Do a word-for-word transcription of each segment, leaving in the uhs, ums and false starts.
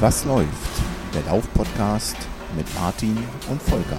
Was läuft? Der Lauf-Podcast mit Martin und Volker.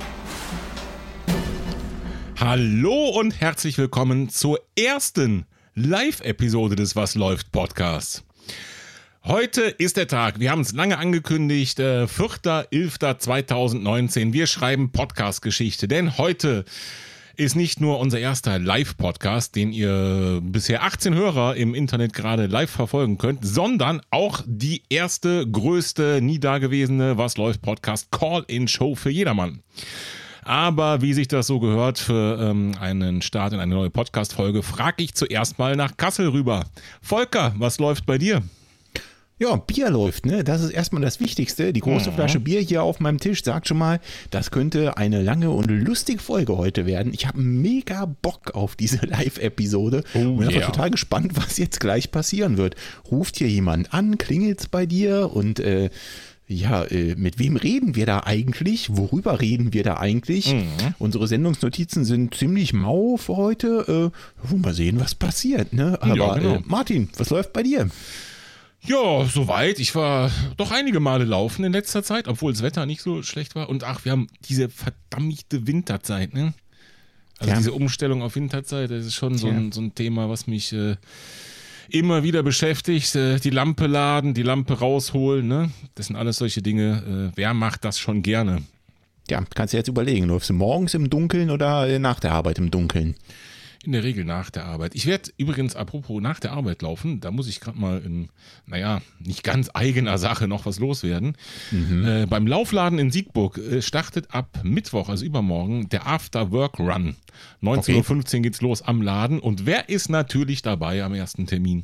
Hallo und herzlich willkommen zur ersten Live-Episode des Was läuft Podcasts. Heute ist der Tag, wir haben es lange angekündigt, äh, vierter elfter zweitausendneunzehn. Wir schreiben Podcast-Geschichte, denn heute ist nicht nur unser erster Live-Podcast, den ihr bisher achtzehn Hörer im Internet gerade live verfolgen könnt, sondern auch die erste, größte, nie dagewesene Was läuft Podcast Call-in-Show für jedermann. Aber wie sich das so gehört für ähm, einen Start in eine neue Podcast-Folge, frage ich zuerst mal nach Kassel rüber. Volker, was läuft bei dir? Ja, Bier läuft, ne? Das ist erstmal das Wichtigste. Die große mhm. Flasche Bier hier auf meinem Tisch sagt schon mal, das könnte eine lange und lustige Folge heute werden. Ich habe mega Bock auf diese Live-Episode oh, und bin yeah. total gespannt, was jetzt gleich passieren wird. Ruft hier jemand an, klingelt's bei dir und äh, ja, äh, mit wem reden wir da eigentlich? Worüber reden wir da eigentlich? Mhm. Unsere Sendungsnotizen sind ziemlich mau für heute. Äh, wollen wir sehen, was passiert, ne? Aber ja, genau. äh, Martin, was läuft bei dir? Ja, soweit. Ich war doch einige Male laufen in letzter Zeit, obwohl das Wetter nicht so schlecht war. Und ach, wir haben diese verdammte Winterzeit, ne? Also ja. diese Umstellung auf Winterzeit, das ist schon so ein, so ein Thema, was mich äh, immer wieder beschäftigt. Äh, die Lampe laden, die Lampe rausholen, ne? Das sind alles solche Dinge. Äh, wer macht das schon gerne? Ja, kannst du jetzt überlegen, läufst du morgens im Dunkeln oder äh, nach der Arbeit im Dunkeln? In der Regel nach der Arbeit. Ich werde übrigens, apropos nach der Arbeit laufen, da muss ich gerade mal in, naja, nicht ganz eigener Sache noch was loswerden. Mhm. Äh, beim Laufladen in Siegburg äh, startet ab Mittwoch, also übermorgen, der After-Work-Run. neunzehn Uhr fünfzehn okay. geht's los am Laden. Und wer ist natürlich dabei am ersten Termin?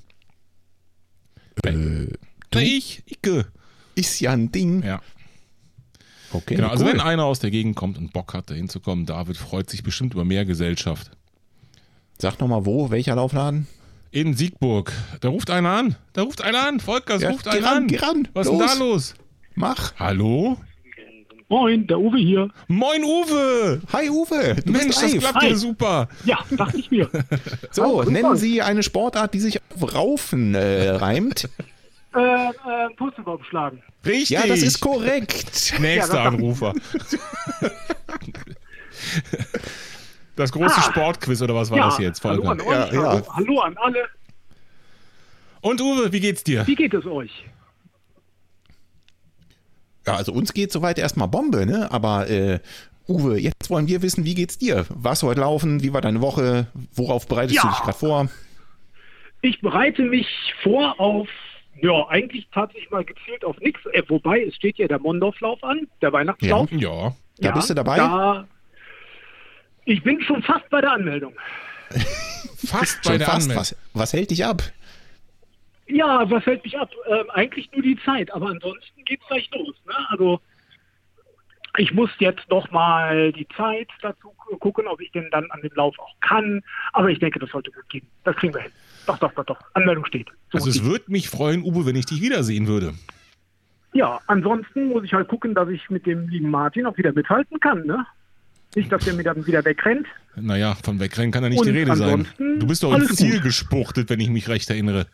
Äh, Na, ich, Icke. Ist ja ein Ding. Ja. Okay, genau, also cool. wenn einer aus der Gegend kommt und Bock hat, da hinzukommen, David freut sich bestimmt über mehr Gesellschaft. Sag nochmal wo, welcher Laufladen? In Siegburg. Da ruft einer an. Da ruft einer an. Volker, ja, ruft einer ran, an. Geh ran. Was los. ist denn da los? Mach. Hallo? Moin, der Uwe hier. Moin, Uwe. Hi, Uwe. Du Mensch, bist das live. klappt Hi. ja super. Ja, dachte ich mir. So, Hallo, nennen Uwe. Sie eine Sportart, die sich auf Raufen äh, reimt. Äh, äh, Purzelbaum schlagen. Richtig. Ja, das ist korrekt. Nächster Ja, das Anrufer. Das große Ah. Sportquiz, oder was war Ja, das jetzt, hallo Volker? an euch, Ja, ja. hallo, hallo an alle. Und Uwe, wie geht's dir? Wie geht es euch? Ja, also uns geht soweit erstmal Bombe, ne? Aber äh, Uwe, jetzt wollen wir wissen, wie geht's dir? Warst du heute laufen? Wie war deine Woche? Worauf bereitest Ja. du dich gerade vor? Ich bereite mich vor auf, ja, eigentlich tatsächlich mal gezielt auf nichts. Äh, wobei, es steht ja der Mondorflauf an, der Weihnachtslauf. Ja. Da bist du dabei? Da, ich bin schon fast bei der Anmeldung. Fast bei Schon der fast. Anmeldung. Was, was hält dich ab? Ja, was hält mich ab? Ähm, eigentlich nur die Zeit, aber ansonsten geht's gleich los. Ne? Also ich muss jetzt noch mal die Zeit dazu gucken, ob ich denn dann an dem Lauf auch kann. Aber ich denke, das sollte gut gehen. Das kriegen wir hin. Doch, doch, doch, doch. Anmeldung steht. So Also es gut. würde mich freuen, Uwe, wenn ich dich wiedersehen würde. Ja, ansonsten muss ich halt gucken, dass ich mit dem lieben Martin auch wieder mithalten kann. Ne? Nicht, dass der mir dann wieder wegrennt. Naja, von wegrennen kann ja nicht Und die Rede sein. ansonsten Du bist doch ins alles Ziel gut. gespuchtet, wenn ich mich recht erinnere.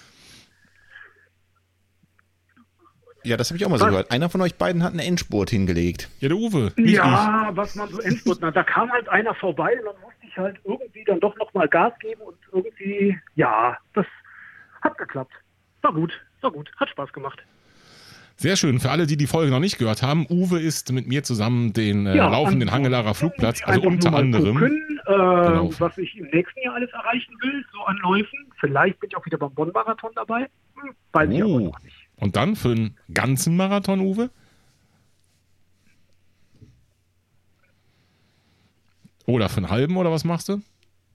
Ja, das habe ich auch mal so Was? gehört. Einer von euch beiden hat einen Endspurt hingelegt. Ja, der Uwe. Nicht Ja, was man so Endspurt, na, da kam halt einer vorbei und dann musste ich halt irgendwie dann doch noch mal Gas geben und irgendwie, ja, das hat geklappt. War gut, war gut, hat Spaß gemacht. ich. Sehr schön. Für alle, die die Folge noch nicht gehört haben, Uwe ist mit mir zusammen den äh, Ja, Laufen, den an- Hangelarer Flugplatz, also Einfach unter nur mal anderem. Gucken, äh, Genau. was ich im nächsten Jahr alles erreichen will, so an Läufen. Vielleicht bin ich auch wieder beim Bonn-Marathon dabei. Hm, weiß ich aber Oh. noch nicht. Und dann für einen ganzen Marathon, Uwe? Oder für einen halben, oder was machst du?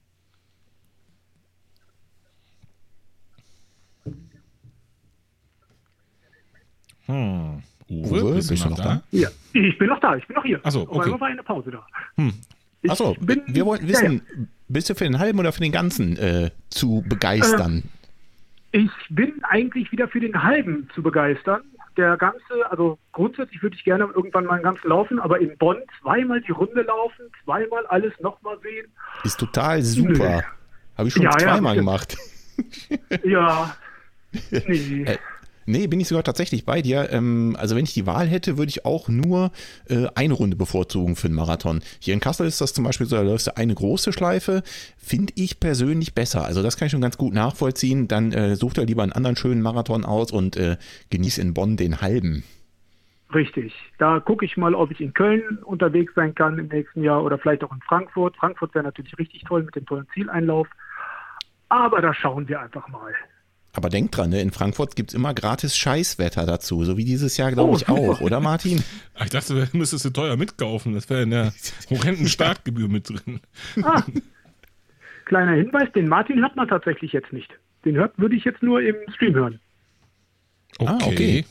Hm. Uwe, Uwe, bist, du noch da? Ja, ich bin noch da, ich bin noch hier. Ach so, Auf okay. einmal war eine Pause da. Ich Achso, bin- wir wollten ja, wissen, bist du für den halben oder für den ganzen äh, zu begeistern? Ich bin eigentlich wieder für den halben zu begeistern. Der ganze, also grundsätzlich würde ich gerne irgendwann mal einen ganzen laufen, aber in Bonn zweimal die Runde laufen, zweimal alles nochmal sehen. Ist total super. Nö. Habe ich schon Ja, ja, zweimal bestimmt. gemacht. Ja, nee. Äh, Nee, bin ich sogar tatsächlich bei dir. Ähm, also wenn ich die Wahl hätte, würde ich auch nur äh, eine Runde bevorzugen für einen Marathon. Hier in Kassel ist das zum Beispiel so, da läufst du eine große Schleife, finde ich persönlich besser. Also das kann ich schon ganz gut nachvollziehen. Dann äh, such dir lieber einen anderen schönen Marathon aus und äh, genieß in Bonn den halben. Richtig. Da gucke ich mal, ob ich in Köln unterwegs sein kann im nächsten Jahr oder vielleicht auch in Frankfurt. Frankfurt wäre natürlich richtig toll mit dem tollen Zieleinlauf. Aber da schauen wir einfach mal. Aber denk dran, ne, in Frankfurt gibt es immer gratis Scheißwetter dazu, so wie dieses Jahr, glaube Oh, ich, auch, oder Martin? Ich dachte, du müsstest du teuer mitkaufen. Das wäre in der horrenden Startgebühr mit drin. Ah, kleiner Hinweis, den Martin hört man tatsächlich jetzt nicht. Den hört, würde ich jetzt nur im Stream hören. Okay. Ah, okay.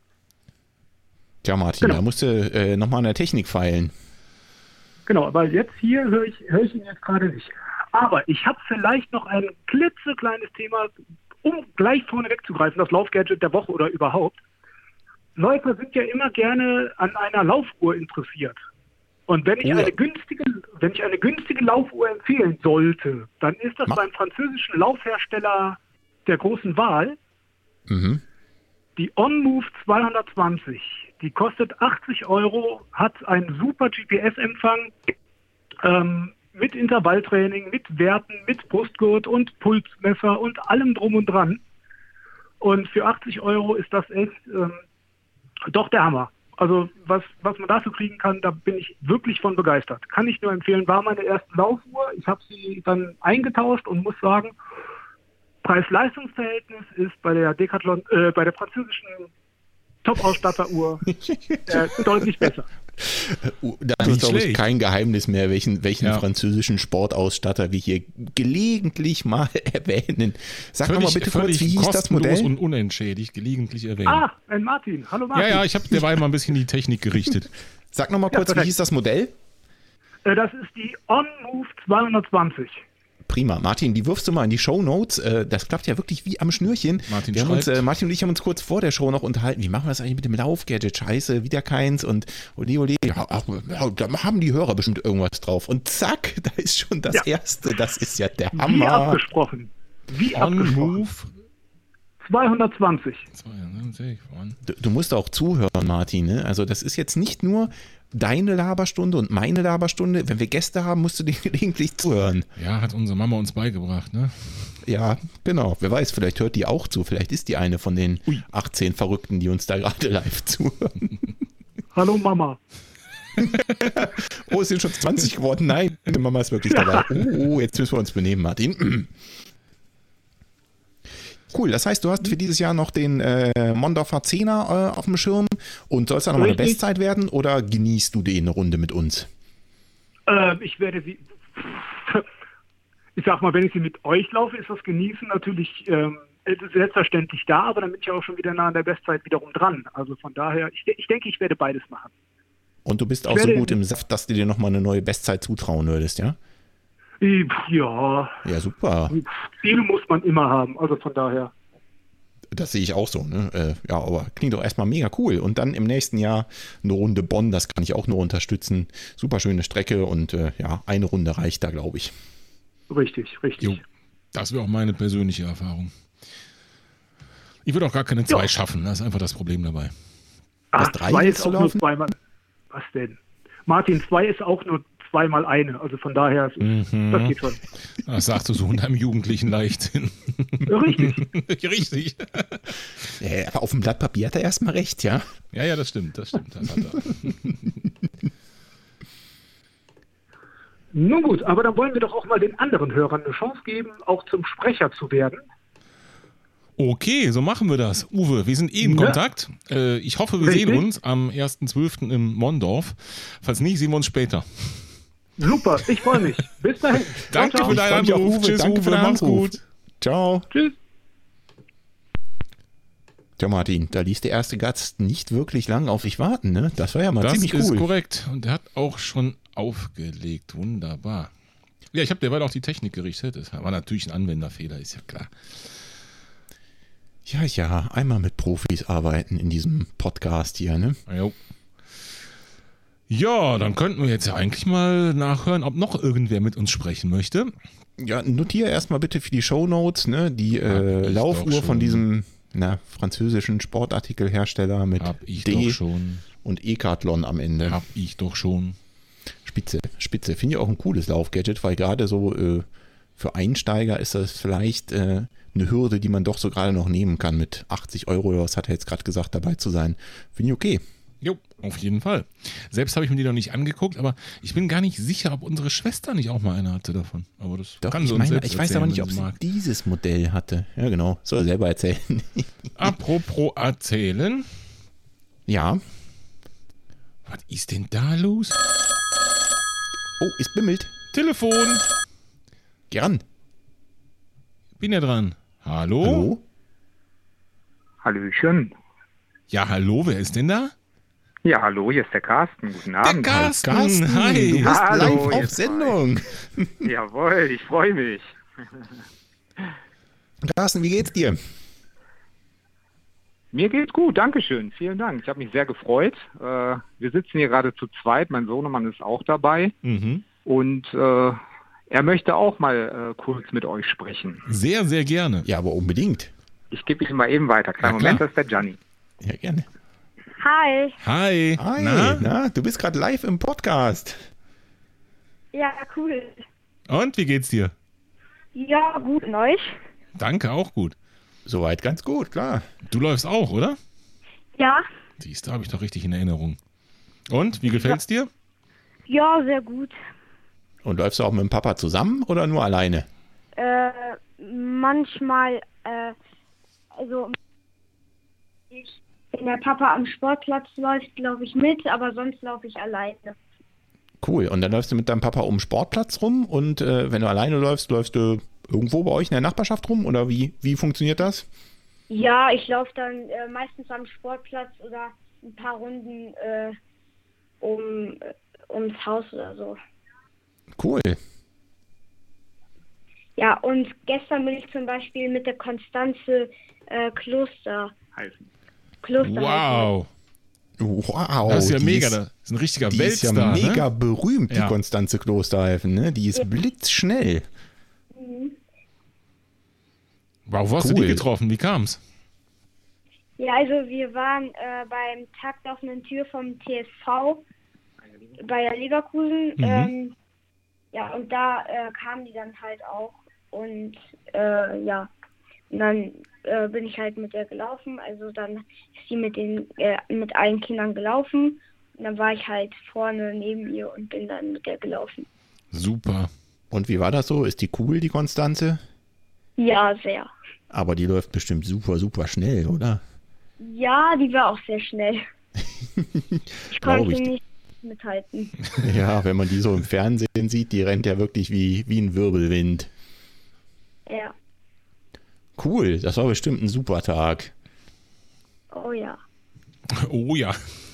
Tja, Martin, Genau. da musst du äh, nochmal an der Technik feilen. Genau, aber jetzt hier höre ich, höre ich ihn jetzt gerade nicht. Aber ich habe vielleicht noch ein klitzekleines Thema, um gleich vorne wegzugreifen, das Laufgadget der Woche oder überhaupt. Läufer sind ja immer gerne an einer Laufuhr interessiert. Und wenn ich, Oh ja. eine günstige, wenn ich eine günstige Laufuhr empfehlen sollte, dann ist das Mach. beim französischen Laufhersteller der großen Wahl Mhm. die OnMove zweihundertzwanzig. Die kostet achtzig Euro, hat einen super G P S-Empfang, ähm, mit Intervalltraining, mit Werten, mit Brustgurt und Pulsmesser und allem drum und dran. Und für achtzig Euro ist das echt ähm, doch der Hammer. Also was, was man dafür kriegen kann, da bin ich wirklich von begeistert. Kann ich nur empfehlen, war meine erste Laufuhr. Ich habe sie dann eingetauscht und muss sagen, Preis-Leistungs-Verhältnis ist bei der Decathlon, äh, bei der französischen Top-Ausstatter-Uhr äh, deutlich besser. Das Nicht ist, glaube ich, schlecht. kein Geheimnis mehr, welchen, welchen Ja. französischen Sportausstatter wir hier gelegentlich mal erwähnen. Sag nochmal bitte kurz, völlig wie hieß das kostenlos Modell? und unentschädigt gelegentlich erwähnen. Ah, ein Martin. Hallo Martin. ja, ja, ich habe derweil mal ein bisschen die Technik gerichtet. Sag nochmal Ja, kurz, wie perfekt. hieß das Modell? Äh, das ist die OnMove zweihundertzwanzig. Prima. Martin, die wirfst du mal in die Shownotes. Äh, Das klappt ja wirklich wie am Schnürchen. Martin wir haben uns, schreibt. äh, Martin und ich haben uns kurz vor der Show noch unterhalten. Wie machen wir das eigentlich mit dem Laufgadget? Scheiße, wieder keins und ole, ole. Ja, ach, ja, da haben die Hörer bestimmt irgendwas drauf. Und zack, da ist schon das Ja. Erste. Das ist ja der Wie Hammer. abgesprochen. Wie abgesprochen. OnMove zweihundertzwanzig. zweiundneunzig von. Du, du musst auch zuhören, Martin. Ne? Also das ist jetzt nicht nur deine Laberstunde und meine Laberstunde. Wenn wir Gäste haben, musst du dir gelegentlich zuhören. Ja, hat unsere Mama uns beigebracht, ne? Ja, genau. Wer weiß, vielleicht hört die auch zu. Vielleicht ist die eine von den Ui. achtzehn Verrückten, die uns da gerade live zuhören. Hallo Mama. Oh, es sind schon zwanzig geworden. Nein, die Mama ist wirklich dabei. Oh, jetzt müssen wir uns benehmen, Martin. Cool, das heißt, du hast für dieses Jahr noch den äh, Mondorfer Zehner äh, auf dem Schirm und soll es dann nochmal eine Richtig. Bestzeit werden oder genießt du den eine Runde mit uns? Äh, ich werde sie, ich sag mal, wenn ich sie mit euch laufe, ist das Genießen natürlich ähm, es ist selbstverständlich da, aber dann bin ich auch schon wieder nah an der Bestzeit wiederum dran. Also von daher, ich, ich denke, ich werde beides machen. Und du bist auch Ich so werde- gut im Saft, dass du dir nochmal eine neue Bestzeit zutrauen würdest, ja? Ich, ja, Ja, super. Ziele muss man immer haben, also von daher. Das sehe ich auch so. Ne? Äh, ja, aber klingt doch erstmal mega cool. Und dann im nächsten Jahr eine Runde Bonn, das kann ich auch nur unterstützen. Super schöne Strecke und äh, ja, eine Runde reicht da, glaube ich. Richtig, richtig. Jo, das wäre auch meine persönliche Erfahrung. Ich würde auch gar keine zwei Ja. schaffen, das ist einfach das Problem dabei. Ach, Was, drei zwei willst ist du auch nur laufen? zweimal. Was denn? Martin, zwei ist auch nur zweimal eine. Also von daher, Mhm. das geht schon. Das sagst du so in deinem jugendlichen Leichtsinn. Richtig. Richtig. Äh, aber auf dem Blatt Papier hat er erstmal recht, ja? Ja, ja, das stimmt, das stimmt. Das hat er. Nun gut, aber dann wollen wir doch auch mal den anderen Hörern eine Chance geben, auch zum Sprecher zu werden. Okay, so machen wir das. Uwe, wir sind eh in Ja. Kontakt. Äh, ich hoffe, wir Richtig. sehen uns am ersten zwölften im Mondorf. Falls nicht, sehen wir uns später. Super, ich freue mich. Bis dahin. Danke ciao, für ciao. deinen Ich freu mich Anruf. auf Uwe. Tschüss, Danke für Uwe, deinen mach's Anruf. gut. Ciao. Tschüss. Tja, Martin, da ließ der erste Gast nicht wirklich lang auf sich warten, ne? Das war ja mal Das ziemlich ist cool. korrekt. Und er hat auch schon aufgelegt. Wunderbar. Ja, ich habe derweil auch die Technik gerichtet. Das war natürlich ein Anwenderfehler, ist ja klar. Ja, ja, einmal mit Profis arbeiten in diesem Podcast hier, ne? Jo. Ja, dann könnten wir jetzt ja eigentlich mal nachhören, ob noch irgendwer mit uns sprechen möchte. Ja, notiere erstmal bitte für die Shownotes, ne? Die Hab äh, ich Laufuhr doch von schon. diesem na, französischen Sportartikelhersteller mit Hab ich D doch schon. und Ecathlon am Ende. Hab ich doch schon. Spitze, spitze. Finde ich auch ein cooles Laufgadget, weil gerade so äh, für Einsteiger ist das vielleicht äh, eine Hürde, die man doch so gerade noch nehmen kann mit achtzig Euro oder was hat er jetzt gerade gesagt, dabei zu sein. Finde ich okay. Jo, auf jeden Fall. Selbst habe ich mir die noch nicht angeguckt, aber ich bin gar nicht sicher, ob unsere Schwester nicht auch mal eine hatte davon. Aber das Doch, kann ich sie uns meine, selbst ich weiß aber erzählen, nicht, wenn ob sie sie mag. dieses Modell hatte. Ja, genau. Soll er selber erzählen. Apropos erzählen. Ja. Was ist denn da los? Oh, es bimmelt. Telefon. Gern. Bin ja dran. Hallo? Hallo? Hallöchen. Ja, hallo, wer ist denn da? Ja, hallo, hier ist der Carsten. Guten Der Abend. Carsten. Carsten, Hi. du bist Hallo, live auf ihr Sendung. Jawohl, ich freue mich. Carsten, wie geht's dir? Mir geht's gut, Dankeschön. Vielen Dank. Ich habe mich sehr gefreut. Äh, wir sitzen hier gerade zu zweit. Mein Sohnemann ist auch dabei. Mhm. Und äh, er möchte auch mal äh, kurz mit euch sprechen. Sehr, sehr gerne. Ja, aber unbedingt. Ich gebe ihn mal eben weiter. Kleinen Ja, Moment, klar. das ist der Gianni. Ja, gerne. Hi. Hi. Hi, Na? na, du bist gerade live im Podcast. Ja, cool. Und, wie geht's dir? Ja, gut, und euch? Danke, auch gut. Soweit ganz gut, klar. Du läufst auch, oder? Ja. Siehst du, habe ich doch richtig in Erinnerung. Und, wie gefällt's dir? Ja, sehr gut. Und läufst du auch mit dem Papa zusammen oder nur alleine? Äh, manchmal, äh, also, ich, wenn der Papa am Sportplatz läuft, laufe ich mit, aber sonst laufe ich alleine. Cool. Und dann läufst du mit deinem Papa um den Sportplatz rum und äh, wenn du alleine läufst, läufst du irgendwo bei euch in der Nachbarschaft rum oder wie, wie funktioniert das? Ja, ich laufe dann äh, meistens am Sportplatz oder ein paar Runden äh, um, äh, ums Haus oder so. Cool. Ja, und gestern bin ich zum Beispiel mit der Konstanze äh, Kloster. Heißen. Kloster Wow. Wow. Das ist ja die mega. Ist, Das ist ein richtiger die ist ja Weltstar. mega Ne? berühmt, die Ja. Konstanze Klosterhalfen. Ne? Die ist blitzschnell. Wow, wo hast du Cool. die getroffen? Wie kam's? Ja, also wir waren äh, beim Tag der offenen Tür vom T S V bei Leverkusen. Mhm. Ähm, ja, und da äh, kamen die dann halt auch. Und äh, ja, und dann äh, bin ich halt mit der gelaufen. Also dann ist sie mit den äh, mit allen Kindern gelaufen. Und dann war ich halt vorne neben ihr und bin dann mit der gelaufen. Super. Und wie war das so? Ist die cool, die Konstanze? Ja, sehr. Aber die läuft bestimmt super, super schnell, oder? Ja, die war auch sehr schnell. Ich Glaub konnte ich. nicht mithalten. Ja, wenn man die so im Fernsehen sieht, die rennt ja wirklich wie, wie ein Wirbelwind. Ja. Cool, das war bestimmt ein super Tag. Oh ja. Oh ja.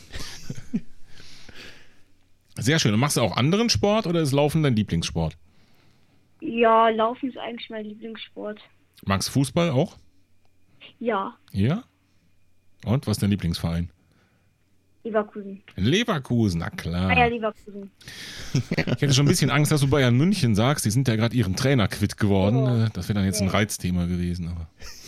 Sehr schön. Und machst du auch anderen Sport oder ist Laufen dein Lieblingssport? Ja, Laufen ist eigentlich mein Lieblingssport. Magst du Fußball auch? Ja, Ja? Und was ist dein Lieblingsverein? Leverkusen. Leverkusen, na klar. Ah ja, Leverkusen. Ich hätte schon ein bisschen Angst, dass du Bayern München sagst. Die sind ja gerade ihren Trainer quitt geworden. Oh. Das wäre dann jetzt ein Ja. Reizthema gewesen. Aber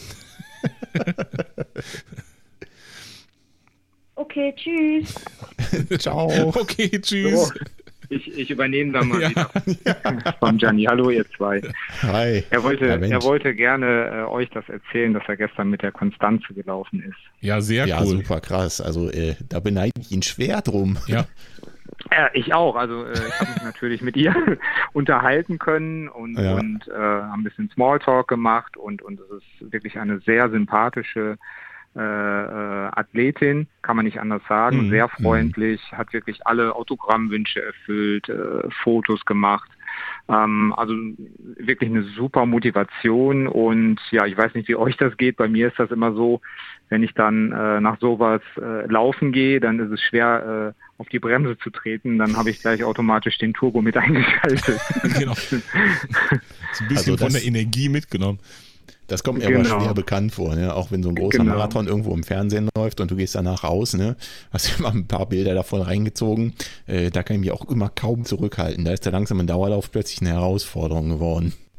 Okay, tschüss. Ciao. okay, tschüss. So, ich, ich übernehme da mal Ja. wieder vom Gianni. Hallo, ihr zwei. Hi. Er wollte, Ja, Mensch. er wollte gerne äh, euch das erzählen, dass er gestern mit der Konstanze gelaufen ist. Ja, sehr Ja, cool. super krass. Also äh, da beneide ich ihn schwer drum. Ja, Ja, ich auch. Also äh, ich habe mich natürlich mit ihr unterhalten können und, Ja. und äh, haben ein bisschen Smalltalk gemacht und, und es ist wirklich eine sehr sympathische äh, äh, Athletin, kann man nicht anders sagen. Mhm. Sehr freundlich, hat wirklich alle Autogrammwünsche erfüllt, äh, Fotos gemacht. Ähm, also wirklich eine super Motivation und ja, ich weiß nicht, wie euch das geht. Bei mir ist das immer so, wenn ich dann äh, nach sowas äh, laufen gehe, dann ist es schwer, äh, auf die Bremse zu treten. Dann habe ich gleich automatisch den Turbo mit eingeschaltet. genau. So ein bisschen Also von das- der Energie mitgenommen. Das kommt mir Genau. aber schwer bekannt vor, ne? Auch wenn so ein großer Genau. Marathon irgendwo im Fernsehen läuft und du gehst danach raus, ne? Hast du immer ein paar Bilder davon reingezogen. Äh, da kann ich mich auch immer kaum zurückhalten. Da ist der langsame Dauerlauf plötzlich eine Herausforderung geworden.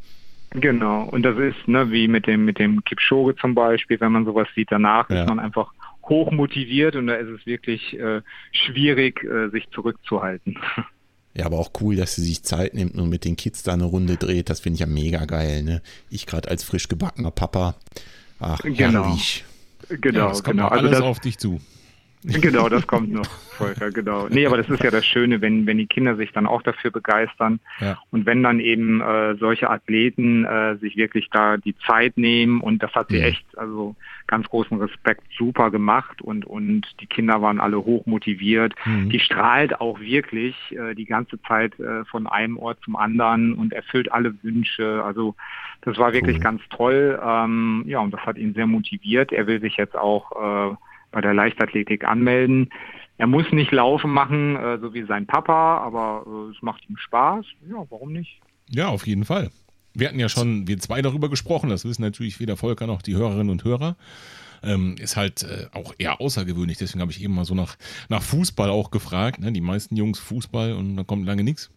Genau, und das ist, ne, wie mit dem mit dem Kipchoge zum Beispiel, wenn man sowas sieht, danach Ja. ist man einfach hoch motiviert und da ist es wirklich äh, schwierig, äh, sich zurückzuhalten. Ja, aber auch cool, dass sie sich Zeit nimmt und mit den Kids da eine Runde dreht. Das finde ich ja mega geil. Ne? Ich gerade als frisch gebackener Papa. Ach, Genau. herrlich. Genau, Ja, das kommt genau. noch alles das, auf dich zu. Genau, das kommt noch, Volker, genau. Nee, aber das ist ja das Schöne, wenn, wenn die Kinder sich dann auch dafür begeistern Ja. und wenn dann eben äh, solche Athleten äh, sich wirklich da die Zeit nehmen und das hat sie Mhm. echt, also ganz großen Respekt, super gemacht und, und die Kinder waren alle hoch motiviert. Mhm. Die strahlt auch wirklich äh, die ganze Zeit äh, von einem Ort zum anderen und erfüllt alle Wünsche. Also das war wirklich Cool. ganz toll. Ähm, ja, und das hat ihn sehr motiviert. Er will sich jetzt auch äh, bei der Leichtathletik anmelden. Er muss nicht Laufen machen, äh, so wie sein Papa, aber äh, es macht ihm Spaß. Ja, warum nicht? Ja, auf jeden Fall. Wir hatten ja schon, wir zwei darüber gesprochen, das wissen natürlich weder Volker noch die Hörerinnen und Hörer. Ähm, ist halt äh, auch eher außergewöhnlich, deswegen habe ich eben mal so nach, nach Fußball auch gefragt. Ne? Die meisten Jungs Fußball und da kommt lange nichts.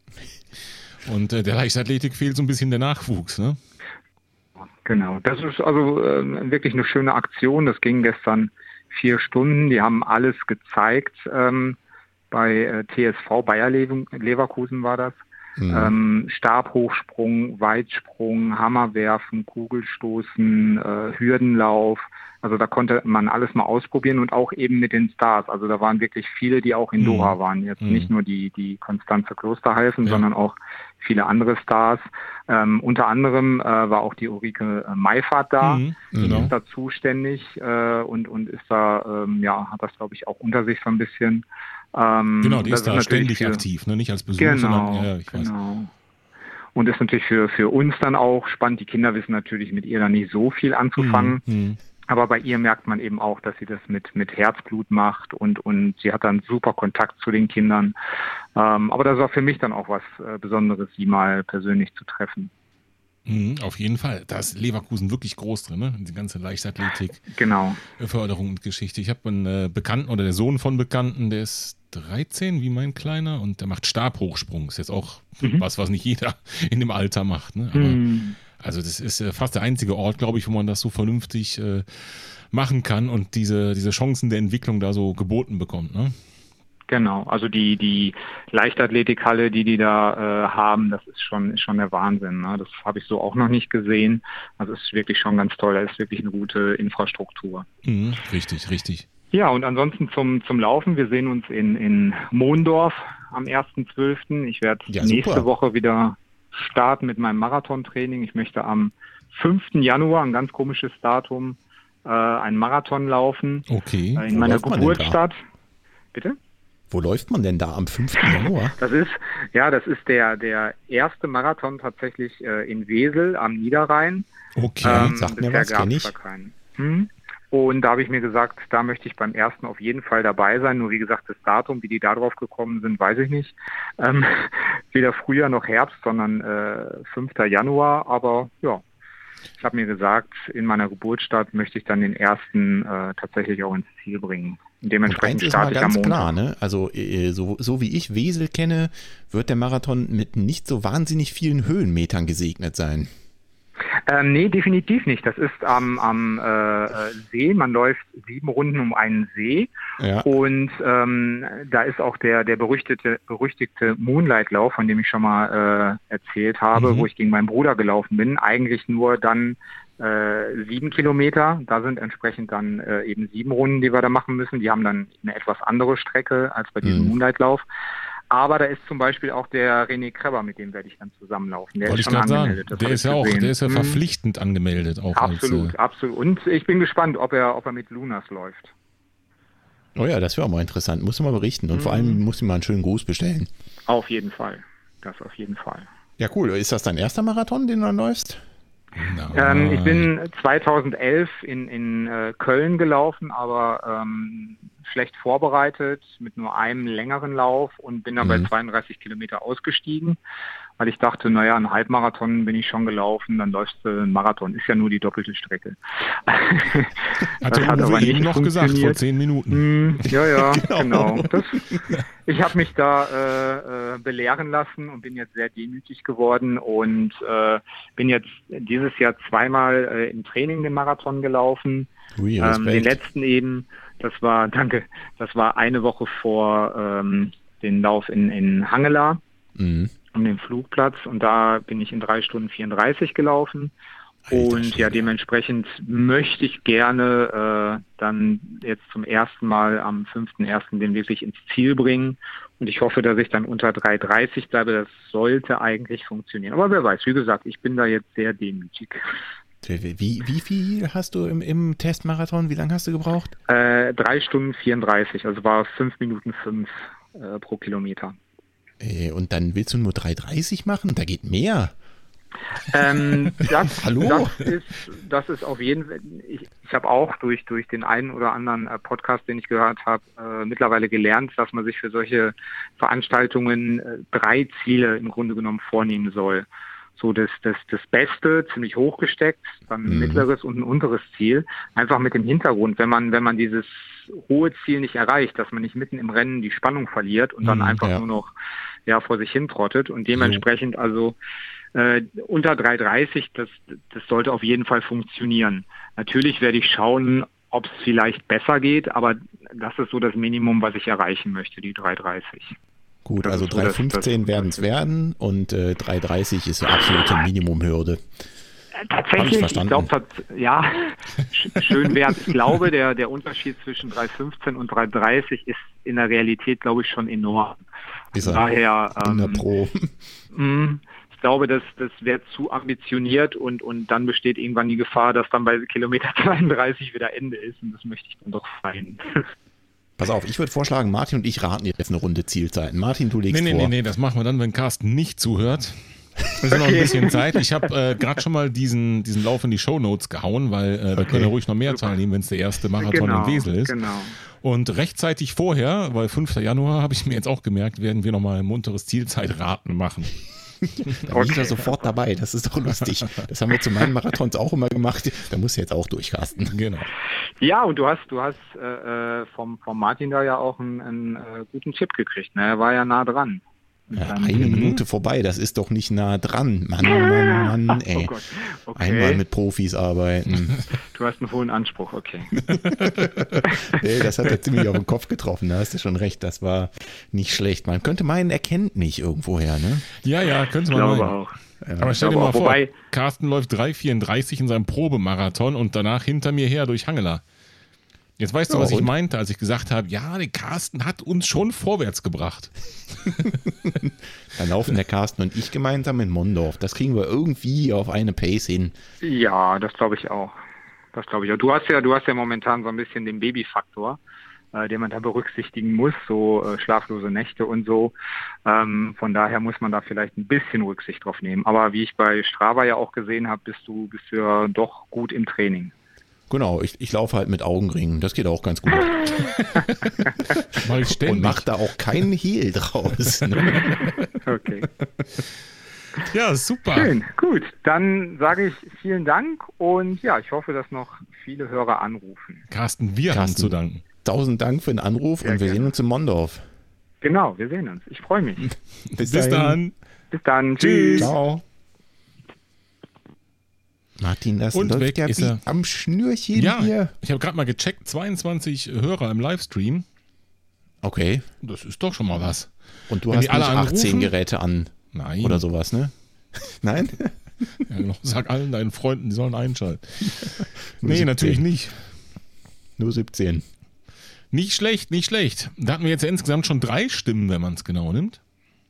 Und äh, der Leichtathletik fehlt so ein bisschen der Nachwuchs, ne? Genau, das ist also äh, wirklich eine schöne Aktion. Das ging gestern vier Stunden. Die haben alles gezeigt. Ähm, bei äh, T S V Bayer Lever- Leverkusen war das. Mhm. Ähm, Stabhochsprung, Weitsprung, Hammerwerfen, Kugelstoßen, äh, Hürdenlauf. Also da konnte man alles mal ausprobieren und auch eben mit den Stars. Also da waren wirklich viele, die auch in Mhm. Doha waren. Jetzt Mhm. nicht nur die, die Konstanze Klosterhalfen, Ja. sondern auch viele andere Stars. Ähm, unter anderem äh, war auch die Ulrike äh, Meifert da. Mhm, Die genau. ist da zuständig äh, und, und ist da, ähm, ja, hat das glaube ich auch unter sich so ein bisschen. Ähm, Genau, die das ist da natürlich ständig für- aktiv, ne? Nicht als Besuch, Genau, sondern ja, ja, ich weiß. genau. Und ist natürlich für, für uns dann auch spannend. Die Kinder wissen natürlich mit ihr dann nicht so viel anzufangen. Mhm. Mhm. Aber bei ihr merkt man eben auch, dass sie das mit, mit Herzblut macht und, und sie hat dann super Kontakt zu den Kindern. Ähm, aber das war für mich dann auch was äh, Besonderes, sie mal persönlich zu treffen. Mhm, auf jeden Fall. Da ist Leverkusen wirklich groß drin, ne? Die ganze Leichtathletik, Genau. Förderung und Geschichte. Ich habe einen äh, Bekannten oder der Sohn von Bekannten, der ist dreizehn, wie mein Kleiner, und der macht Stabhochsprung. Ist jetzt auch Mhm. was, was nicht jeder in dem Alter macht, ne? Aber Hm. also das ist äh, fast der einzige Ort, glaube ich, wo man das so vernünftig äh, machen kann und diese, diese Chancen der Entwicklung da so geboten bekommt, ne? Genau, also die, die Leichtathletikhalle, die die da äh, haben, das ist schon, ist schon der Wahnsinn. Ne? Das habe ich so auch noch nicht gesehen. Also es ist wirklich schon ganz toll. Da ist wirklich eine gute Infrastruktur. Mhm, richtig, richtig. Ja, und ansonsten zum, zum Laufen. Wir sehen uns in, in Mondorf am ersten zwölften Ich werde Ja, nächste super. Woche wieder starten mit meinem Marathontraining. Ich möchte am fünften Januar, ein ganz komisches Datum, äh, einen Marathon laufen. Okay. Äh, in Wo meiner läuft man denn da? Geburtsstadt. Bitte? Wo läuft man denn da am fünften Januar? Das ist, ja, das ist der, der erste Marathon tatsächlich äh, in Wesel am Niederrhein. Okay. sagt mir bisher was, kenn gab's ich. da keinen. Hm? Und da habe ich mir gesagt, da möchte ich beim ersten auf jeden Fall dabei sein. Nur wie gesagt, das Datum, wie die da drauf gekommen sind, weiß ich nicht. Ähm, weder Frühjahr noch Herbst, sondern äh, fünften Januar. Aber ja, ich habe mir gesagt, in meiner Geburtsstadt möchte ich dann den ersten äh, tatsächlich auch ins Ziel bringen. Und Und dementsprechend eins ist mal starte ich am ganz Montag. klar, ne? Also äh, so, so wie ich Wesel kenne, wird der Marathon mit nicht so wahnsinnig vielen Höhenmetern gesegnet sein. Ähm, nee, definitiv nicht. Das ist am, am äh, See. Man läuft sieben Runden um einen See. Ja. Und ähm, da ist auch der, der berüchtigte, berüchtigte Moonlight-Lauf, von dem ich schon mal äh, erzählt habe, Mhm. wo ich gegen meinen Bruder gelaufen bin. Eigentlich nur dann äh, sieben Kilometer. Da sind entsprechend dann äh, eben sieben Runden, die wir da machen müssen. Die haben dann eine etwas andere Strecke als bei diesem Mhm. Moonlight-Lauf. Aber da ist zum Beispiel auch der René Kreber, mit dem werde ich dann zusammenlaufen. Der Wollte ist ich schon gerade sagen. angemeldet. Das Der hab ist ich ja auch, gesehen. der ist ja Mhm. verpflichtend angemeldet auch Absolut, als äh, absolut. Und ich bin gespannt, ob er, ob er mit Lunas läuft. Oh ja, das wäre auch mal interessant. Musst du mal berichten. Und vor allem musst du mal einen schönen Gruß bestellen. Auf jeden Fall. Das auf jeden Fall. Ja, cool. Ist das dein erster Marathon, den du dann läufst? Nein. Ähm, ich bin zweitausendelf in, in äh, Köln gelaufen, aber ähm, schlecht vorbereitet mit nur einem längeren Lauf und bin dann mhm. bei zweiunddreißig Kilometer ausgestiegen, weil ich dachte, naja, einen Halbmarathon bin ich schon gelaufen, dann läufst du einen Marathon, ist ja nur die doppelte Strecke. Hat der Uwe eben noch gesagt, vor zehn Minuten. Mm, ja, ja, genau. genau. Das, ich habe mich da äh, äh, belehren lassen und bin jetzt sehr demütig geworden und äh, bin jetzt dieses Jahr zweimal äh, im Training den Marathon gelaufen. Ui, ähm, den letzten eben, das war, danke, das war eine Woche vor ähm, den Lauf in, in Hangela. Mhm. Um den Flugplatz und da bin ich in drei Stunden vierunddreißig gelaufen. Alter, und ja, dementsprechend möchte ich gerne äh, dann jetzt zum ersten Mal am fünften ersten den wirklich ins Ziel bringen und ich hoffe, dass ich dann unter drei dreißig bleibe. Das sollte eigentlich funktionieren. Aber wer weiß, wie gesagt, ich bin da jetzt sehr demütig. Wie, wie viel hast du im, im Testmarathon, wie lange hast du gebraucht? Äh, drei Stunden vierunddreißig, also war fünf Minuten fünf äh, pro Kilometer. Und dann willst du nur drei dreißig machen? Da geht mehr. Ähm, das, Hallo? Das ist, das ist auf jeden Fall, ich, ich habe auch durch, durch den einen oder anderen äh, Podcast, den ich gehört habe, äh, mittlerweile gelernt, dass man sich für solche Veranstaltungen äh, drei Ziele im Grunde genommen vornehmen soll. So das, das, das Beste, ziemlich hochgesteckt, dann ein mhm. mittleres und ein unteres Ziel. Einfach mit dem Hintergrund, wenn man, wenn man dieses hohe Ziel nicht erreicht, dass man nicht mitten im Rennen die Spannung verliert und dann mhm, einfach ja. nur noch ja, vor sich hin trottet. Und dementsprechend so. also äh, unter drei dreißig, das, das sollte auf jeden Fall funktionieren. Natürlich werde ich schauen, ob es vielleicht besser geht, aber das ist so das Minimum, was ich erreichen möchte, die drei dreißig. Gut, das also so, drei fünfzehn werden es werden und äh, drei dreißig ist eine absolute Minimumhürde. Tatsächlich, ich, ich glaube, ja, schön wäre es. Ich glaube, der, der Unterschied zwischen drei fünfzehn und drei dreißig ist in der Realität, glaube ich, schon enorm. Ist er. Daher, ähm, Pro. Mh, ich glaube, das, das wäre zu ambitioniert und, und dann besteht irgendwann die Gefahr, dass dann bei Kilometer zweiunddreißig wieder Ende ist und das möchte ich dann doch vermeiden. Pass auf, ich würde vorschlagen, Martin und ich raten jetzt eine Runde Zielzeiten. Martin, du legst nee, nee, vor. Nee, nee, nee, das machen wir dann, wenn Carsten nicht zuhört. Wir sind noch ein bisschen Zeit. Ich habe äh, gerade schon mal diesen, diesen Lauf in die Shownotes gehauen, weil äh, da okay. können ja ruhig noch mehr teilnehmen, wenn es der erste Marathon genau, in Wesel ist. Genau. Und rechtzeitig vorher, weil fünften Januar, habe ich mir jetzt auch gemerkt, werden wir nochmal ein munteres Zielzeitraten machen. Da bin ich da sofort dabei, das ist doch lustig. Das haben wir zu meinen Marathons auch immer gemacht. Da muss jetzt auch durch, Carsten. Genau. Ja, und du hast, du hast äh, vom, vom Martin da ja auch einen, einen äh, guten Tipp gekriegt. Ne? Er war ja nah dran. Ja, eine Minute vorbei, das ist doch nicht nah dran. Mann, Mann, Mann, ey. Oh Gott. Okay. Einmal mit Profis arbeiten. Du hast einen hohen Anspruch, okay. Nee, das hat er ziemlich auf den Kopf getroffen, da hast du schon recht, das war nicht schlecht. Man könnte meinen, er kennt mich irgendwoher, ne? Ja, ja, könnte man meinen. Ich glaube auch. Ja. Aber stell dir mal vor, wobei, Carsten läuft drei vierunddreißig in seinem Probemarathon und danach hinter mir her durch Hangela. Jetzt weißt du, was ja, ich meinte, als ich gesagt habe, ja, der Carsten hat uns schon vorwärts gebracht. Dann laufen der Carsten und ich gemeinsam in Mondorf. Das kriegen wir irgendwie auf eine Pace hin. Ja, das glaube ich auch. Das glaube ich auch. Du hast ja, du hast ja momentan so ein bisschen den Babyfaktor, äh, den man da berücksichtigen muss, so äh, schlaflose Nächte und so. Ähm, von daher muss man da vielleicht ein bisschen Rücksicht drauf nehmen. Aber wie ich bei Strava ja auch gesehen habe, bist du, bist du ja doch gut im Training. Genau, ich, ich laufe halt mit Augenringen, das geht auch ganz gut. Mach ich ständig. Und mach da auch keinen Hehl draus. Ne? Okay. Ja, super. Schön, gut. Dann sage ich vielen Dank und ja, ich hoffe, dass noch viele Hörer anrufen. Carsten, wir Carsten, haben zu danken. Tausend Dank für den Anruf Sehr und wir gerne. sehen uns in Mondorf. Genau, wir sehen uns. Ich freue mich. Bis, Bis dann. Bis dann. Tschüss. Ciao. Martin, das und läuft ja ist wie er. am Schnürchen ja, hier. Ich habe gerade mal gecheckt, zweiundzwanzig Hörer im Livestream. Okay. Das ist doch schon mal was. Und du Wenn hast die alle nicht anrufen? achtzehn Geräte an. Nein. Oder sowas, ne? Nein? Ja, genau. Sag allen deinen Freunden, die sollen einschalten. Nee, natürlich nicht. Nur siebzehn. Nicht schlecht, nicht schlecht. Da hatten wir jetzt ja insgesamt schon drei Stimmen, wenn man es genau nimmt.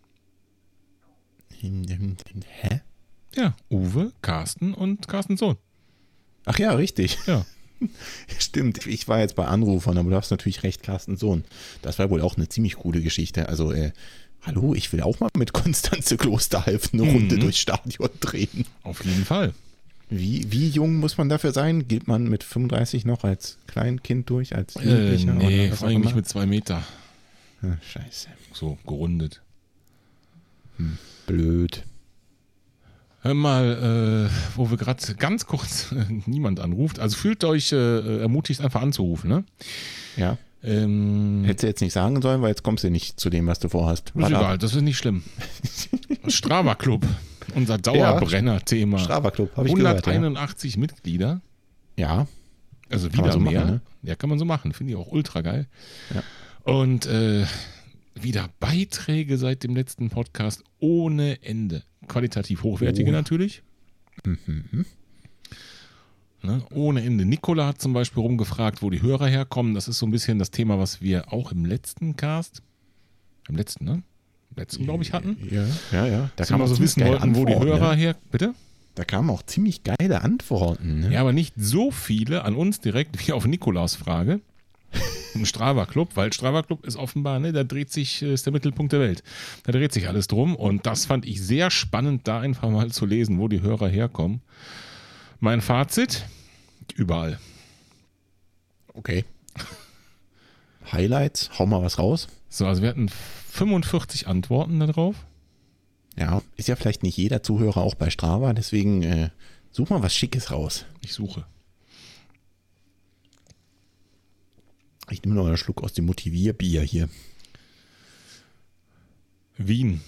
Hä? Ja, Uwe, Carsten und Carstens Sohn. Ach ja, richtig. Ja. Stimmt, ich war jetzt bei Anrufern, aber du hast natürlich recht, Carstens Sohn. Das war wohl auch eine ziemlich coole Geschichte. Also, äh, hallo, ich will auch mal mit Konstanze Klosterhalf eine Runde mhm. durchs Stadion drehen. Auf jeden Fall. Wie, wie jung muss man dafür sein? Gilt man mit fünfunddreißig noch als Kleinkind durch, als Äh, Jugendlicher? nee, oder was vor auch allem nicht immer? mit zwei Meter. Ah, scheiße. So, gerundet. Blöd. Hör mal, äh, wo wir gerade ganz kurz äh, niemand anruft. Also fühlt euch äh, ermutigt, einfach anzurufen, ne? Ja. Ähm, Hättest du jetzt nicht sagen sollen, weil jetzt kommst du nicht zu dem, was du vorhast. ist Warte ab. egal, das ist nicht schlimm. Strava Club, unser Dauerbrenner-Thema. Strava Club, habe ich gehört. hunderteinundachtzig Mitglieder, Ja. ja. also Kann man wieder so mehr. machen, ne? Ja, kann man so machen, finde ich auch ultra geil. Ja. Und äh, wieder Beiträge seit dem letzten Podcast ohne Ende. Qualitativ hochwertige Oh. natürlich. Mhm. Ne, ohne Ende. Nicola hat zum Beispiel rumgefragt, wo die Hörer herkommen. Das ist so ein bisschen das Thema, was wir auch im letzten Cast, im letzten, ne? Im letzten, glaube ich, hatten. Ja, ja, ja. Da Dass wir mal auch so ziemlich wissen geile wollten, wo die Antworten, Hörer ne? her. Bitte? Da kamen auch ziemlich geile Antworten. Ne? Ja, aber nicht so viele an uns direkt wie auf Nikolaus Frage. Im Strava Club, weil Strava Club ist offenbar, ne, da dreht sich, ist der Mittelpunkt der Welt. Da dreht sich alles drum und das fand ich sehr spannend, da einfach mal zu lesen, wo die Hörer herkommen. Mein Fazit: überall. Okay. Highlights, hau mal was raus. So, also wir hatten fünfundvierzig Antworten darauf. Ja, ist ja vielleicht nicht jeder Zuhörer auch bei Strava, deswegen äh, such mal was Schickes raus. Ich suche. Ich nehme noch einen Schluck aus dem Motivierbier hier. Wien.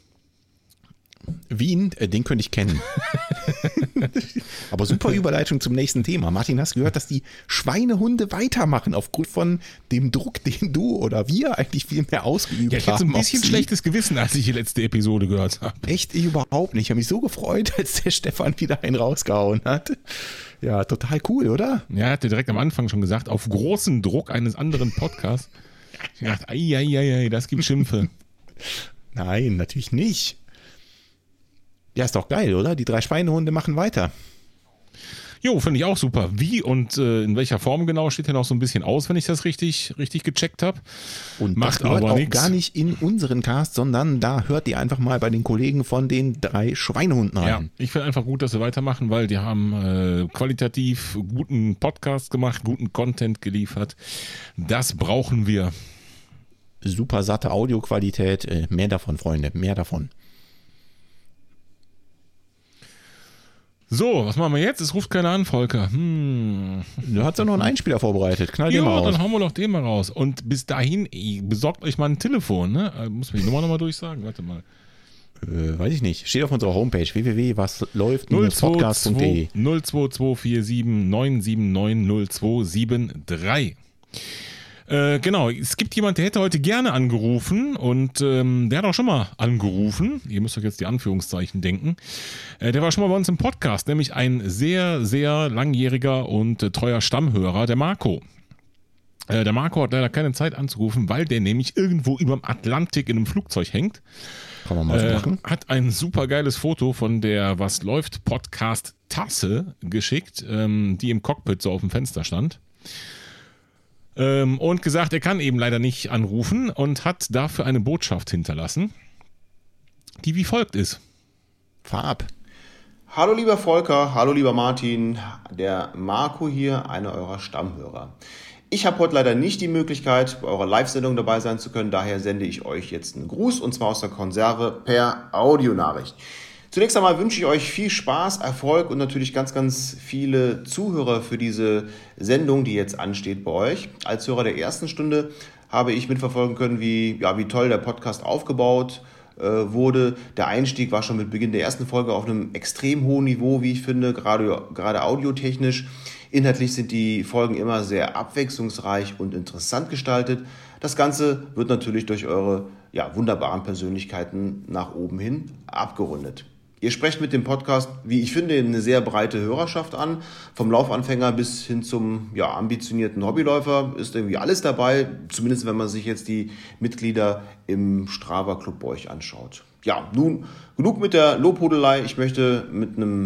Wien, äh, den könnte ich kennen. Aber super Überleitung zum nächsten Thema. Martin, hast du gehört, dass die Schweinehunde weitermachen aufgrund von dem Druck, den du oder wir eigentlich viel mehr ausgeübt Ja, ich hatte so haben. ein bisschen auf sie? schlechtes Gewissen, als ich die letzte Episode gehört habe. Echt, ich überhaupt nicht. Ich habe mich so gefreut, als der Stefan wieder einen rausgehauen hat. Ja, total cool, oder? Ja, er hatte direkt am Anfang schon gesagt, auf großen Druck eines anderen Podcasts. Ich dachte, ei, ei, ei, ei, das gibt Schimpfe. Nein, natürlich nicht. Ja, ist doch geil, oder? Die drei Schweinehunde machen weiter. Jo, finde ich auch super. Wie und äh, in welcher Form genau steht ja noch so ein bisschen aus, wenn ich das richtig, richtig gecheckt habe. Und Macht das gehört aber auch nix. gar nicht in unseren Cast, sondern da hört ihr einfach mal bei den Kollegen von den drei Schweinehunden Ja, rein. ich finde einfach gut, dass sie weitermachen, weil die haben äh, qualitativ guten Podcast gemacht, guten Content geliefert. Das brauchen wir. Super satte Audioqualität. Äh, mehr davon, Freunde, mehr davon. So, was machen wir jetzt? Es ruft keiner an, Volker. Hm. Du hast ja noch einen Einspieler vorbereitet. Knall den Ja, mal dann raus. hauen wir doch den mal raus. Und bis dahin, ey, besorgt euch mal ein Telefon, ne? Äh, Muss man die Nummer nochmal durchsagen? Warte mal. Äh, weiß ich nicht. Steht auf unserer Homepage w w w punkt was läuft null podcast punkt de. zwei zwei vier sieben neun sieben neun null zwei sieben drei. Äh, genau, es gibt jemand, der hätte heute gerne angerufen und ähm, der hat auch schon mal angerufen. Ihr müsst euch jetzt die Anführungszeichen denken. Äh, der war schon mal bei uns im Podcast, nämlich ein sehr, sehr langjähriger und äh, treuer Stammhörer, der Marco. Äh, der Marco hat leider keine Zeit anzurufen, weil der nämlich irgendwo überm Atlantik in einem Flugzeug hängt. Kann man mal so Äh, machen. hat ein super geiles Foto von der Was läuft Podcast Tasse geschickt, ähm, die im Cockpit so auf dem Fenster stand. Ähm, und gesagt, er kann eben leider nicht anrufen und hat dafür eine Botschaft hinterlassen, die wie folgt ist. Fahr ab. Hallo lieber Volker, hallo lieber Martin, der Marco hier, einer eurer Stammhörer. Ich habe heute leider nicht die Möglichkeit, bei eurer Live-Sendung dabei sein zu können, daher sende ich euch jetzt einen Gruß und zwar aus der Konserve per Audionachricht. Zunächst einmal wünsche ich euch viel Spaß, Erfolg und natürlich ganz, ganz viele Zuhörer für diese Sendung, die jetzt ansteht bei euch. Als Hörer der ersten Stunde habe ich mitverfolgen können, wie, ja, wie toll der Podcast aufgebaut äh, wurde. Der Einstieg war schon mit Beginn der ersten Folge auf einem extrem hohen Niveau, wie ich finde, gerade, gerade audiotechnisch. Inhaltlich sind die Folgen immer sehr abwechslungsreich und interessant gestaltet. Das Ganze wird natürlich durch eure ja, wunderbaren Persönlichkeiten nach oben hin abgerundet. Ihr sprecht mit dem Podcast, wie ich finde, eine sehr breite Hörerschaft an. Vom Laufanfänger bis hin zum ja, ambitionierten Hobbyläufer ist irgendwie alles dabei. Zumindest wenn man sich jetzt die Mitglieder im Strava Club bei euch anschaut. Ja, nun genug mit der Lobhudelei. Ich möchte mit einem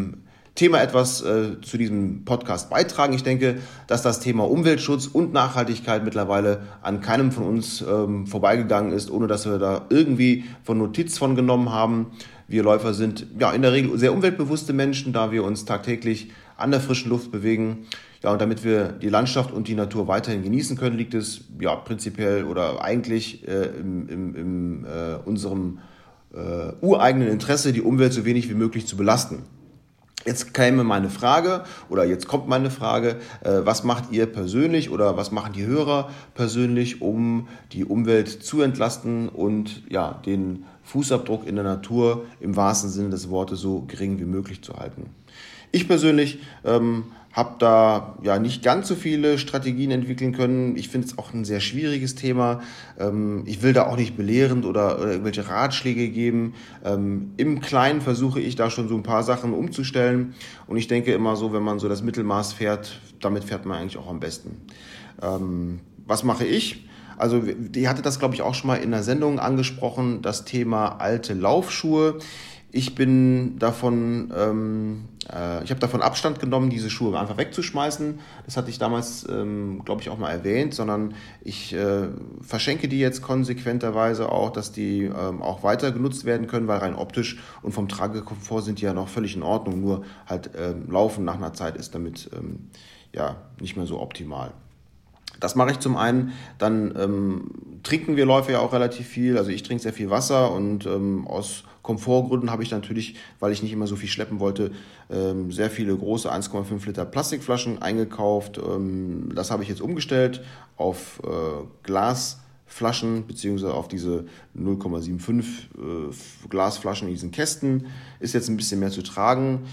Thema etwas äh, zu diesem Podcast beitragen. Ich denke, dass das Thema Umweltschutz und Nachhaltigkeit mittlerweile an keinem von uns ähm, vorbeigegangen ist, ohne dass wir da irgendwie von Notiz von genommen haben. Wir Läufer sind ja in der Regel sehr umweltbewusste Menschen, da wir uns tagtäglich an der frischen Luft bewegen. Ja, und damit wir die Landschaft und die Natur weiterhin genießen können, liegt es ja prinzipiell oder eigentlich äh, in, in, in äh, unserem äh, ureigenen Interesse, die Umwelt so wenig wie möglich zu belasten. Jetzt käme meine Frage oder jetzt kommt meine Frage, äh, was macht ihr persönlich oder was machen die Hörer persönlich, um die Umwelt zu entlasten und ja, den Fußabdruck in der Natur im wahrsten Sinne des Wortes so gering wie möglich zu halten? Ich persönlich ähm, habe da ja nicht ganz so viele Strategien entwickeln können. Ich finde es auch ein sehr schwieriges Thema. Ähm, ich will da auch nicht belehrend oder, oder irgendwelche Ratschläge geben. Ähm, Im Kleinen versuche ich da schon so ein paar Sachen umzustellen. Und ich denke immer so, wenn man so das Mittelmaß fährt, damit fährt man eigentlich auch am besten. Ähm, was mache ich? Also, die hatte das, glaube ich, auch schon mal in der Sendung angesprochen, das Thema alte Laufschuhe. Ich bin davon, ähm, äh, ich habe davon Abstand genommen, diese Schuhe einfach wegzuschmeißen. Das hatte ich damals, ähm, glaube ich, auch mal erwähnt, sondern ich äh, verschenke die jetzt konsequenterweise auch, dass die ähm, auch weiter genutzt werden können, weil rein optisch und vom Tragekomfort sind die ja noch völlig in Ordnung. Nur halt ähm, Laufen nach einer Zeit ist damit ähm, ja nicht mehr so optimal. Das mache ich zum einen, dann ähm, trinken wir Läufer ja auch relativ viel, also ich trinke sehr viel Wasser und ähm, aus Komfortgründen habe ich natürlich, weil ich nicht immer so viel schleppen wollte, ähm, sehr viele große eins Komma fünf Liter Plastikflaschen eingekauft. Ähm, das habe ich jetzt umgestellt auf äh, Glasflaschen beziehungsweise auf diese null Komma fünfundsiebzig äh, Glasflaschen in diesen Kästen. Ist jetzt ein bisschen mehr zu tragen.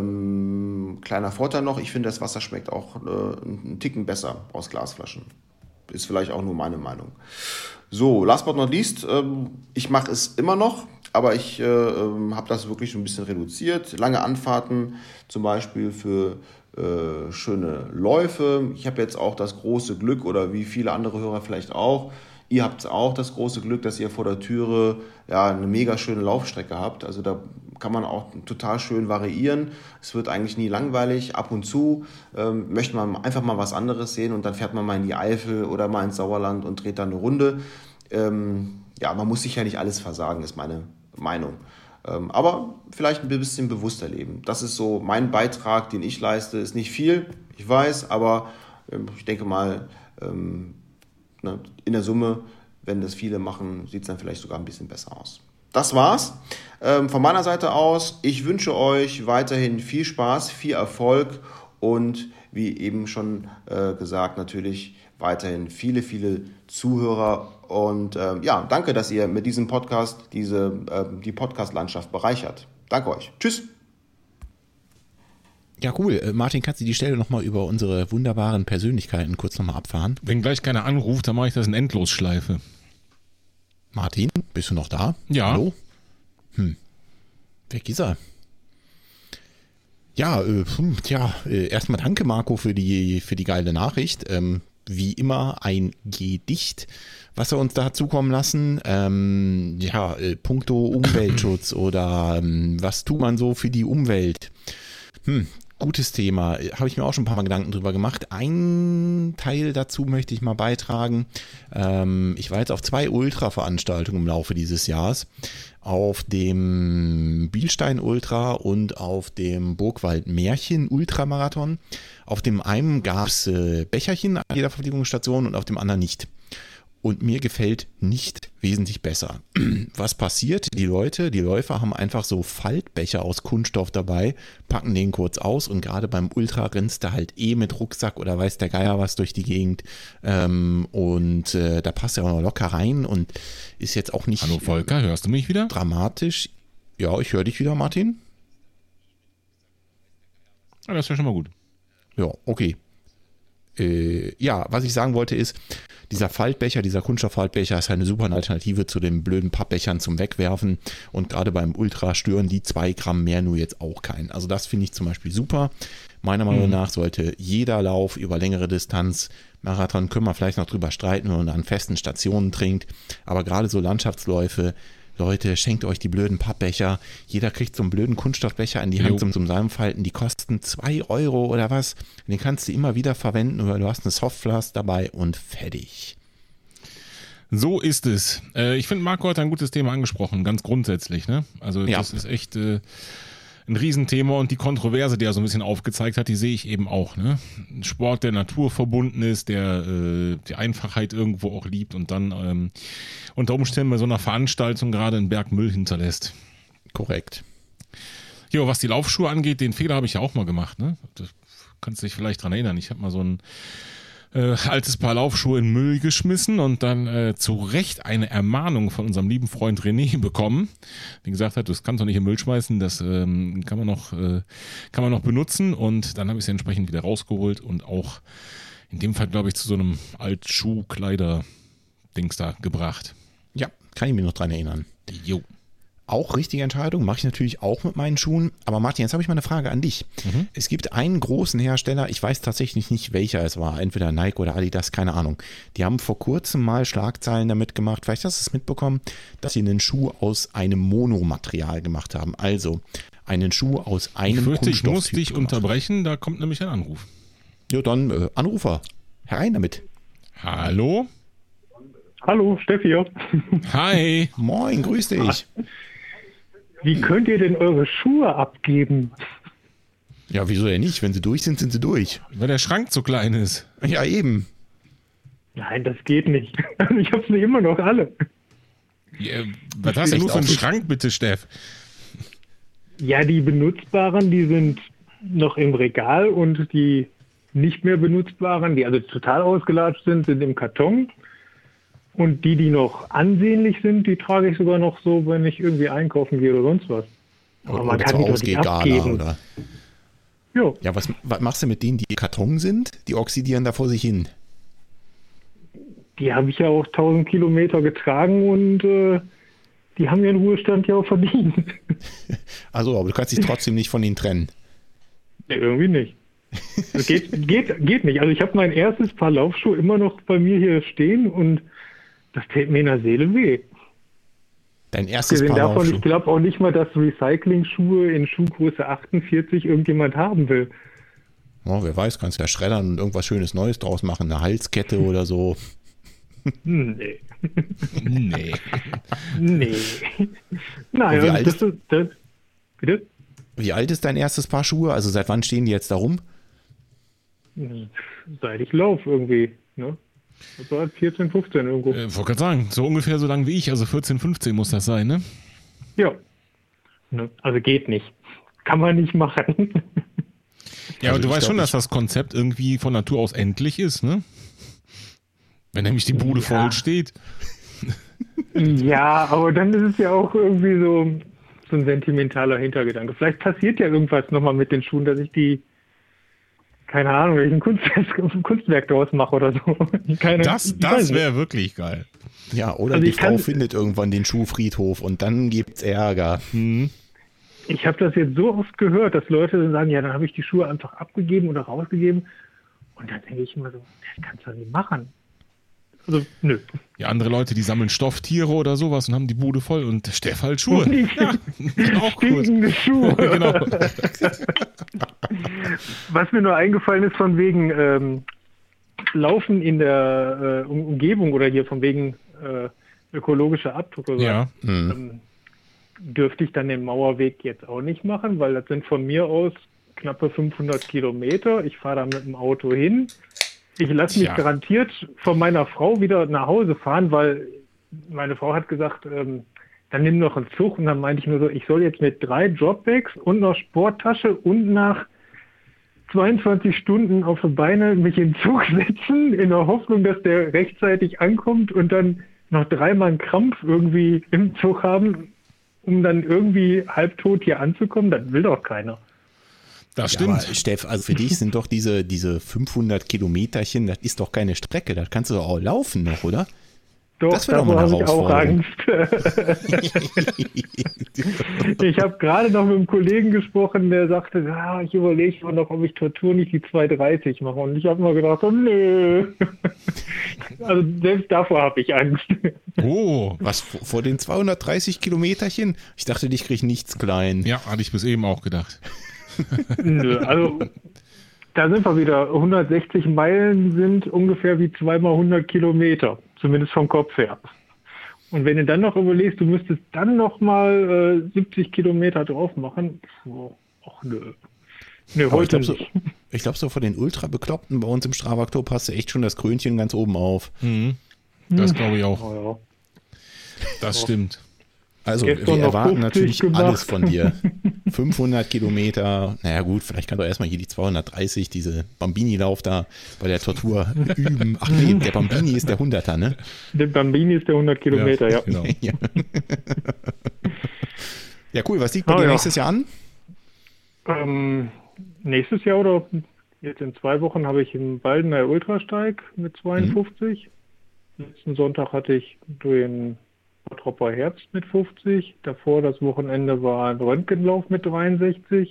Ähm, kleiner Vorteil noch, ich finde, das Wasser schmeckt auch äh, einen Ticken besser aus Glasflaschen. Ist vielleicht auch nur meine Meinung. So, last but not least, ähm, ich mache es immer noch, aber ich äh, habe das wirklich so ein bisschen reduziert. Lange Anfahrten zum Beispiel für äh, schöne Läufe. Ich habe jetzt auch das große Glück, oder wie viele andere Hörer vielleicht auch, ihr habt auch das große Glück, dass ihr vor der Türe ja eine mega schöne Laufstrecke habt. Also da kann man auch total schön variieren. Es wird eigentlich nie langweilig. Ab und zu ähm, möchte man einfach mal was anderes sehen und dann fährt man mal in die Eifel oder mal ins Sauerland und dreht dann eine Runde. Ähm, ja, man muss sich ja nicht alles versagen, ist meine Meinung. Ähm, aber vielleicht ein bisschen bewusster leben. Das ist so mein Beitrag, den ich leiste. Ist nicht viel, ich weiß, aber ähm, ich denke mal, ähm, ne, in der Summe, wenn das viele machen, sieht es dann vielleicht sogar ein bisschen besser aus. Das war's ähm, von meiner Seite aus. Ich wünsche euch weiterhin viel Spaß, viel Erfolg und wie eben schon äh, gesagt, natürlich weiterhin viele, viele Zuhörer. Und ähm, ja, danke, dass ihr mit diesem Podcast diese, äh, die Podcast-Landschaft bereichert. Danke euch. Tschüss. Ja, cool. Martin, kannst du die Stelle nochmal über unsere wunderbaren Persönlichkeiten kurz nochmal abfahren? Wenn gleich keiner anruft, dann mache ich das in Endlosschleife. Martin, bist du noch da? Ja. Hallo? Hm. Weg ist er. Ja, äh, tja, äh, erstmal danke, Marco, für die, für die geile Nachricht. Ähm, wie immer ein Gedicht, was er uns da zukommen lassen. Ähm, ja, äh, puncto Umweltschutz oder ähm, was tut man so für die Umwelt? Hm, gutes Thema. Habe ich mir auch schon ein paar Mal Gedanken drüber gemacht. Ein Teil dazu möchte ich mal beitragen. Ähm, ich war jetzt auf zwei Ultra-Veranstaltungen im Laufe dieses Jahres. Auf dem Bielstein Ultra und auf dem Burgwald Märchen Ultramarathon. Auf dem einen gab es äh, Becherchen an jeder Verpflegungsstation und auf dem anderen nicht. Und mir gefällt nicht wesentlich besser. Was passiert? Die Leute, die Läufer haben einfach so Faltbecher aus Kunststoff dabei, packen den kurz aus und gerade beim Ultra rennst du halt eh mit Rucksack oder weiß der Geier was durch die Gegend. Ähm, und äh, da passt ja auch noch locker rein und ist jetzt auch nicht... Hallo Volker, hörst du mich wieder? Dramatisch. Ja, ich höre dich wieder, Martin. Ja, das wäre schon mal gut. Ja, okay. Äh, ja, was ich sagen wollte ist, dieser Faltbecher, dieser Kunststofffaltbecher ist eine super Alternative zu den blöden Pappbechern zum Wegwerfen und gerade beim Ultra stören die zwei Gramm mehr nur jetzt auch keinen. Also das finde ich zum Beispiel super. Meiner Meinung mhm. nach sollte jeder Lauf über längere Distanz, Marathon können wir vielleicht noch drüber streiten, wenn man an festen Stationen trinkt, aber gerade so Landschaftsläufe Leute, schenkt euch die blöden Pappbecher. Jeder kriegt so einen blöden Kunststoffbecher in die Hand zum, zum Salmfalten. Die kosten zwei Euro oder was. Den kannst du immer wieder verwenden oder du hast eine Softflask dabei und fertig. So ist es. Äh, ich finde, Marco hat ein gutes Thema angesprochen, ganz grundsätzlich. Ne? Also Ja. das ist echt äh, ein Riesenthema und die Kontroverse, die er so ein bisschen aufgezeigt hat, die sehe ich eben auch. Ne? Ein Sport, der naturverbunden ist, der äh, die Einfachheit irgendwo auch liebt und dann ähm, unter Umständen bei so einer Veranstaltung gerade einen Berg Müll hinterlässt. Korrekt. Jo, was die Laufschuhe angeht, den Fehler habe ich ja auch mal gemacht. Ne? Das kannst du dich vielleicht dran erinnern. Ich habe mal so ein Äh, altes Paar Laufschuhe in Müll geschmissen und dann äh, zu Recht eine Ermahnung von unserem lieben Freund René bekommen, der gesagt hat, das kannst du nicht in Müll schmeißen, das ähm, kann man noch äh, kann man noch benutzen und dann habe ich es entsprechend wieder rausgeholt und auch in dem Fall, glaube ich, zu so einem Altschuh-Kleider-Dings da gebracht. Ja, kann ich mich noch dran erinnern. Jo. Auch richtige Entscheidung, mache ich natürlich auch mit meinen Schuhen. Aber Martin, jetzt habe ich mal eine Frage an dich. Mhm. Es gibt einen großen Hersteller, ich weiß tatsächlich nicht, welcher es war, entweder Nike oder Adidas, keine Ahnung. Die haben vor kurzem mal Schlagzeilen damit gemacht, vielleicht hast du es mitbekommen, dass sie einen Schuh aus einem Monomaterial gemacht haben. Also einen Schuh aus einem Ich fürchte, ich muss Kunststofftyp dich gemacht. unterbrechen, da kommt nämlich ein Anruf. Ja, dann äh, Anrufer, herein damit. Hallo? Hallo, Steffi. hier. Hi. Moin, grüß dich. Wie könnt ihr denn eure Schuhe abgeben? Ja, wieso denn nicht? Wenn sie durch sind, sind sie durch. Weil der Schrank zu klein ist. Ja, eben. Nein, das geht nicht. Ich habe sie immer noch alle. Ja, was hast du Echt nur für einen auch nicht. Schrank, bitte, Steff? Ja, die benutzbaren, die sind noch im Regal und die nicht mehr benutzbaren, die also total ausgelatscht sind, sind im Karton. Und die, die noch ansehnlich sind, die trage ich sogar noch so, wenn ich irgendwie einkaufen gehe oder sonst was. Aber man Oder kann zur die doch nicht Ausgehgala abgeben. oder. Jo. Ja, was, was machst du mit denen, die Karton sind? Die oxidieren da vor sich hin. Die habe ich ja auch tausend Kilometer getragen und äh, die haben ihren Ruhestand ja auch verdient. Also, aber du kannst dich trotzdem nicht von ihnen trennen. Nee, irgendwie nicht. Das geht, geht, geht nicht. Also ich habe mein erstes Paar Laufschuhe immer noch bei mir hier stehen und das täte mir in der Seele weh. Dein erstes Abgesehen Paar davon, ich Laufschuhe. glaube auch nicht mal, dass Recycling-Schuhe in Schuhgröße achtundvierzig irgendjemand haben will. Oh, wer weiß, kannst ja schreddern und irgendwas Schönes Neues draus machen. Eine Halskette oder so. Hm, nee. Nee. Nee. Nein, Und wie also alt das ist- ist... Das, bitte? Wie alt ist dein erstes Paar Schuhe? Also seit wann stehen die jetzt da rum? Seit ich laufe irgendwie. Ne? Das war vierzehn, fünfzehn irgendwo. Äh, wollte gerade sagen, so ungefähr so lang wie ich, also vierzehn, fünfzehn muss das sein, ne? Ja. Ne? Also geht nicht. Kann man nicht machen. Ja, Also aber du ich weißt glaub, schon, dass ich- das Konzept irgendwie von Natur aus endlich ist, ne? Wenn nämlich die Bude Ja. voll steht. Ja, aber dann ist es ja auch irgendwie so, so ein sentimentaler Hintergedanke. Vielleicht passiert ja irgendwas nochmal mit den Schuhen, dass ich die, keine Ahnung, welchen Kunstwerk, Kunstwerk draus mache oder so. Keine, Das, ich weiß das nicht. wäre wirklich geil. Ja, oder Also die ich Frau kann- findet irgendwann den Schuhfriedhof und dann gibt's Ärger. Hm. Ich habe das jetzt so oft gehört, dass Leute dann sagen, ja, dann habe ich die Schuhe einfach abgegeben oder rausgegeben. Und dann denke ich immer so, das kannst du nicht machen. Also, nö. Ja, andere Leute, die sammeln Stofftiere oder sowas und haben die Bude voll und der Steff halt Schuhe. Und die Ja, auch gut. stinkende Schuhe. Genau. Was mir nur eingefallen ist von wegen ähm, Laufen in der äh, Um- Umgebung oder hier von wegen äh, ökologischer Abdruck oder so, Ja. Hm. ähm, dürfte ich dann den Mauerweg jetzt auch nicht machen, weil das sind von mir aus knappe fünfhundert Kilometer. Ich fahre da mit dem Auto hin. Ich lasse mich Tja. garantiert von meiner Frau wieder nach Hause fahren, weil meine Frau hat gesagt, ähm, dann nimm noch einen Zug. Und dann meinte ich nur so, ich soll jetzt mit drei Dropbags und noch Sporttasche und nach zweiundzwanzig Stunden auf die Beine mich in den Zug setzen, in der Hoffnung, dass der rechtzeitig ankommt und dann noch dreimal einen Krampf irgendwie im Zug haben, um dann irgendwie halbtot hier anzukommen. Das will doch keiner. Das Ja, aber stimmt. Steff, also für dich sind doch diese, diese fünfhundert Kilometerchen, das ist doch keine Strecke, das kannst du doch auch laufen noch, oder? Doch, Das wäre doch mal davor eine habe ich auch Angst. Ich habe gerade noch mit einem Kollegen gesprochen, der sagte, ja, ich überlege mal noch, ob ich Tortur nicht die zwei dreißig mache. Und ich habe mal gedacht, oh nö. Also selbst davor habe ich Angst. Oh. Was, vor vor den zweihundertdreißig Kilometerchen? Ich dachte, ich kriege nichts klein. Ja, hatte ich bis eben auch gedacht. Nö, also da sind wir wieder. hundertsechzig Meilen sind ungefähr wie zweimal hundert Kilometer. Zumindest vom Kopf her. Und wenn du dann noch überlegst, du müsstest dann noch mal äh, siebzig Kilometer drauf machen, oh, ach nö. Nö, Aber ich heute glaube, so, nicht. ich glaub, so vor den Ultra-Bekloppten bei uns im Strava Club hast du echt schon das Krönchen ganz oben auf. Mhm. Das glaube ich auch. Oh, ja. Das stimmt. Also, Gestern wir noch erwarten fünfzig natürlich gemacht. alles von dir. fünfhundert Kilometer, naja gut, vielleicht kannst du erstmal hier die zweihundertdreißig, diese Bambini-Lauf da bei der Tortur üben. Ach nee, der Bambini ist der hunderter, ne? Der Bambini ist der hundert Kilometer, ja. Genau. Ja, ja cool, was liegt bei Oh, dir ja. nächstes Jahr an? Ähm, nächstes Jahr oder jetzt in zwei Wochen habe ich im Baldener Ultrasteig mit zweiundfünfzig. Mhm. Letzten Sonntag hatte ich den Tropper Herbst mit fünfzig. Davor das Wochenende war ein Röntgenlauf mit dreiundsechzig.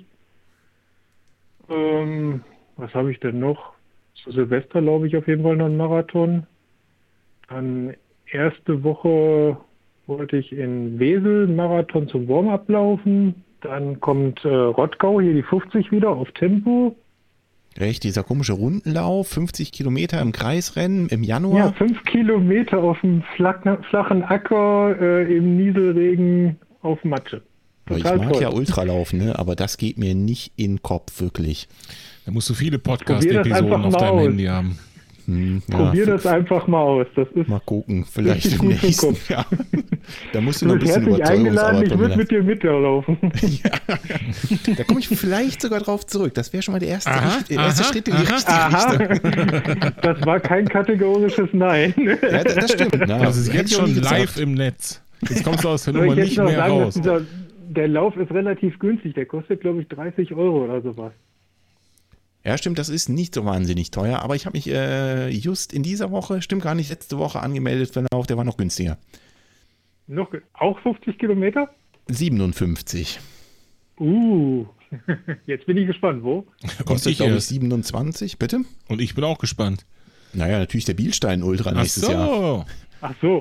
Ähm, was habe ich denn noch? Zu Silvester laufe ich auf jeden Fall noch einen Marathon. Dann erste Woche wollte ich in Wesel einen Marathon zum Warm-up laufen. Dann kommt äh, Rottgau, hier die fünfzig wieder auf Tempo. Recht, dieser komische Rundenlauf, fünfzig Kilometer im Kreisrennen im Januar. Ja, fünf Kilometer auf dem flachen, flachen Acker äh, im Nieselregen auf Matsche. Ich Total mag toll. ja Ultralaufen, ne? Aber das geht mir nicht in den Kopf, wirklich. Da musst du viele Probier das Podcast-Episoden einfach auf mal deinem aus. Handy haben. Hm, ja, Probier das einfach mal aus. Das ist mal gucken, vielleicht richtig im gut im nächsten Kopf. Jahr. Da musst du Du noch ein bist bisschen herzlich eingeladen, Überzeugungsarbeit ich von mir würde mit dir mitlaufen. leisten. Da komme ich vielleicht sogar drauf zurück. Das wäre schon mal der erste, Aha, Richt- der erste aha, Schritt in die richtige Aha, Richtung. das war kein kategorisches Nein. Ja, das, das stimmt. Na, Das ist hätte jetzt ich auch nie schon gesagt. live im Netz. Jetzt kommst du aus der Soll Nummer ich jetzt nicht noch mehr sagen, dass raus. dieser, der Lauf ist relativ günstig. Der kostet, glaube ich, dreißig Euro oder sowas. Ja, stimmt, das ist nicht so wahnsinnig teuer, aber ich habe mich äh, just in dieser Woche, stimmt gar nicht, letzte Woche angemeldet für den Lauf, der war noch günstiger. Noch, auch fünfzig Kilometer? siebenundfünfzig. Uh, jetzt bin ich gespannt, wo? Kostet, ich glaube ich, erst. siebenundzwanzig, bitte? Und ich bin auch gespannt. Naja, natürlich der Bielstein Ultra Ach nächstes Jahr. so. Ach so,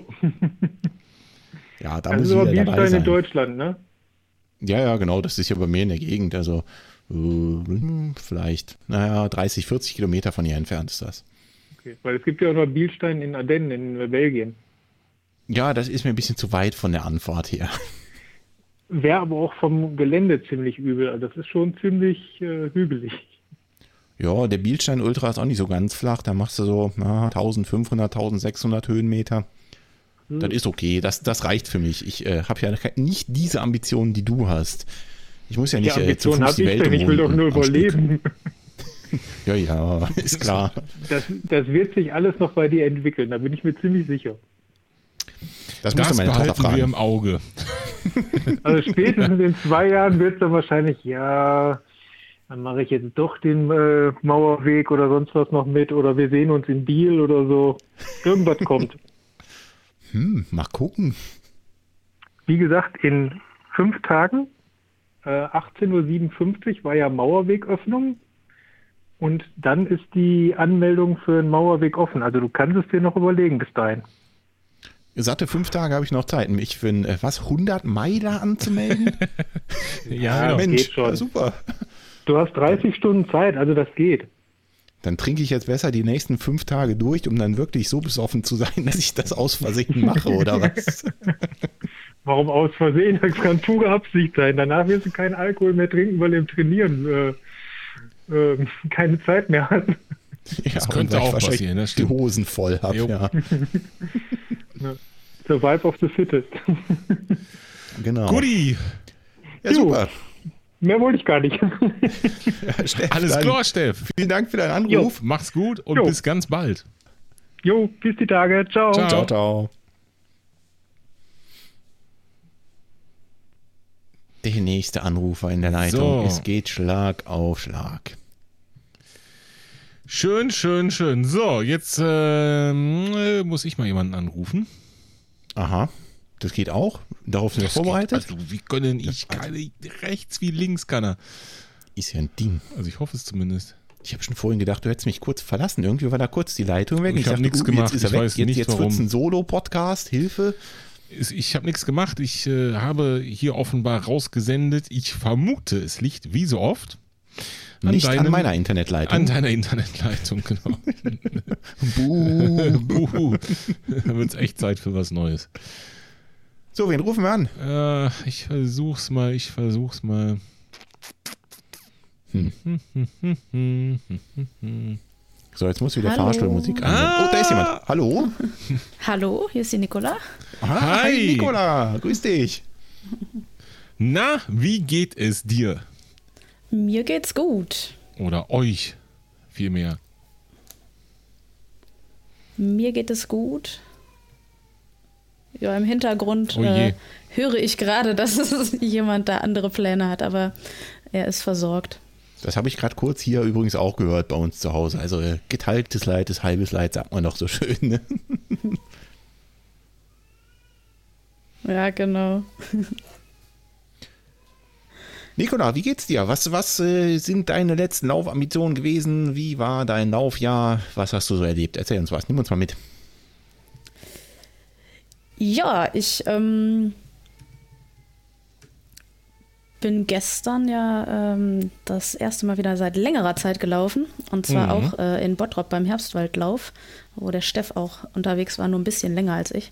Ja, da das muss ist ich aber wieder dabei Bielstein in sein. Deutschland, ne? Ja, ja, genau, das ist ja bei mir in der Gegend, also äh, vielleicht, naja, dreißig, vierzig Kilometer von hier entfernt ist das. Okay. Weil es gibt ja auch noch Bielstein in Ardennen in Belgien. Ja, das ist mir ein bisschen zu weit von der Anfahrt her. Wäre aber auch vom Gelände ziemlich übel. Also das ist schon ziemlich äh, hügelig. Ja, der Bielstein Ultra ist auch nicht so ganz flach, da machst du so na, eintausendfünfhundert, eintausendsechshundert Höhenmeter. Hm. Das ist okay, das, das reicht für mich. Ich äh, habe ja nicht diese Ambitionen, die du hast. Ich muss ja Die nicht äh, zu Ambition Fuß habe die ich Welt denn, ich will doch nur umrunden am Stück. überleben. Ja, ja, ist klar. Das, das wird sich alles noch bei dir entwickeln, da bin ich mir ziemlich sicher. Das musst Das du meine Tochter behalten wir fragen. im Auge. Also spätestens in zwei Jahren wird es dann wahrscheinlich, ja, dann mache ich jetzt doch den äh, Mauerweg oder sonst was noch mit oder wir sehen uns in Biel oder so. Irgendwas kommt. Hm, mal gucken. Wie gesagt, in fünf Tagen, äh, achtzehn Uhr siebenundfünfzig war ja Mauerwegöffnung und dann ist die Anmeldung für den Mauerweg offen. Also du kannst es dir noch überlegen bis dahin. Satte fünf Tage habe ich noch Zeit, mich für ein, äh, was, hundert Meiler anzumelden? Ja, genau. Mensch, geht schon. ja, super. Du hast dreißig Stunden Zeit, also das geht. Dann trinke ich jetzt besser die nächsten fünf Tage durch, um dann wirklich so besoffen zu sein, dass ich das aus Versehen mache, oder was? Warum aus Versehen? Das kann pure Absicht sein. Danach wirst du keinen Alkohol mehr trinken, weil du im Trainieren äh, äh, keine Zeit mehr hast. Ja, Das und könnte weil ich auch wahrscheinlich passieren, das die stimmt. Hosen voll habe, Jo. ja. Survive of the fittest. Genau. Guti, Ja, super. Mehr wollte ich gar nicht. Steff, alles dann klar, Steff. Vielen Dank für deinen Anruf. Mach's gut und Jo. bis ganz bald. Jo, bis die Tage. Ciao. Ciao. Ciao, ciao. Der nächste Anrufer in der Leitung. So. Es geht Schlag auf Schlag. Schön, schön, schön. So, jetzt ähm, äh, muss ich mal jemanden anrufen. Aha, das geht auch? Darauf sind wir Das vorbereitet? geht, also wie können ich keine rechts wie links kann er. Ist ja ein Ding. Also ich hoffe es zumindest. Ich habe schon vorhin gedacht, du hättest mich kurz verlassen. Irgendwie war da kurz die Leitung weg. Ich habe dachte, nichts uh, gemacht. Jetzt ist er Ich weg. weiß jetzt nicht, jetzt warum. wird es ein Solo-Podcast. Hilfe. Ich habe nichts gemacht. Ich äh, habe hier offenbar rausgesendet. Ich vermute, es liegt wie so oft an Nicht deinem, an meiner Internetleitung. An deiner Internetleitung, genau. Buh. Buhu. Da wird es echt Zeit für was Neues. So, wen rufen wir an? Äh, ich versuch's mal, ich versuch's mal. Hm. So, jetzt muss wieder Hallo. Fahrstuhlmusik an. Ah. Oh, da ist jemand. Hallo. Hallo, hier ist die Nicola. Ah, Hi. hi, Nicola. Grüß dich. Na, wie geht es dir? Mir geht's gut. Oder euch vielmehr? Mir geht es gut. Ja, im Hintergrund Oh je. äh, höre ich gerade, dass es jemand da andere Pläne hat, aber er ist versorgt. Das habe ich gerade kurz hier übrigens auch gehört bei uns zu Hause. Also äh, geteiltes Leid ist halbes Leid, sagt man doch so schön. Ne? Ja, genau. Nicola, wie geht's dir? Was, was äh, sind deine letzten Laufambitionen gewesen? Wie war dein Laufjahr? Was hast du so erlebt? Erzähl uns was, nimm uns mal mit. Ja, ich ähm, bin gestern ja ähm, das erste Mal wieder seit längerer Zeit gelaufen. Und zwar Mhm. auch äh, in Bottrop beim Herbstwaldlauf, wo der Steff auch unterwegs war, nur ein bisschen länger als ich.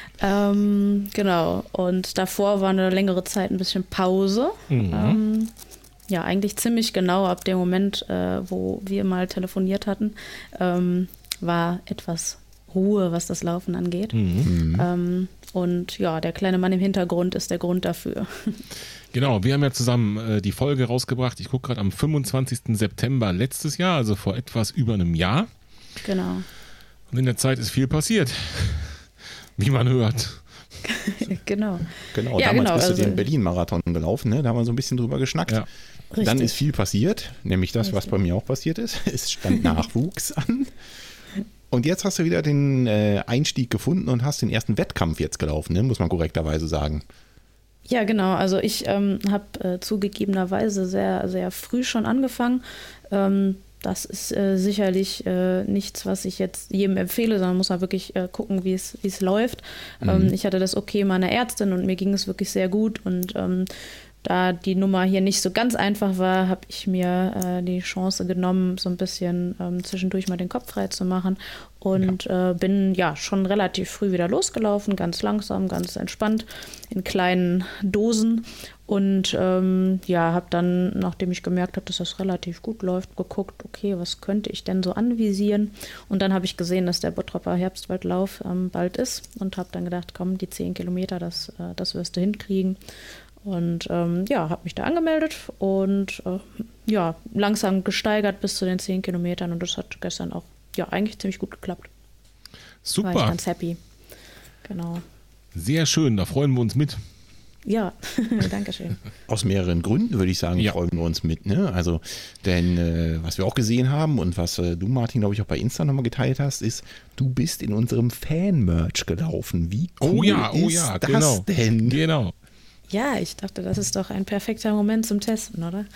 Ähm, genau. Und davor war eine längere Zeit ein bisschen Pause. Mhm. Ähm, ja, eigentlich ziemlich genau ab dem Moment, äh, wo wir mal telefoniert hatten, ähm, war etwas Ruhe, was das Laufen angeht. Mhm. Ähm, und ja, der kleine Mann im Hintergrund ist der Grund dafür. Genau, wir haben ja zusammen äh, die Folge rausgebracht. Ich gucke gerade am fünfundzwanzigsten September letztes Jahr, also vor etwas über einem Jahr. Genau. Und in der Zeit ist viel passiert, wie man hört. Genau. Genau, Ja, damals genau, bist du also- den Berlin-Marathon gelaufen, ne? Da haben wir so ein bisschen drüber geschnackt. Ja. Dann Richtig. ist viel passiert, nämlich das, was bei mir auch passiert ist. Es stand Nachwuchs an. Und jetzt hast du wieder den äh, Einstieg gefunden und hast den ersten Wettkampf jetzt gelaufen, ne? Muss man korrekterweise sagen. Ja, genau. Also ich ähm, habe äh, zugegebenerweise sehr, sehr früh schon angefangen. Ähm, das ist äh, sicherlich äh, nichts, was ich jetzt jedem empfehle, sondern muss man wirklich äh, gucken, wie es wie es läuft. Mhm. Ähm, ich hatte das Okay meiner Ärztin und mir ging es wirklich sehr gut. Und ähm, da die Nummer hier nicht so ganz einfach war, habe ich mir äh, die Chance genommen, so ein bisschen ähm, zwischendurch mal den Kopf frei zu machen. Und äh, bin ja schon relativ früh wieder losgelaufen, ganz langsam, ganz entspannt, in kleinen Dosen. Und ähm, ja, habe dann, nachdem ich gemerkt habe, dass das relativ gut läuft, geguckt, okay, was könnte ich denn so anvisieren? Und dann habe ich gesehen, dass der Bottroper Herbstwaldlauf ähm, bald ist und habe dann gedacht, komm, die zehn Kilometer, das, äh, das wirst du hinkriegen. Und ähm, ja, habe mich da angemeldet und äh, ja, langsam gesteigert bis zu den zehn Kilometern. Und das hat gestern auch ja eigentlich ziemlich gut geklappt. War ich Super, ganz happy. Genau. sehr schön, da freuen wir uns mit. Ja, danke schön. Aus mehreren Gründen würde ich sagen, Ja. freuen wir uns mit. Ne? Also, denn äh, was wir auch gesehen haben und was äh, du, Martin, glaube ich, auch bei Insta nochmal geteilt hast, ist, du bist in unserem Fan-Merch gelaufen. Wie cool Oh ja, oh ist ja, das genau. denn? Genau. Ja, ich dachte, das ist doch ein perfekter Moment zum Testen, oder?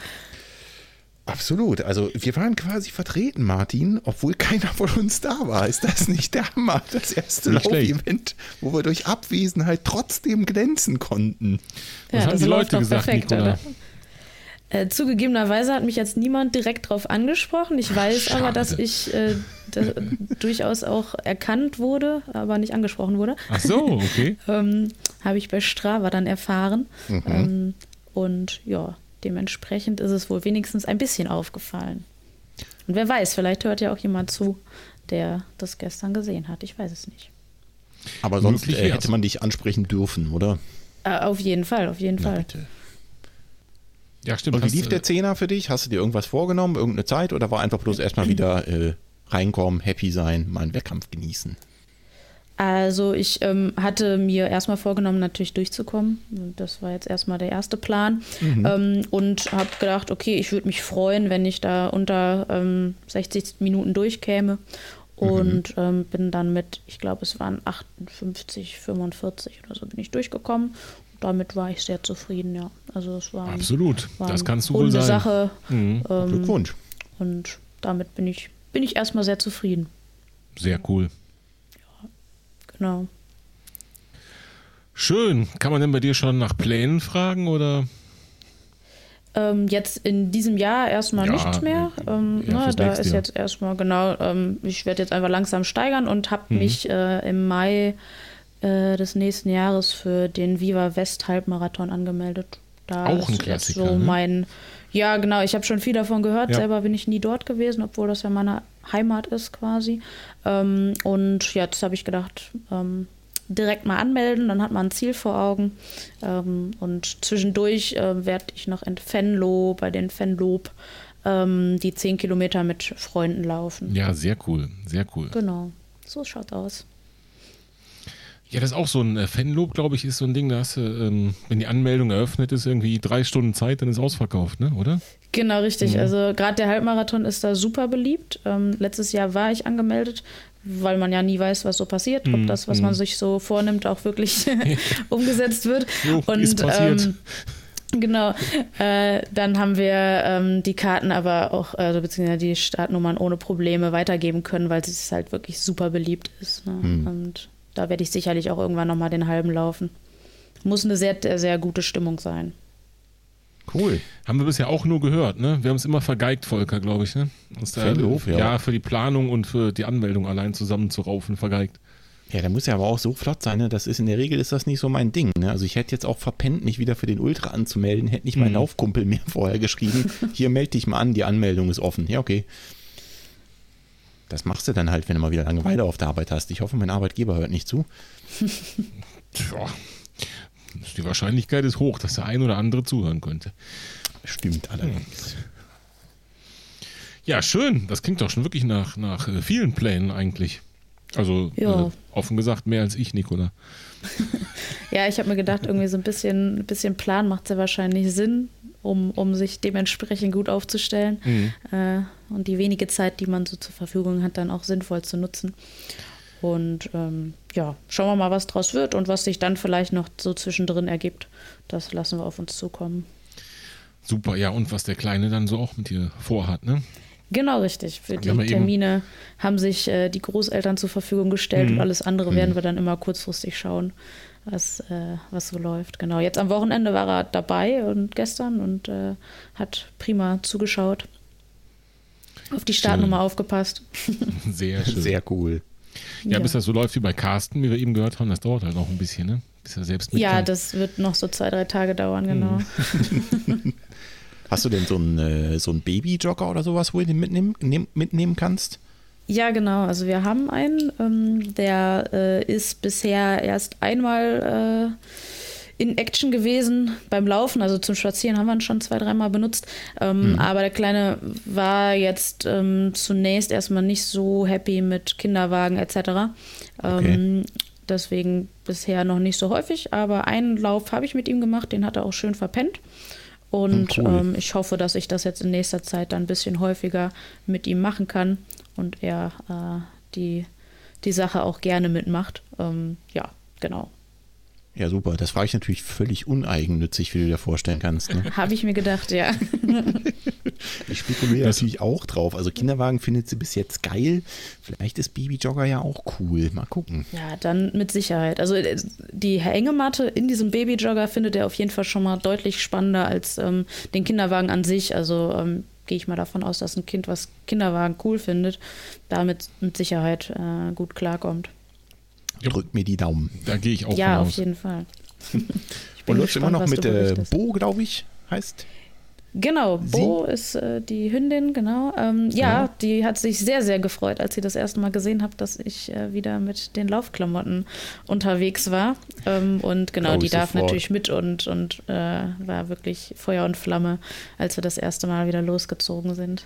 Absolut. Also wir waren quasi vertreten, Martin, obwohl keiner von uns da war. Ist das nicht der Hammer? Das erste Nicht schlecht. Laufevent, wo wir durch Abwesenheit trotzdem glänzen konnten. Was haben die läuft Leute doch gesagt, Nicola? oder? Äh, zugegebenerweise hat mich jetzt niemand direkt drauf angesprochen. Ich weiß schade. aber, dass ich äh, da, durchaus auch erkannt wurde, aber nicht angesprochen wurde. Ach so, okay. ähm, habe ich bei Strava dann erfahren. Mhm. Ähm, und ja, dementsprechend ist es wohl wenigstens ein bisschen aufgefallen. Und wer weiß, vielleicht hört ja auch jemand zu, der das gestern gesehen hat. Ich weiß es nicht. Aber sonst Möglich äh, wär's. hätte man dich ansprechen dürfen, oder? Äh, auf jeden Fall, auf jeden Na Fall. bitte. Ja, stimmt. Und wie hast, lief äh, der Zehner für dich? Hast du dir irgendwas vorgenommen, irgendeine Zeit oder war einfach bloß erstmal wieder äh, reinkommen, happy sein, mal einen Wettkampf genießen? Also ich ähm, hatte mir erstmal vorgenommen, natürlich durchzukommen. Das war jetzt erstmal der erste Plan. Mhm. Ähm, und habe gedacht, okay, ich würde mich freuen, wenn ich da unter ähm, sechzig Minuten durchkäme. und mhm. ähm, bin dann mit, ich glaube, es waren achtundfünfzig, fünfundvierzig oder so, bin ich durchgekommen. Damit war ich sehr zufrieden, ja. Also es war absolut, war das kannst du wohl sein. Sache. Mhm. Ähm, Glückwunsch. Und damit bin ich, bin ich erstmal sehr zufrieden. Sehr cool. Ja, genau. Schön. Kann man denn bei dir schon nach Plänen fragen oder? Ähm, jetzt in diesem Jahr erstmal ja, nicht mehr. Ähm, na, da ist Jahr. jetzt erstmal, genau, ähm, ich werde jetzt einfach langsam steigern und habe mhm. mich äh, im Mai äh, des nächsten Jahres für den Viva West Halbmarathon angemeldet. Da auch ein ist Klassiker. Jetzt so ne? mein, ja genau, ich habe schon viel davon gehört, ja. selber bin ich nie dort gewesen, obwohl das ja meine Heimat ist quasi. Ähm, und jetzt habe ich gedacht, ähm, direkt mal anmelden, dann hat man ein Ziel vor Augen. Ähm, und zwischendurch äh, werde ich noch in Venlo, bei den Venlob, ähm, die zehn Kilometer mit Freunden laufen. Ja, sehr cool, sehr cool. Genau, so schaut aus. Ja, das ist auch so ein äh, Fanlob, glaube ich, ist so ein Ding, da hast du, ähm, wenn die Anmeldung eröffnet ist, irgendwie drei Stunden Zeit, dann ist ausverkauft, ne, oder? Genau, richtig. Mhm. Also gerade der Halbmarathon ist da super beliebt. Ähm, letztes Jahr war ich angemeldet, weil man ja nie weiß, was so passiert, ob mhm. das, was mhm. man sich so vornimmt, auch wirklich umgesetzt wird. Jo, Und ist passiert. Ähm, Genau, äh, dann haben wir ähm, die Karten aber auch, also beziehungsweise die Startnummern ohne Probleme weitergeben können, weil es halt wirklich super beliebt ist. Ne? Mhm. Und da werde ich sicherlich auch irgendwann nochmal den halben laufen. Muss eine sehr, sehr gute Stimmung sein. Cool. Haben wir bisher auch nur gehört, ne? Wir haben es immer vergeigt, Volker, glaube ich, ne? Aus der, Fanlob, ja. ja, für die Planung und für die Anmeldung allein zusammenzuraufen, vergeigt. Ja, der muss ja aber auch so flott sein, ne? Das ist in der Regel ist das nicht so mein Ding, ne? Also ich hätte jetzt auch verpennt, mich wieder für den Ultra anzumelden, hätte nicht mein Mhm. Laufkumpel mir vorher geschrieben, hier melde dich mal an, die Anmeldung ist offen. Ja, okay. Das machst du dann halt, wenn du mal wieder Langeweile auf der Arbeit hast. Ich hoffe, mein Arbeitgeber hört nicht zu. Tja, die Wahrscheinlichkeit ist hoch, dass der ein oder andere zuhören könnte. Stimmt allerdings. Ja, schön. Das klingt doch schon wirklich nach, nach äh, vielen Plänen eigentlich. Also Ja. äh, offen gesagt mehr als ich, Nicola. Ja, ich habe mir gedacht, irgendwie so ein bisschen, ein bisschen Plan macht ja wahrscheinlich Sinn, um, um sich dementsprechend gut aufzustellen Mhm. äh, und die wenige Zeit, die man so zur Verfügung hat, dann auch sinnvoll zu nutzen. Und ähm, ja, schauen wir mal, was draus wird und was sich dann vielleicht noch so zwischendrin ergibt. Das lassen wir auf uns zukommen. Super, ja, und was der Kleine dann so auch mit dir vorhat, ne? Genau, richtig. Für die Wir haben ja eben- Termine haben sich äh, die Großeltern zur Verfügung gestellt Mhm. und alles andere werden wir dann immer kurzfristig schauen, was, äh, was so läuft. Genau, jetzt am Wochenende war er dabei und gestern und äh, hat prima zugeschaut. Auf die Startnummer Schön. aufgepasst. Sehr schön. Sehr cool. Ja, bis das so läuft wie bei Carsten, wie wir eben gehört haben, das dauert halt noch ein bisschen, ne? Bis er selbst mit Ja, kann. das wird noch so zwei, drei Tage dauern, genau. Hast du denn so einen, äh, so einen Baby-Jogger oder sowas, wo du den mitnehmen, nehm, mitnehmen kannst? Ja, genau. Also wir haben einen, ähm, der äh, ist bisher erst einmal äh, in Action gewesen beim Laufen. Also zum Spazieren haben wir ihn schon zwei, dreimal benutzt. Ähm, Mhm. Aber der Kleine war jetzt ähm, zunächst erstmal nicht so happy mit Kinderwagen et cetera. Ähm, deswegen bisher noch nicht so häufig. Aber einen Lauf habe ich mit ihm gemacht, den hat er auch schön verpennt. Und Oh, cool. ähm, ich hoffe, dass ich das jetzt in nächster Zeit dann ein bisschen häufiger mit ihm machen kann und er äh, die, die Sache auch gerne mitmacht. Ähm, ja, genau. Ja, super. Das war ich natürlich völlig uneigennützig, wie du dir vorstellen kannst. Ne? Habe ich mir gedacht, ja. Ich spekuliere Das- natürlich auch drauf. Also Kinderwagen findet sie bis jetzt geil. Vielleicht ist Baby-Jogger ja auch cool. Mal gucken. Ja, dann mit Sicherheit. Also äh, die Hängematte in diesem Babyjogger findet er auf jeden Fall schon mal deutlich spannender als ähm, den Kinderwagen an sich. Also ähm, gehe ich mal davon aus, dass ein Kind, was Kinderwagen cool findet, damit mit Sicherheit äh, gut klarkommt. Ja, Drück mir die Daumen. da gehe ich auch Ja, von auf aus. jeden Fall. Ich bin Und läuft immer gespannt, noch was mit du äh, berichtest. Bo, glaube ich, heißt. Genau, Bo ist äh, die Hündin, genau. Ähm, ja, Ja. die hat sich sehr, sehr gefreut, als sie das erste Mal gesehen hat, dass ich äh, wieder mit den Laufklamotten unterwegs war. Ähm, und genau, Glaub die ich darf sofort. natürlich mit und, und äh, war wirklich Feuer und Flamme, als wir das erste Mal wieder losgezogen sind.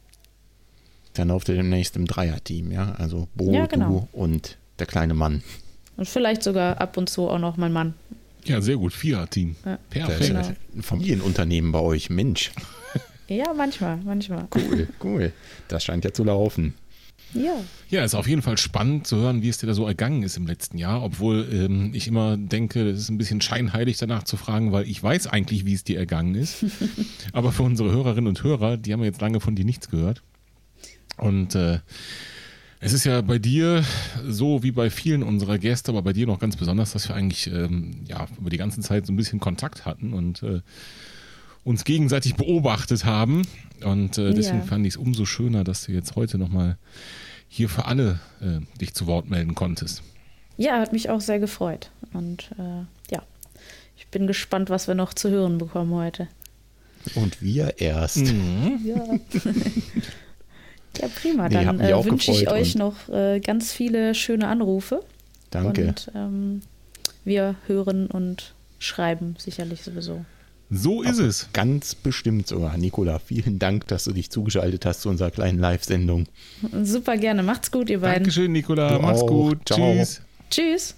Dann läuft er demnächst im Dreier-Team, ja. Also Bo, Ja, genau. du und der kleine Mann. Und vielleicht sogar ab und zu auch noch mein Mann. Ja, sehr gut. Vierer-Team. Ja. Das Perfekt. ist Genau. ein Familienunternehmen bei euch. Mensch, Ja, manchmal, manchmal. cool, cool. Das scheint ja zu laufen. Ja. Ja, ist auf jeden Fall spannend zu hören, wie es dir da so ergangen ist im letzten Jahr, obwohl ähm, ich immer denke, das ist ein bisschen scheinheilig danach zu fragen, weil ich weiß eigentlich, wie es dir ergangen ist. Aber für unsere Hörerinnen und Hörer, die haben jetzt lange von dir nichts gehört. Und äh, es ist ja bei dir so wie bei vielen unserer Gäste, aber bei dir noch ganz besonders, dass wir eigentlich ähm, ja, über die ganze Zeit so ein bisschen Kontakt hatten und äh, uns gegenseitig beobachtet haben. Und äh, deswegen ja. fand ich es umso schöner, dass du jetzt heute nochmal hier für alle äh, dich zu Wort melden konntest. Ja, hat mich auch sehr gefreut. Und äh, ja, ich bin gespannt, was wir noch zu hören bekommen heute. Und wir erst. Mhm. Ja. Ja, prima. Nee, Dann äh, wünsche ich euch noch äh, ganz viele schöne Anrufe. Danke. Und ähm, wir hören und schreiben sicherlich sowieso. So ist Aber es. Ganz bestimmt sogar. Nicola, vielen Dank, dass du dich zugeschaltet hast zu unserer kleinen Live-Sendung. Super gerne. Macht's gut, ihr beiden. Dankeschön, Nicola. Du Mach's auch. gut. Ciao. Tschüss. Tschüss.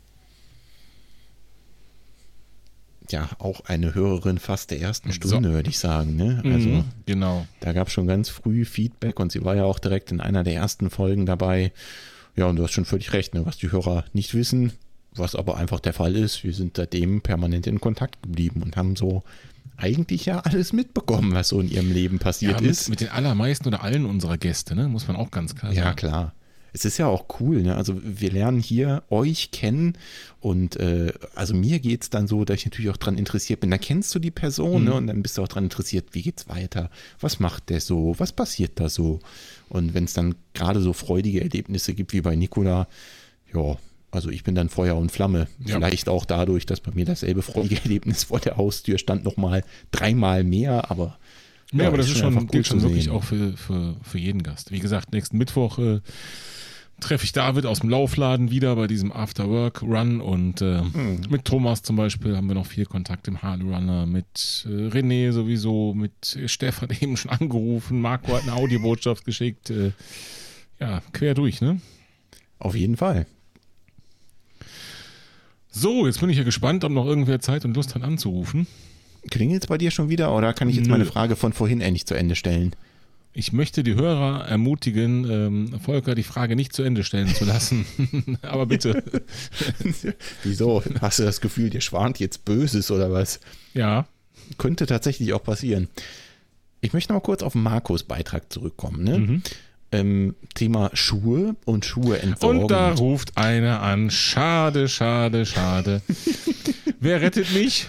Ja, auch eine Hörerin fast der ersten Stunde, so. würde ich sagen. Ne? Also, mhm, genau. Da gab es schon ganz früh Feedback und sie war ja auch direkt in einer der ersten Folgen dabei. Ja, und du hast schon völlig recht, ne? Was die Hörer nicht wissen, was aber einfach der Fall ist. Wir sind seitdem permanent in Kontakt geblieben und haben so eigentlich ja alles mitbekommen, was so in ihrem Leben passiert ja, mit, ist. Mit den allermeisten oder allen unserer Gäste, ne? Muss man auch ganz klar sagen. Ja, klar. Es ist ja auch cool, ne? Also wir lernen hier euch kennen und äh, also mir geht es dann so, dass ich natürlich auch dran interessiert bin. Da kennst du die Person, mhm. ne? Und dann bist du auch dran interessiert, wie geht's weiter? Was macht der so? Was passiert da so? Und wenn es dann gerade so freudige Erlebnisse gibt wie bei Nicola, ja, also ich bin dann Feuer und Flamme. Ja. Vielleicht auch dadurch, dass bei mir dasselbe freudige Erlebnis vor der Haustür stand, nochmal dreimal mehr, aber ja, ja, aber das ist schon, gilt schon wirklich auch für, für, für jeden Gast. Wie gesagt, nächsten Mittwoch äh, treffe ich David aus dem Laufladen wieder bei diesem After-Work-Run und äh, mhm. mit Thomas zum Beispiel haben wir noch viel Kontakt im Harley-Runner, mit äh, René sowieso, mit äh, Steff hat eben schon angerufen, Marco hat eine Audiobotschaft geschickt. Äh, ja, quer durch, ne? Auf jeden Fall. So, jetzt bin ich ja gespannt, ob noch irgendwer Zeit und Lust hat anzurufen. Klingelt es bei dir schon wieder oder kann ich jetzt Nö. meine Frage von vorhin endlich zu Ende stellen? Ich möchte die Hörer ermutigen, ähm, Volker die Frage nicht zu Ende stellen zu lassen. Aber bitte. Wieso? Hast du das Gefühl, dir schwant jetzt Böses oder was? Ja. Könnte tatsächlich auch passieren. Ich möchte noch mal kurz auf Markus Beitrag zurückkommen. Ne? Mhm. Ähm, Thema Schuhe und Schuhe entsorgen. Und da ruft einer an. Schade, schade, schade. Wer rettet mich?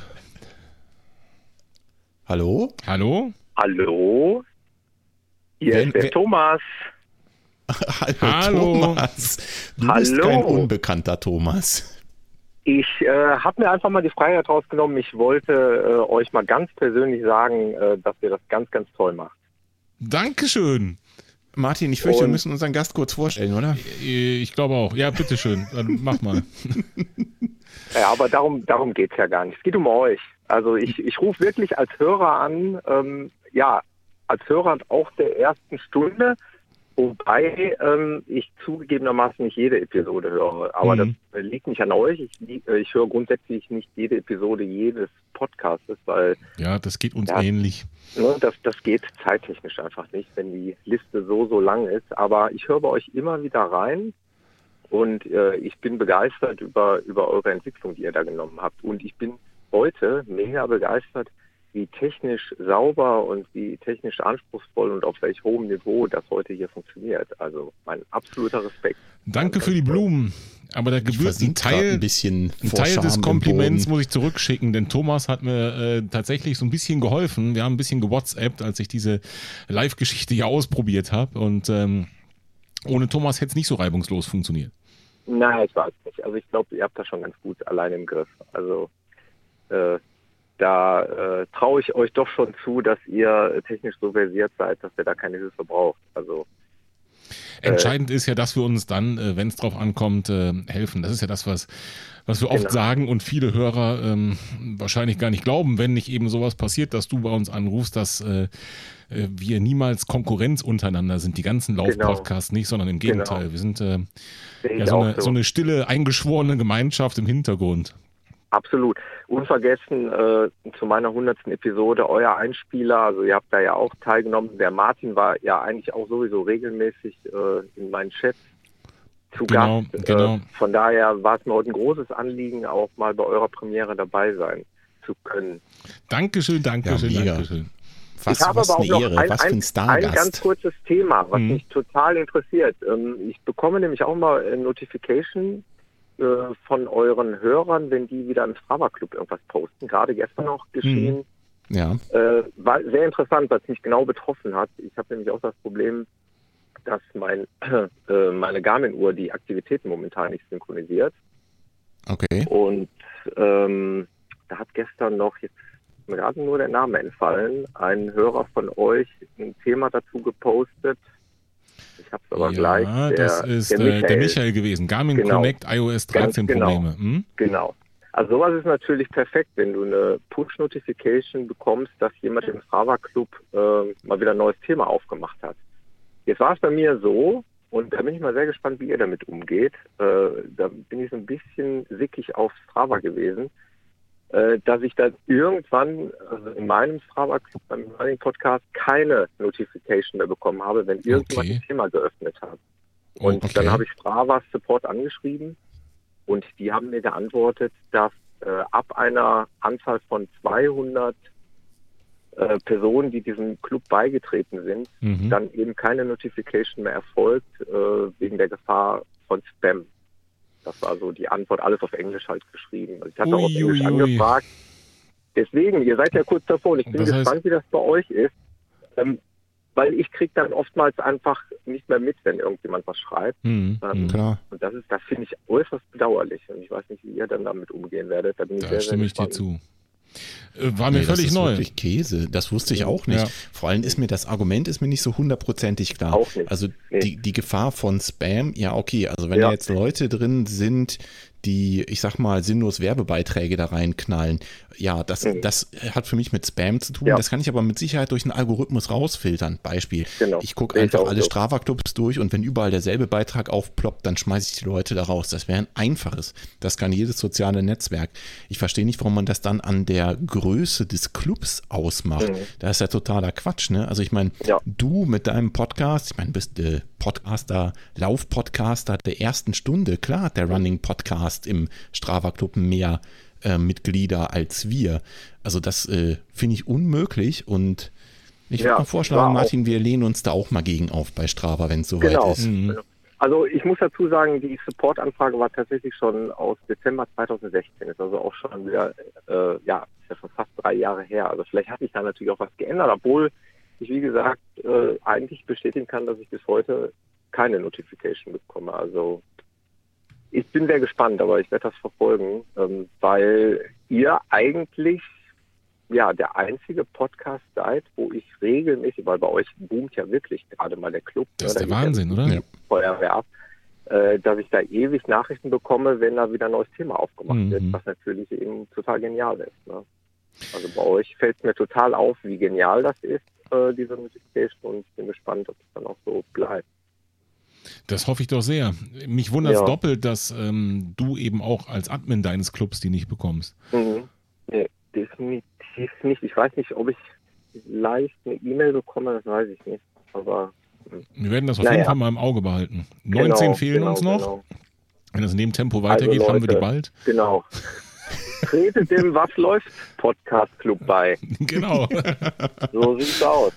Hallo? Hallo? Hallo? Hier Wenn, ist der wer, Thomas. Hallo, Hallo Thomas. Du Hallo. bist kein unbekannter Thomas. Ich äh, habe mir einfach mal die Freiheit rausgenommen. Ich wollte äh, euch mal ganz persönlich sagen, äh, dass ihr das ganz, ganz toll macht. Dankeschön. Martin, ich fürchte, Und, wir müssen unseren Gast kurz vorstellen, oder? Ich glaube auch. Ja, bitteschön. Dann mach mal. Ja, aber darum, darum geht es ja gar nicht. Es geht um euch. Also ich, ich rufe wirklich als Hörer an, ähm, ja, als Hörer auch der ersten Stunde, wobei ähm, ich zugegebenermaßen nicht jede Episode höre. Aber mhm. das liegt nicht an euch. Ich, ich höre grundsätzlich nicht jede Episode jedes Podcastes, weil... Ja, das geht uns ja, ähnlich. Ne, das, das geht zeittechnisch einfach nicht, wenn die Liste so, so lang ist. Aber ich höre bei euch immer wieder rein und äh, ich bin begeistert über, über eure Entwicklung, die ihr da genommen habt. Und ich bin heute mega begeistert, wie technisch sauber und wie technisch anspruchsvoll und auf welch hohem Niveau das heute hier funktioniert. Also mein absoluter Respekt. Danke für die Blumen. Aber da gebührt ein Teil, ein, bisschen ein Teil des Kompliments muss ich zurückschicken, denn Thomas hat mir äh, tatsächlich so ein bisschen geholfen. Wir haben ein bisschen gewhatsappt, als ich diese Live-Geschichte hier ausprobiert habe. Und ähm, ohne Thomas hätte es nicht so reibungslos funktioniert. Nein, ich weiß nicht. Also ich glaube, ihr habt das schon ganz gut alleine im Griff. Also äh, da äh, traue ich euch doch schon zu, dass ihr technisch so versiert seid, dass ihr da keine Hilfe braucht. Also entscheidend ist ja, dass wir uns dann, äh, wenn es drauf ankommt, äh, helfen. Das ist ja das, was, was wir oft genau. sagen und viele Hörer ähm, wahrscheinlich gar nicht glauben, wenn nicht eben sowas passiert, dass du bei uns anrufst, dass äh, wir niemals Konkurrenz untereinander sind, die ganzen Lauf-Podcasts genau. nicht, sondern im Gegenteil. Genau. Wir sind äh, ja, so, eine, so. so eine stille, eingeschworene Gemeinschaft im Hintergrund. Absolut. Unvergessen äh, zu meiner hundertsten Episode euer Einspieler, also ihr habt da ja auch teilgenommen. Der Martin war ja eigentlich auch sowieso regelmäßig äh, in meinen Chats zu Genau, Gast. genau. Äh, von daher war es mir heute ein großes Anliegen, auch mal bei eurer Premiere dabei sein zu können. Dankeschön, Dankeschön, Ja, mega. Dankeschön. Was, ich habe was aber auch eine noch Ehre, ein, was für ein ein, ein Stargast. ganz kurzes Thema, was Mhm. mich total interessiert. Ähm, ich bekomme nämlich auch mal äh, Notification äh, von euren Hörern, wenn die wieder im Strava-Club irgendwas posten. Gerade gestern noch geschehen. Ja, Äh, war sehr interessant, was mich genau betroffen hat. Ich habe nämlich auch das Problem, dass mein, äh, meine Garmin-Uhr die Aktivitäten momentan nicht synchronisiert. okay. Und ähm, da hat gestern noch, jetzt ist mir gerade nur der Name entfallen, ein Hörer von euch ein Thema dazu gepostet. Ich habe es aber ja, gleich. Der, das ist der, der, Michael. der Michael gewesen. Garmin Genau. Connect iOS dreizehn Ganz genau. Probleme. Hm? Genau. Also sowas ist natürlich perfekt, wenn du eine Push-Notification bekommst, dass jemand im Strava-Club äh, mal wieder ein neues Thema aufgemacht hat. Jetzt war es bei mir so, und da bin ich mal sehr gespannt, wie ihr damit umgeht. Äh, da bin ich so ein bisschen sickig auf Strava gewesen, äh, dass ich dann irgendwann, also in meinem Strava-Club, beim Running Podcast, keine Notification mehr bekommen habe, wenn irgendjemand Okay. ein Thema geöffnet hat. Und Okay. dann habe ich Strava Support angeschrieben und die haben mir geantwortet, dass äh, ab einer Anzahl von zweihundert äh, Personen, die diesem Club beigetreten sind, Mhm. dann eben keine Notification mehr erfolgt, äh, wegen der Gefahr von Spam. Das war so die Antwort, alles auf Englisch halt geschrieben. Also ich hatte auch auf Ui, Englisch ui, ui. angefragt. Deswegen, ihr seid ja kurz davor und ich bin Das heißt- gespannt, wie das bei euch ist. Ähm, weil ich kriege dann oftmals einfach nicht mehr mit, wenn irgendjemand was schreibt. Hm, Ähm, hm. Klar. Und das ist, das finde ich äußerst bedauerlich. Und ich weiß nicht, wie ihr dann damit umgehen werdet. Da bin ich Da sehr, sehr stimme ich dir gespannt. zu. Äh, War mir Nee, völlig das ist neu. wirklich Käse. Das wusste ich auch nicht. Ja. Vor allem ist mir das Argument ist mir nicht so hundertprozentig klar. Auch nicht. Also Nee. die, die Gefahr von Spam, ja okay. Also wenn Ja. da jetzt Leute drin sind, die, ich sag mal, sinnlos Werbebeiträge da reinknallen, ja, das, Mhm. das hat für mich mit Spam zu tun. Ja. Das kann ich aber mit Sicherheit durch einen Algorithmus rausfiltern. Beispiel. Genau. Ich gucke Sehe ich einfach auch alle so. Strava-Clubs durch und wenn überall derselbe Beitrag aufploppt, dann schmeiße ich die Leute da raus. Das wäre ein einfaches. Das kann jedes soziale Netzwerk. Ich verstehe nicht, warum man das dann an der Größe des Clubs ausmacht. Mhm. Das ist ja totaler Quatsch, ne? Also ich meine, Ja. du mit deinem Podcast, ich meine, du bist äh, Podcaster, Lauf-Podcaster der ersten Stunde. Klar hat der Running-Podcast im Strava-Club mehr äh, Mitglieder als wir. Also das äh, finde ich unmöglich und ich würde Ja, mal war vorschlagen, auch- Martin, wir lehnen uns da auch mal gegen auf bei Strava, wenn es soweit Genau. ist. Mhm. Also ich muss dazu sagen, die Support-Anfrage war tatsächlich schon aus Dezember zweitausendsechzehn. Ist also auch schon wieder, äh, ja, ist ja schon fast drei Jahre her. Also vielleicht hat sich da natürlich auch was geändert, obwohl ich, wie gesagt, äh, eigentlich bestätigen kann, dass ich bis heute keine Notification bekomme. Also ich bin sehr gespannt, aber ich werde das verfolgen, ähm, weil ihr eigentlich ja der einzige Podcast seid, wo ich regelmäßig, weil bei euch boomt ja wirklich gerade mal der Club. Das ist ne, der da geht Wahnsinn, ja oder? Ja. Feuerwehr ab, äh, dass ich da ewig Nachrichten bekomme, wenn da wieder ein neues Thema aufgemacht Mhm. wird, was natürlich eben total genial ist. Ne? Also bei euch fällt es mir total auf, wie genial das ist, äh, diese Notification, und ich bin gespannt, ob es dann auch so bleibt. Das hoffe ich doch sehr. Mich wundert es Ja. doppelt, dass ähm, du eben auch als Admin deines Clubs die nicht bekommst. Mhm. Nee, definitiv nicht. Ich weiß nicht, ob ich leicht eine E-Mail bekomme, das weiß ich nicht. Aber Wir werden das auf Naja. jeden Fall mal im Auge behalten. neunzehn genau, fehlen genau, uns noch. Genau. Wenn es in dem Tempo weitergeht, Also, haben wir die Leute. bald. genau. Tretet dem Was läuft Podcast Club bei. Genau. So sieht's aus.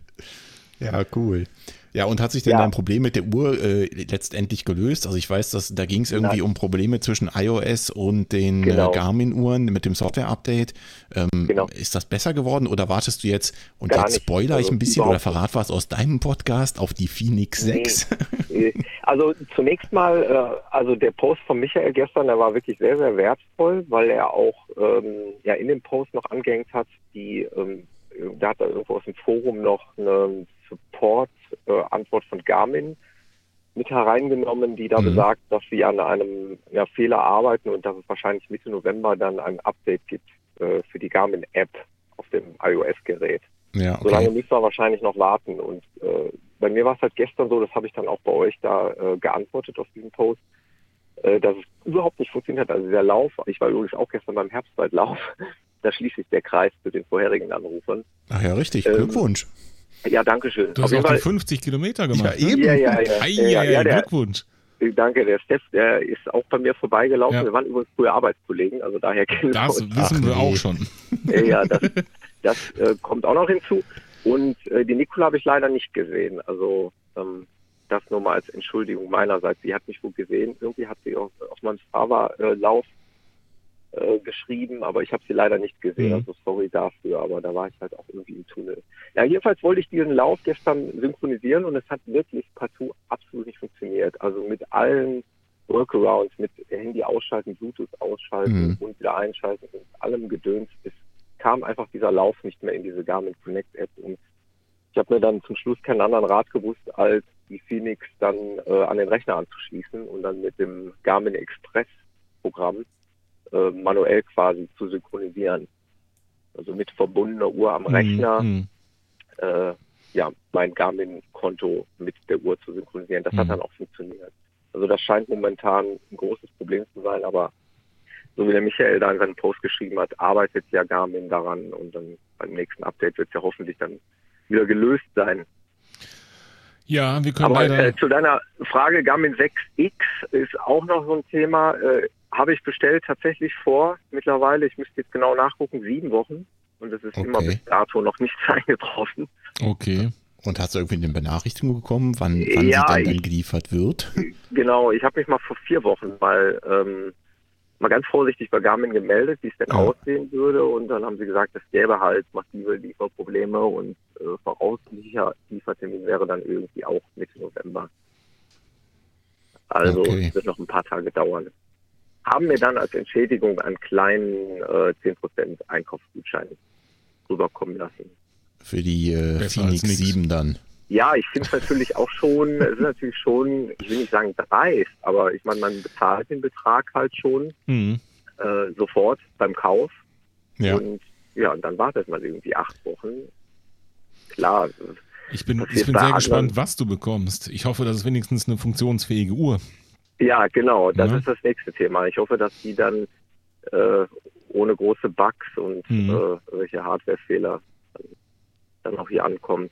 Ja, cool. Ja, und hat sich denn Ja. dein Problem mit der Uhr äh, letztendlich gelöst? Also ich weiß, dass da ging es irgendwie Nein. um Probleme zwischen iOS und den Genau. äh, Garmin-Uhren mit dem Software-Update. Ähm, Genau. Ist das besser geworden oder wartest du jetzt, und Gar jetzt nicht. spoiler ich Also ein bisschen oder überhaupt verrat was aus deinem Podcast auf die Phoenix Nee. sechs? Äh, Also zunächst mal, äh, also der Post von Michael gestern, der war wirklich sehr, sehr wertvoll, weil er auch ähm, ja in dem Post noch angehängt hat, die, ähm, da hat er irgendwo aus dem Forum noch eine Support-Antwort von Garmin mit hereingenommen, die da Mhm. besagt, dass sie an einem ja, Fehler arbeiten und dass es wahrscheinlich Mitte November dann ein Update gibt äh, für die Garmin-App auf dem iOS-Gerät. Ja, Solange okay. müssen wir wahrscheinlich noch warten. Und äh, bei mir war es halt gestern so, das habe ich dann auch bei euch da äh, geantwortet auf diesen Post, äh, dass es überhaupt nicht funktioniert hat. Also der Lauf, ich war übrigens auch gestern beim Herbstwaldlauf, da schließt sich der Kreis zu den vorherigen Anrufern. Ach ja, richtig. Ähm, Glückwunsch. Ja, danke schön. Du hast auch die fünfzig Kilometer gemacht. Ja, ne? eben. Ja, ja, ja. Ei, ja, ei, ja, ei, der, Glückwunsch. Danke, der Steff, der ist auch bei mir vorbeigelaufen. Ja. Wir waren übrigens früher Arbeitskollegen, also daher kennen wir Das uns. wissen Ach, wir nee. auch schon. Ja, das, das äh, kommt auch noch hinzu. Und äh, die Nicole habe ich leider nicht gesehen. Also ähm, das nur mal als Entschuldigung meinerseits. Sie hat mich wohl gesehen. Irgendwie hat sie auf, auf meinem Strava-Lauf äh, geschrieben, aber ich habe sie leider nicht gesehen. Mhm. Also sorry dafür, aber da war ich halt auch irgendwie im Tunnel. Ja, jedenfalls wollte ich diesen Lauf gestern synchronisieren und es hat wirklich partout absolut nicht funktioniert. Also mit allen Workarounds, mit Handy ausschalten, Bluetooth ausschalten Mhm. und wieder einschalten und allem Gedöns. Es kam einfach dieser Lauf nicht mehr in diese Garmin Connect App und ich habe mir dann zum Schluss keinen anderen Rat gewusst, als die Phoenix dann äh, an den Rechner anzuschließen und dann mit dem Garmin Express Programm äh, manuell quasi zu synchronisieren. Also mit verbundener Uhr am Rechner, Mhm. äh, ja, mein Garmin-Konto mit der Uhr zu synchronisieren. Das Mhm. hat dann auch funktioniert. Also das scheint momentan ein großes Problem zu sein, aber so wie der Michael da in seinem Post geschrieben hat, arbeitet ja Garmin daran und dann beim nächsten Update wird es ja hoffentlich dann wieder gelöst sein. Ja, wir können Aber leider... äh, zu deiner Frage, Garmin sechs X ist auch noch so ein Thema. Äh, habe ich bestellt tatsächlich vor mittlerweile, ich müsste jetzt genau nachgucken, sieben Wochen. Und es ist Okay. immer bis dato noch nichts eingetroffen. Okay. Und hast du irgendwie eine Benachrichtigung bekommen, wann, wann Ja, sie denn dann ich- geliefert wird? Genau, ich habe mich mal vor vier Wochen mal, ähm, mal ganz vorsichtig bei Garmin gemeldet, wie es denn Ja. aussehen würde. Und dann haben sie gesagt, es gäbe halt massive Lieferprobleme und äh, voraussichtlicher Liefertermin wäre dann irgendwie auch Mitte November. Also Okay. es wird noch ein paar Tage dauern. Haben mir dann als Entschädigung einen kleinen äh, zehn Prozent Einkaufsgutschein rüberkommen lassen. Für die äh, Besser Phoenix als nix. sieben dann. Ja, ich finde es natürlich auch schon, es ist natürlich schon, ich will nicht sagen dreist, aber ich meine, man bezahlt den Betrag halt schon Mhm. äh, sofort beim Kauf. Ja. Und ja, und dann wartet man irgendwie acht Wochen. Klar, Ich bin, Passiert ich bin bei sehr anderen. gespannt, was du bekommst. Ich hoffe, das ist wenigstens eine funktionsfähige Uhr. ja, genau, das Ja. ist das nächste Thema. Ich hoffe, dass die dann äh, ohne große Bugs und Mhm. äh, welche Hardwarefehler dann auch hier ankommt.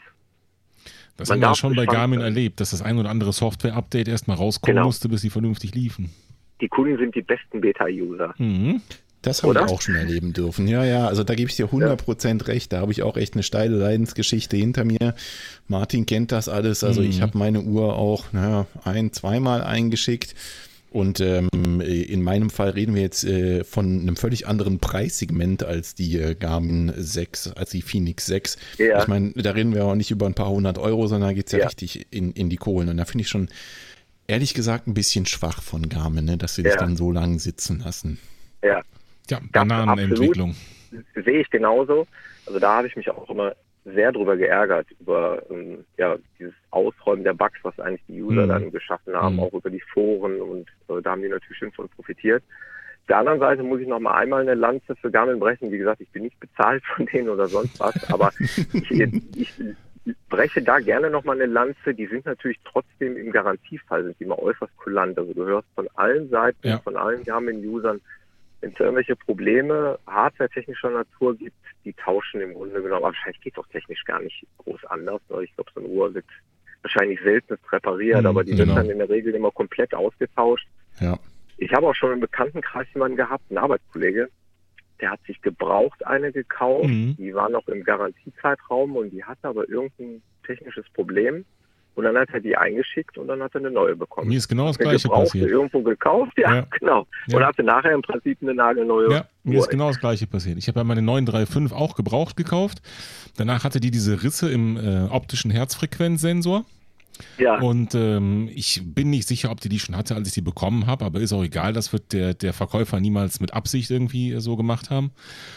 Das Man haben wir ja darf schon bei gespannt Garmin sein. erlebt, dass das ein oder andere Software-Update erstmal rauskommen Genau. musste, bis sie vernünftig liefen. Die Kunden sind die besten Beta-User. Mhm. Das habe ich Oder? auch schon erleben dürfen. Ja, ja, also da gebe ich dir hundert Prozent recht. Da habe ich auch echt eine steile Leidensgeschichte hinter mir. Martin kennt das alles. Also Mhm. ich habe meine Uhr auch naja, ein-, zweimal eingeschickt. Und ähm, in meinem Fall reden wir jetzt äh, von einem völlig anderen Preissegment als die äh, Garmin sechs, als die Phoenix sechs. Ja. Ich meine, da reden wir auch nicht über ein paar hundert Euro, sondern da geht es ja, Ja. richtig in, in die Kohlen. Und da finde ich schon, ehrlich gesagt, ein bisschen schwach von Garmin, ne, dass sie dich Ja. dann so lange sitzen lassen. Ja, Ja, Bananenentwicklung. sehe ich genauso. Also da habe ich mich auch immer sehr drüber geärgert, über ähm, ja, dieses Ausräumen der Bugs, was eigentlich die User Mhm. dann geschaffen haben, Mhm. auch über die Foren und äh, da haben die natürlich schön von profitiert. Auf der anderen Seite muss ich noch mal einmal eine Lanze für Garmin brechen. Wie gesagt, ich bin nicht bezahlt von denen oder sonst was, aber ich, ich breche da gerne noch mal eine Lanze. Die sind natürlich trotzdem im Garantiefall, sind die immer äußerst kulant. Also du hörst von allen Seiten, Ja. von allen Garmin-Usern, wenn es irgendwelche Probleme hardware-technischer Natur gibt, die tauschen im Grunde genommen. Aber wahrscheinlich geht es auch technisch gar nicht groß anders. Ne? Ich glaube, so eine Uhr wird wahrscheinlich seltenst repariert, Mhm, aber die genau. wird dann in der Regel immer komplett ausgetauscht. Ja. Ich habe auch schon im Bekanntenkreis jemanden gehabt, einen Arbeitskollege, der hat sich gebraucht eine gekauft. Mhm. Die war noch im Garantiezeitraum und die hatte aber irgendein technisches Problem. Und dann hat er die eingeschickt und dann hat er eine neue bekommen. Mir ist genau das Eine Gleiche gebrauchte passiert. irgendwo gekauft, ja, Ja. genau. Ja. Und hatte nachher im Prinzip eine nagelneue Ja, mir Uhr. ist genau das Gleiche passiert. Ich habe ja meine neun drei fünf auch gebraucht gekauft. Danach hatte die diese Risse im äh, optischen Herzfrequenzsensor. Ja, Und ähm, ich bin nicht sicher, ob die die schon hatte, als ich die bekommen habe, aber ist auch egal, das wird der, der Verkäufer niemals mit Absicht irgendwie äh, so gemacht haben.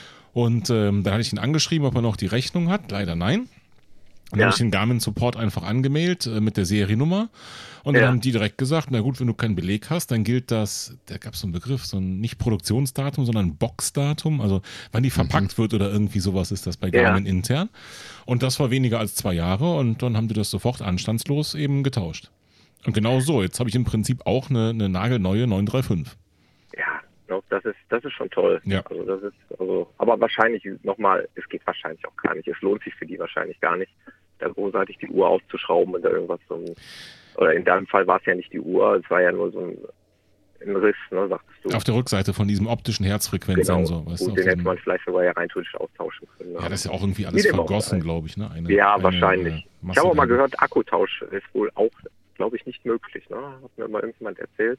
Und ähm, da hatte ich ihn angeschrieben, ob er noch die Rechnung hat. Leider nein. Und dann Ja. habe ich den Garmin Support einfach angemailt äh, mit der Seriennummer. Und dann Ja. haben die direkt gesagt, na gut, wenn du keinen Beleg hast, dann gilt das, da gab es so einen Begriff, so ein nicht Produktionsdatum, sondern Boxdatum, also wann die verpackt wird oder irgendwie sowas ist das bei Ja. Garmin intern. Und das war weniger als zwei Jahre und dann haben die das sofort anstandslos eben getauscht. Und genau so, jetzt habe ich im Prinzip auch eine, eine nagelneue neun drei fünf. Ja, das ist, das ist schon toll. Ja. Also das ist, also, aber wahrscheinlich nochmal, es geht wahrscheinlich auch gar nicht. Es lohnt sich für die wahrscheinlich gar nicht, da großartig die Uhr auszuschrauben und da irgendwas so ein, oder in deinem Fall war es ja nicht die Uhr, es war ja nur so ein, ein Riss, ne, sagtest du. Auf der Rückseite von diesem optischen Herzfrequenzsensor. Genau. Weißt du, Gut, auf den hätte diesem- man vielleicht sogar ja rein theoretisch austauschen können. ja, das ist ja auch irgendwie alles Wie dem auch vergossen, sei. glaube ich. Ne? Eine, Ja, eine, wahrscheinlich. äh, Ich habe auch mal Masse- gehört, Akkutausch ist wohl auch, glaube ich, nicht möglich. Ne? Hat mir mal irgendjemand erzählt.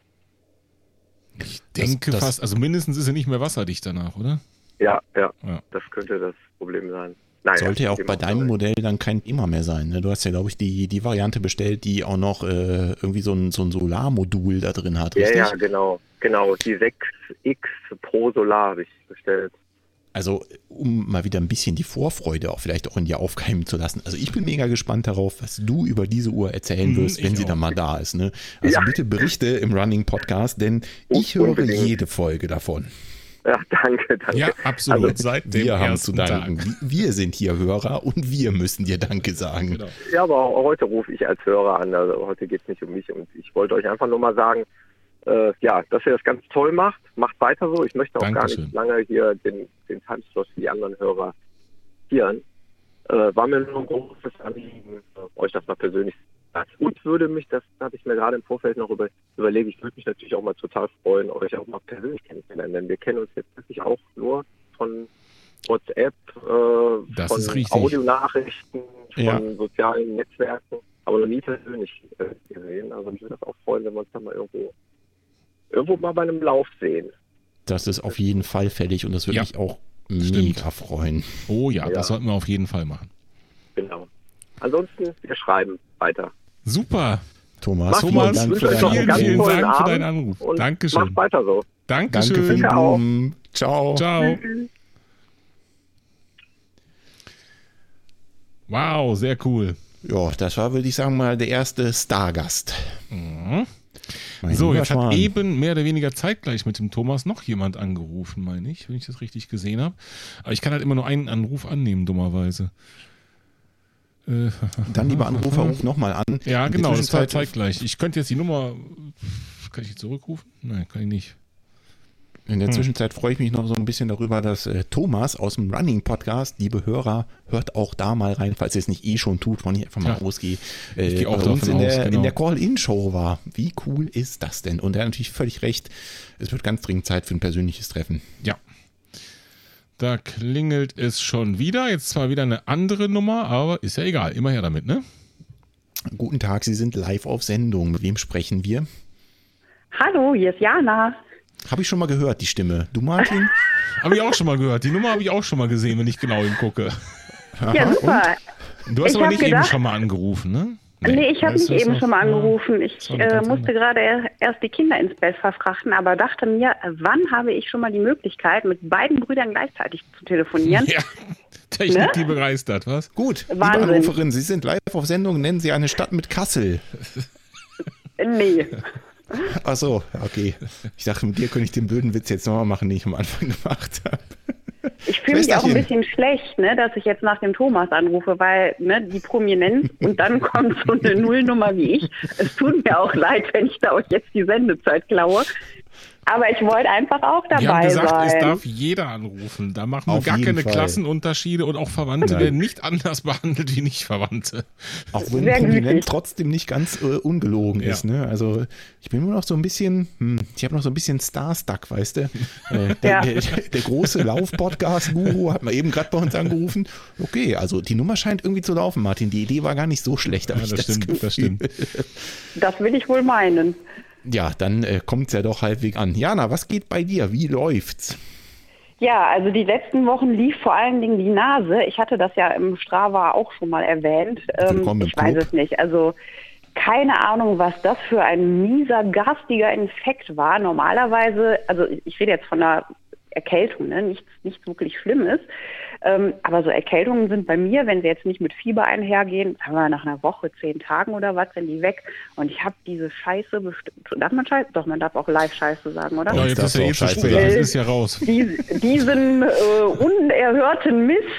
Ich denke das- fast, also mindestens ist er nicht mehr wasserdicht danach, oder? Ja, ja, Ja. das könnte das Problem sein. Naja, Sollte ja auch dem bei deinem sei. Modell dann kein Thema mehr sein. Ne? Du hast ja, glaube ich, die, die Variante bestellt, die auch noch äh, irgendwie so ein, so ein Solarmodul da drin hat, Ja, richtig? ja, genau. Genau, die sechs X Pro Solar habe ich bestellt. Also, um mal wieder ein bisschen die Vorfreude auch vielleicht auch in dir aufkeimen zu lassen. Also, ich bin mega gespannt darauf, was du über diese Uhr erzählen Mhm, wirst, wenn ich sie auch. dann mal da ist. Ne? Also, Ja. bitte berichte im Running Podcast, denn Un- ich höre unbedingt. jede Folge davon. Ja, danke, danke. Ja, absolut. Also, Seit dem Wir haben zu ersten danken. Tag. Wir sind hier Hörer und wir müssen dir Danke sagen. Genau. Ja, aber auch heute rufe ich als Hörer an. Also heute geht es nicht um mich. Und ich wollte euch einfach nur mal sagen, äh, ja, dass ihr das ganz toll macht. Macht weiter so. Ich möchte auch Dankeschön. gar nicht lange hier den, den Timeslot für die anderen Hörer hier. Äh, war mir nur ein großes Anliegen, äh, euch das mal persönlich zu sagen. Und würde mich, das hatte ich mir gerade im Vorfeld noch über, überlegt, ich würde mich natürlich auch mal total freuen, euch auch mal persönlich kennenzulernen. Denn wir kennen uns jetzt wirklich auch nur von WhatsApp, äh, Das von ist richtig. Audionachrichten, von Ja. sozialen Netzwerken, aber noch nie persönlich äh, gesehen. Also mich würde das auch freuen, wenn wir uns dann mal irgendwo, irgendwo mal bei einem Lauf sehen. Das ist auf jeden Fall fällig und das würde Ja. mich auch Stimmt. mega freuen. Oh ja, Ja. das sollten wir auf jeden Fall machen. Genau. Ansonsten, wir schreiben weiter. Super. Thomas, Macht's vielen Thomas, gut. Dank Wünsche für euch noch deinen einen ganz vielen Anruf. tollen Dank für Abend deinen Anruf. Und Dankeschön. macht weiter so. Dankeschön. Danke für die Danke auch. Blumen. Ciao. Ciao. Wow, sehr cool. Ja, das war, würde ich sagen, mal der erste Stargast. Mhm. Mein So, lieber jetzt hat Schwan. eben mehr oder weniger zeitgleich mit dem Thomas noch jemand angerufen, meine ich, wenn ich das richtig gesehen habe. Aber ich kann halt immer nur einen Anruf annehmen, dummerweise. Äh, Dann, lieber Anrufer, ruf nochmal an. ja, In der genau, das war Zwischenzeit- zeitgleich. Ich könnte jetzt die Nummer. Kann ich die zurückrufen? Nein, kann ich nicht. In der Zwischenzeit freue ich mich noch so ein bisschen darüber, dass äh, Thomas aus dem Running Podcast, liebe Hörer, hört auch da mal rein, falls ihr es nicht eh schon tut, wann ich einfach mal Ja. ausgehe, Ich äh, gehe auch bei uns davon in aus, der, genau. in der Call-In-Show war. Wie cool ist das denn? Und er hat natürlich völlig recht, es wird ganz dringend Zeit für ein persönliches Treffen. Ja. Da klingelt es schon wieder. Jetzt zwar wieder eine andere Nummer, aber ist ja egal. Immer her damit, ne? Guten Tag, Sie sind live auf Sendung. Mit wem sprechen wir? Hallo, hier ist Jana. Habe ich schon mal gehört, die Stimme. Du, Martin? Habe ich auch schon mal gehört. Die Nummer habe ich auch schon mal gesehen, wenn ich genau hingucke. Ja, super. Du hast Ich aber hab nicht eben gedacht- schon mal angerufen, ne? Nee, ich habe Weißt nicht du, das eben noch- schon mal ja. angerufen. Ich Das war eine äh, ganz musste andere. gerade er- erst die Kinder ins Bett verfrachten, aber dachte mir, äh, wann habe ich schon mal die Möglichkeit, mit beiden Brüdern gleichzeitig zu telefonieren? Ja, Technik, Ne? die begeistert, was? Gut, liebe Wahnsinn. Anruferin, Sie sind live auf Sendung. Nennen Sie eine Stadt mit Kassel. Nee. Ach so, okay. Ich dachte, mit dir könnte ich den blöden Witz jetzt nochmal machen, den ich am Anfang gemacht habe. Ich fühle mich auch ein Schwesterchen. bisschen schlecht, ne, dass ich jetzt nach dem Thomas anrufe, weil ne, die Prominenz und dann kommt so eine Nullnummer wie ich. Es tut mir auch leid, wenn ich da euch jetzt die Sendezeit klaue. Aber ich wollte einfach auch Wir haben dabei gesagt, es sein. darf jeder anrufen. Da machen wir Auf gar jeden keine Fall. Klassenunterschiede und auch Verwandte Nein. werden nicht anders behandelt wie Nicht-Verwandte. Auch wenn Sehr Prominent gütig. trotzdem nicht ganz äh, ungelogen Ja. ist. Ne? Also ich bin nur noch so ein bisschen, hm, ich habe noch so ein bisschen Starstruck, weißt du? Äh, der, Ja. der, der große Lauf-Podcast-Guru hat mal eben gerade bei uns angerufen. Okay, also die Nummer scheint irgendwie zu laufen, Martin. Die Idee war gar nicht so schlecht. hab Ja, ich das stimmt, Gefühl. das stimmt. Das will ich wohl meinen. Ja, dann äh, kommt es ja doch halbwegs an. Jana, was geht bei dir? Wie läuft's? Ja, also die letzten Wochen lief vor allen Dingen die Nase. Ich hatte das ja im Strava auch schon mal erwähnt. Ähm, Willkommen im ich weiß Club. es nicht. Also keine Ahnung, was das für ein mieser, garstiger Infekt war. Normalerweise, also ich rede jetzt von einer Erkältung, ne? nichts, nichts wirklich Schlimmes. Ähm, aber so Erkältungen sind bei mir, wenn sie jetzt nicht mit Fieber einhergehen, sagen wir nach einer Woche, zehn Tagen oder was, sind die weg. Und ich habe diese Scheiße bestimmt. Darf man Scheiße? Doch, man darf auch Live-Scheiße sagen, oder? Ja, Ja, jetzt jetzt ist darfst ja du eh auch zu Scheiße spät. sagen. Das ist ja raus. Dies, diesen äh, unerhörten Mist,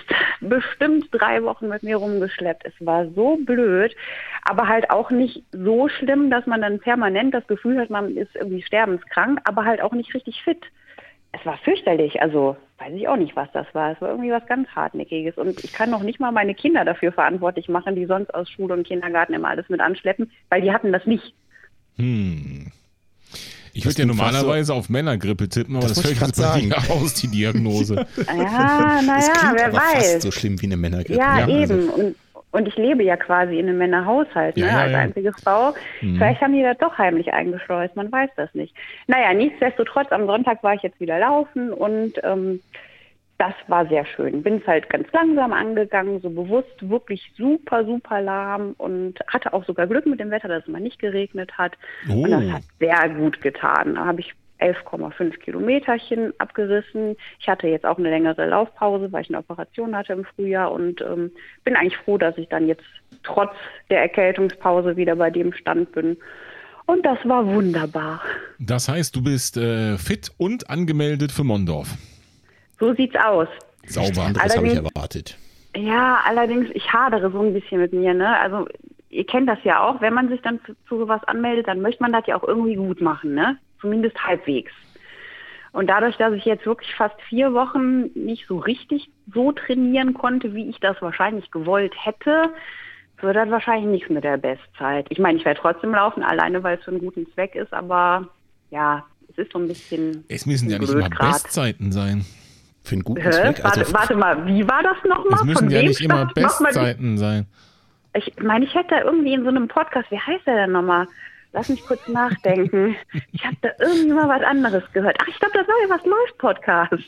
bestimmt drei Wochen mit mir rumgeschleppt. Es war so blöd, aber halt auch nicht so schlimm, dass man dann permanent das Gefühl hat, man ist irgendwie sterbenskrank, aber halt auch nicht richtig fit. Es war fürchterlich, also weiß ich auch nicht, was das war. Es war irgendwie was ganz Hartnäckiges und ich kann noch nicht mal meine Kinder dafür verantwortlich machen, die sonst aus Schule und Kindergarten immer alles mit anschleppen, weil die hatten das nicht. Hm. Ich würde ja normalerweise so auf Männergrippe tippen, aber das, das fällt ganz bei dir aus, die Diagnose. Ja, naja, wer aber weiß. Fast so schlimm wie eine Männergrippe. Ja, ja eben. Also. Und, und ich lebe ja quasi in einem Männerhaushalt, ne, ja, ja, als ja. einzige Frau. Mhm. Vielleicht haben die das doch heimlich eingeschleust, man weiß das nicht. Naja, nichtsdestotrotz, am Sonntag war ich jetzt wieder laufen und ähm, das war sehr schön. Bin es halt ganz langsam angegangen, so bewusst, wirklich super, super lahm und hatte auch sogar Glück mit dem Wetter, dass es mal nicht geregnet hat. Oh. Und das hat sehr gut getan. Da habe ich elf Komma fünf Kilometerchen abgerissen. Ich hatte jetzt auch eine längere Laufpause, weil ich eine Operation hatte im Frühjahr und ähm, bin eigentlich froh, dass ich dann jetzt trotz der Erkältungspause wieder bei dem Stand bin. Und das war wunderbar. Das heißt, du bist äh, fit und angemeldet für Mondorf. So sieht's aus. Sauber. Das habe ich erwartet. Ja, allerdings, ich hadere so ein bisschen mit mir, ne? Also ihr kennt das ja auch, wenn man sich dann zu, zu sowas anmeldet, dann möchte man das ja auch irgendwie gut machen, ne? Zumindest halbwegs. Und dadurch, dass ich jetzt wirklich fast vier Wochen nicht so richtig so trainieren konnte, wie ich das wahrscheinlich gewollt hätte, wird das wahrscheinlich nichts mit der Bestzeit. Ich meine, ich werde trotzdem laufen, alleine weil es für einen guten Zweck ist, aber ja, es ist so ein bisschen Es müssen ja nicht immer grad. Bestzeiten sein. Für einen guten Hä? Zweck. Also warte, warte mal, wie war das nochmal? Es müssen Von ja wem nicht immer stand- mach mal die- Bestzeiten sein. Ich meine, ich hätte da irgendwie in so einem Podcast, wie heißt der denn nochmal? Lass mich kurz nachdenken. Ich habe da irgendwie mal was anderes gehört. Ach, ich glaube, das war ja was läuft Podcast.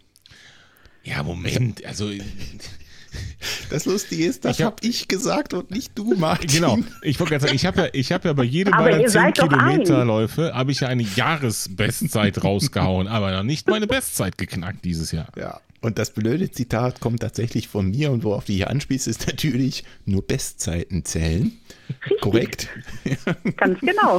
Ja, Moment, also das Lustige ist, das Ich hab- habe ich gesagt und nicht du, Martin. genau. Ich wollte gerade sagen, ich habe ja, ich habe ja bei jedem Aber meiner ihr zehn seid doch Kilometerläufe habe ich ja eine Jahresbestzeit rausgehauen, aber noch nicht meine Bestzeit geknackt dieses Jahr. Ja. Und das blöde Zitat kommt tatsächlich von mir und worauf du hier anspielst, ist natürlich nur Bestzeiten zählen. Richtig. Korrekt. Ganz genau.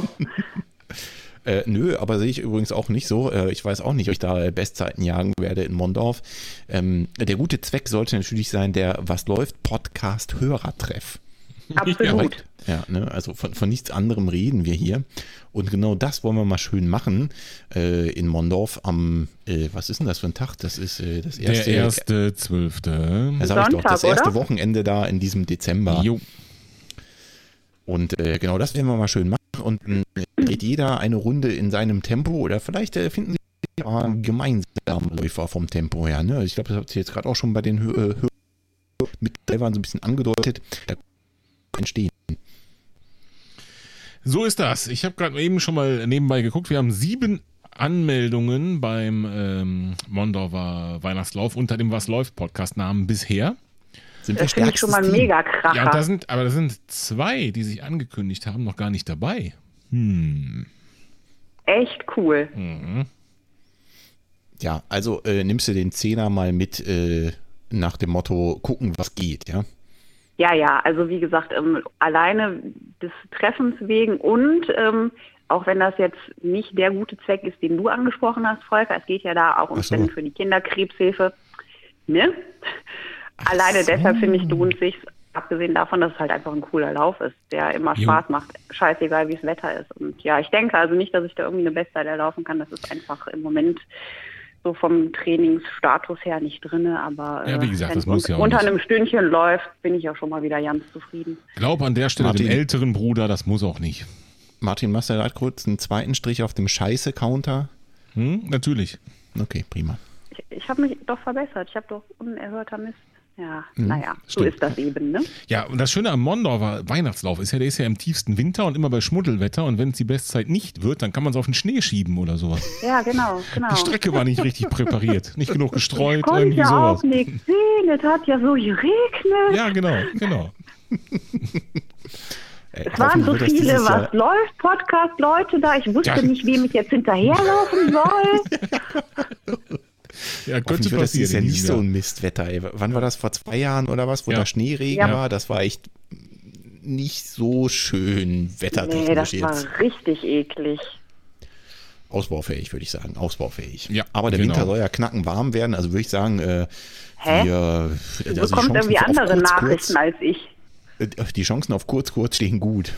Äh, nö, aber sehe ich übrigens auch nicht so. Äh, ich weiß auch nicht, ob ich da Bestzeiten jagen werde in Mondorf. Ähm, der gute Zweck sollte natürlich sein, der Was läuft Podcast-Hörertreff. Absolut. Ja, ne, also von, von nichts anderem reden wir hier. Und genau das wollen wir mal schön machen äh, in Mondorf am, äh, was ist denn das für ein Tag? Das ist äh, das erste. Der erste Zwölfte. Da sag ich doch, das Sonntag, erste oder? Wochenende da in diesem Dezember. Jo. Und äh, genau das werden wir mal schön machen. Und äh, geht jeder eine Runde in seinem Tempo oder vielleicht äh, finden Sie ja gemeinsam Läufer vom Tempo her. Ne? Ich glaube, das hat sich jetzt gerade auch schon bei den Hö- Hö- Mitteilern so ein bisschen angedeutet. Da kann entstehen. So ist das. Ich habe gerade eben schon mal nebenbei geguckt. Wir haben sieben Anmeldungen beim ähm, Mondorfer Weihnachtslauf unter dem Was läuft Podcast-Namen bisher. Sind wir Das finde ich schon mal ein stärkstes Team. Mega-Kracher. Ja, und da sind, aber da sind zwei, die sich angekündigt haben, noch gar nicht dabei. Hm. Echt cool. Mhm. Ja, also äh, nimmst du den Zehner mal mit äh, nach dem Motto, gucken, was geht, ja? Ja, ja, also wie gesagt, ähm, alleine des Treffens wegen und ähm, auch wenn das jetzt nicht der gute Zweck ist, den du angesprochen hast, Volker, es geht ja da auch um Ach so. Spenden für die Kinderkrebshilfe, ne? Ach Alleine so. deshalb finde ich, lohnt sich, abgesehen davon, dass es halt einfach ein cooler Lauf ist, der immer Jo. Spaß macht, scheißegal wie es Wetter ist. Und ja, ich denke also nicht, dass ich da irgendwie eine Bestzeit erlaufen kann, das ist einfach im Moment so vom Trainingsstatus her nicht drin, aber Ja, wie gesagt, wenn das es muss un- ja auch unter nicht. einem Stündchen läuft, bin ich auch schon mal wieder ganz zufrieden. Glaub an der Stelle Martin. dem älteren Bruder, das muss auch nicht. Martin, machst du gerade kurz einen zweiten Strich auf dem Scheiße-Counter? Hm? Natürlich. Okay, prima. Ich, ich habe mich doch verbessert, ich habe doch unerhörter Mist. Ja, Mhm, naja, so stimmt. ist das eben, ne? Ja, und das Schöne am Mondorfer Weihnachtslauf ist ja, der ist ja im tiefsten Winter und immer bei Schmuddelwetter. Und wenn es die Bestzeit nicht wird, dann kann man es auf den Schnee schieben oder sowas. Ja, genau, genau. Die Strecke war nicht richtig präpariert, nicht genug Ich gestreut, konnte irgendwie ja sowas. auch nichts sehen, es hat ja so geregnet. Ja, genau, genau. Äh, Es waren so hoffen wir, dass viele, dieses was Jahr- läuft, Podcast-Leute da. Ich wusste Ja. nicht, wem ich jetzt hinterherlaufen soll. Ja, könnte Hoffentlich wird das dieses Jahr in nicht diesem so Jahr. ein Mistwetter. Ey. Wann war das? Vor zwei Jahren oder was, wo Ja. da Schneeregen Ja. war? Das war echt nicht so schön wettertechnisch Nee, das jetzt. war richtig eklig. Ausbaufähig, würde ich sagen. Ausbaufähig. Ja, aber der genau. Winter soll ja knacken warm werden. Also würde ich sagen, äh, Hä? wir, Du also bekommst irgendwie auf andere kurz, Nachrichten kurz, als ich. äh, die Chancen auf kurz, kurz stehen gut.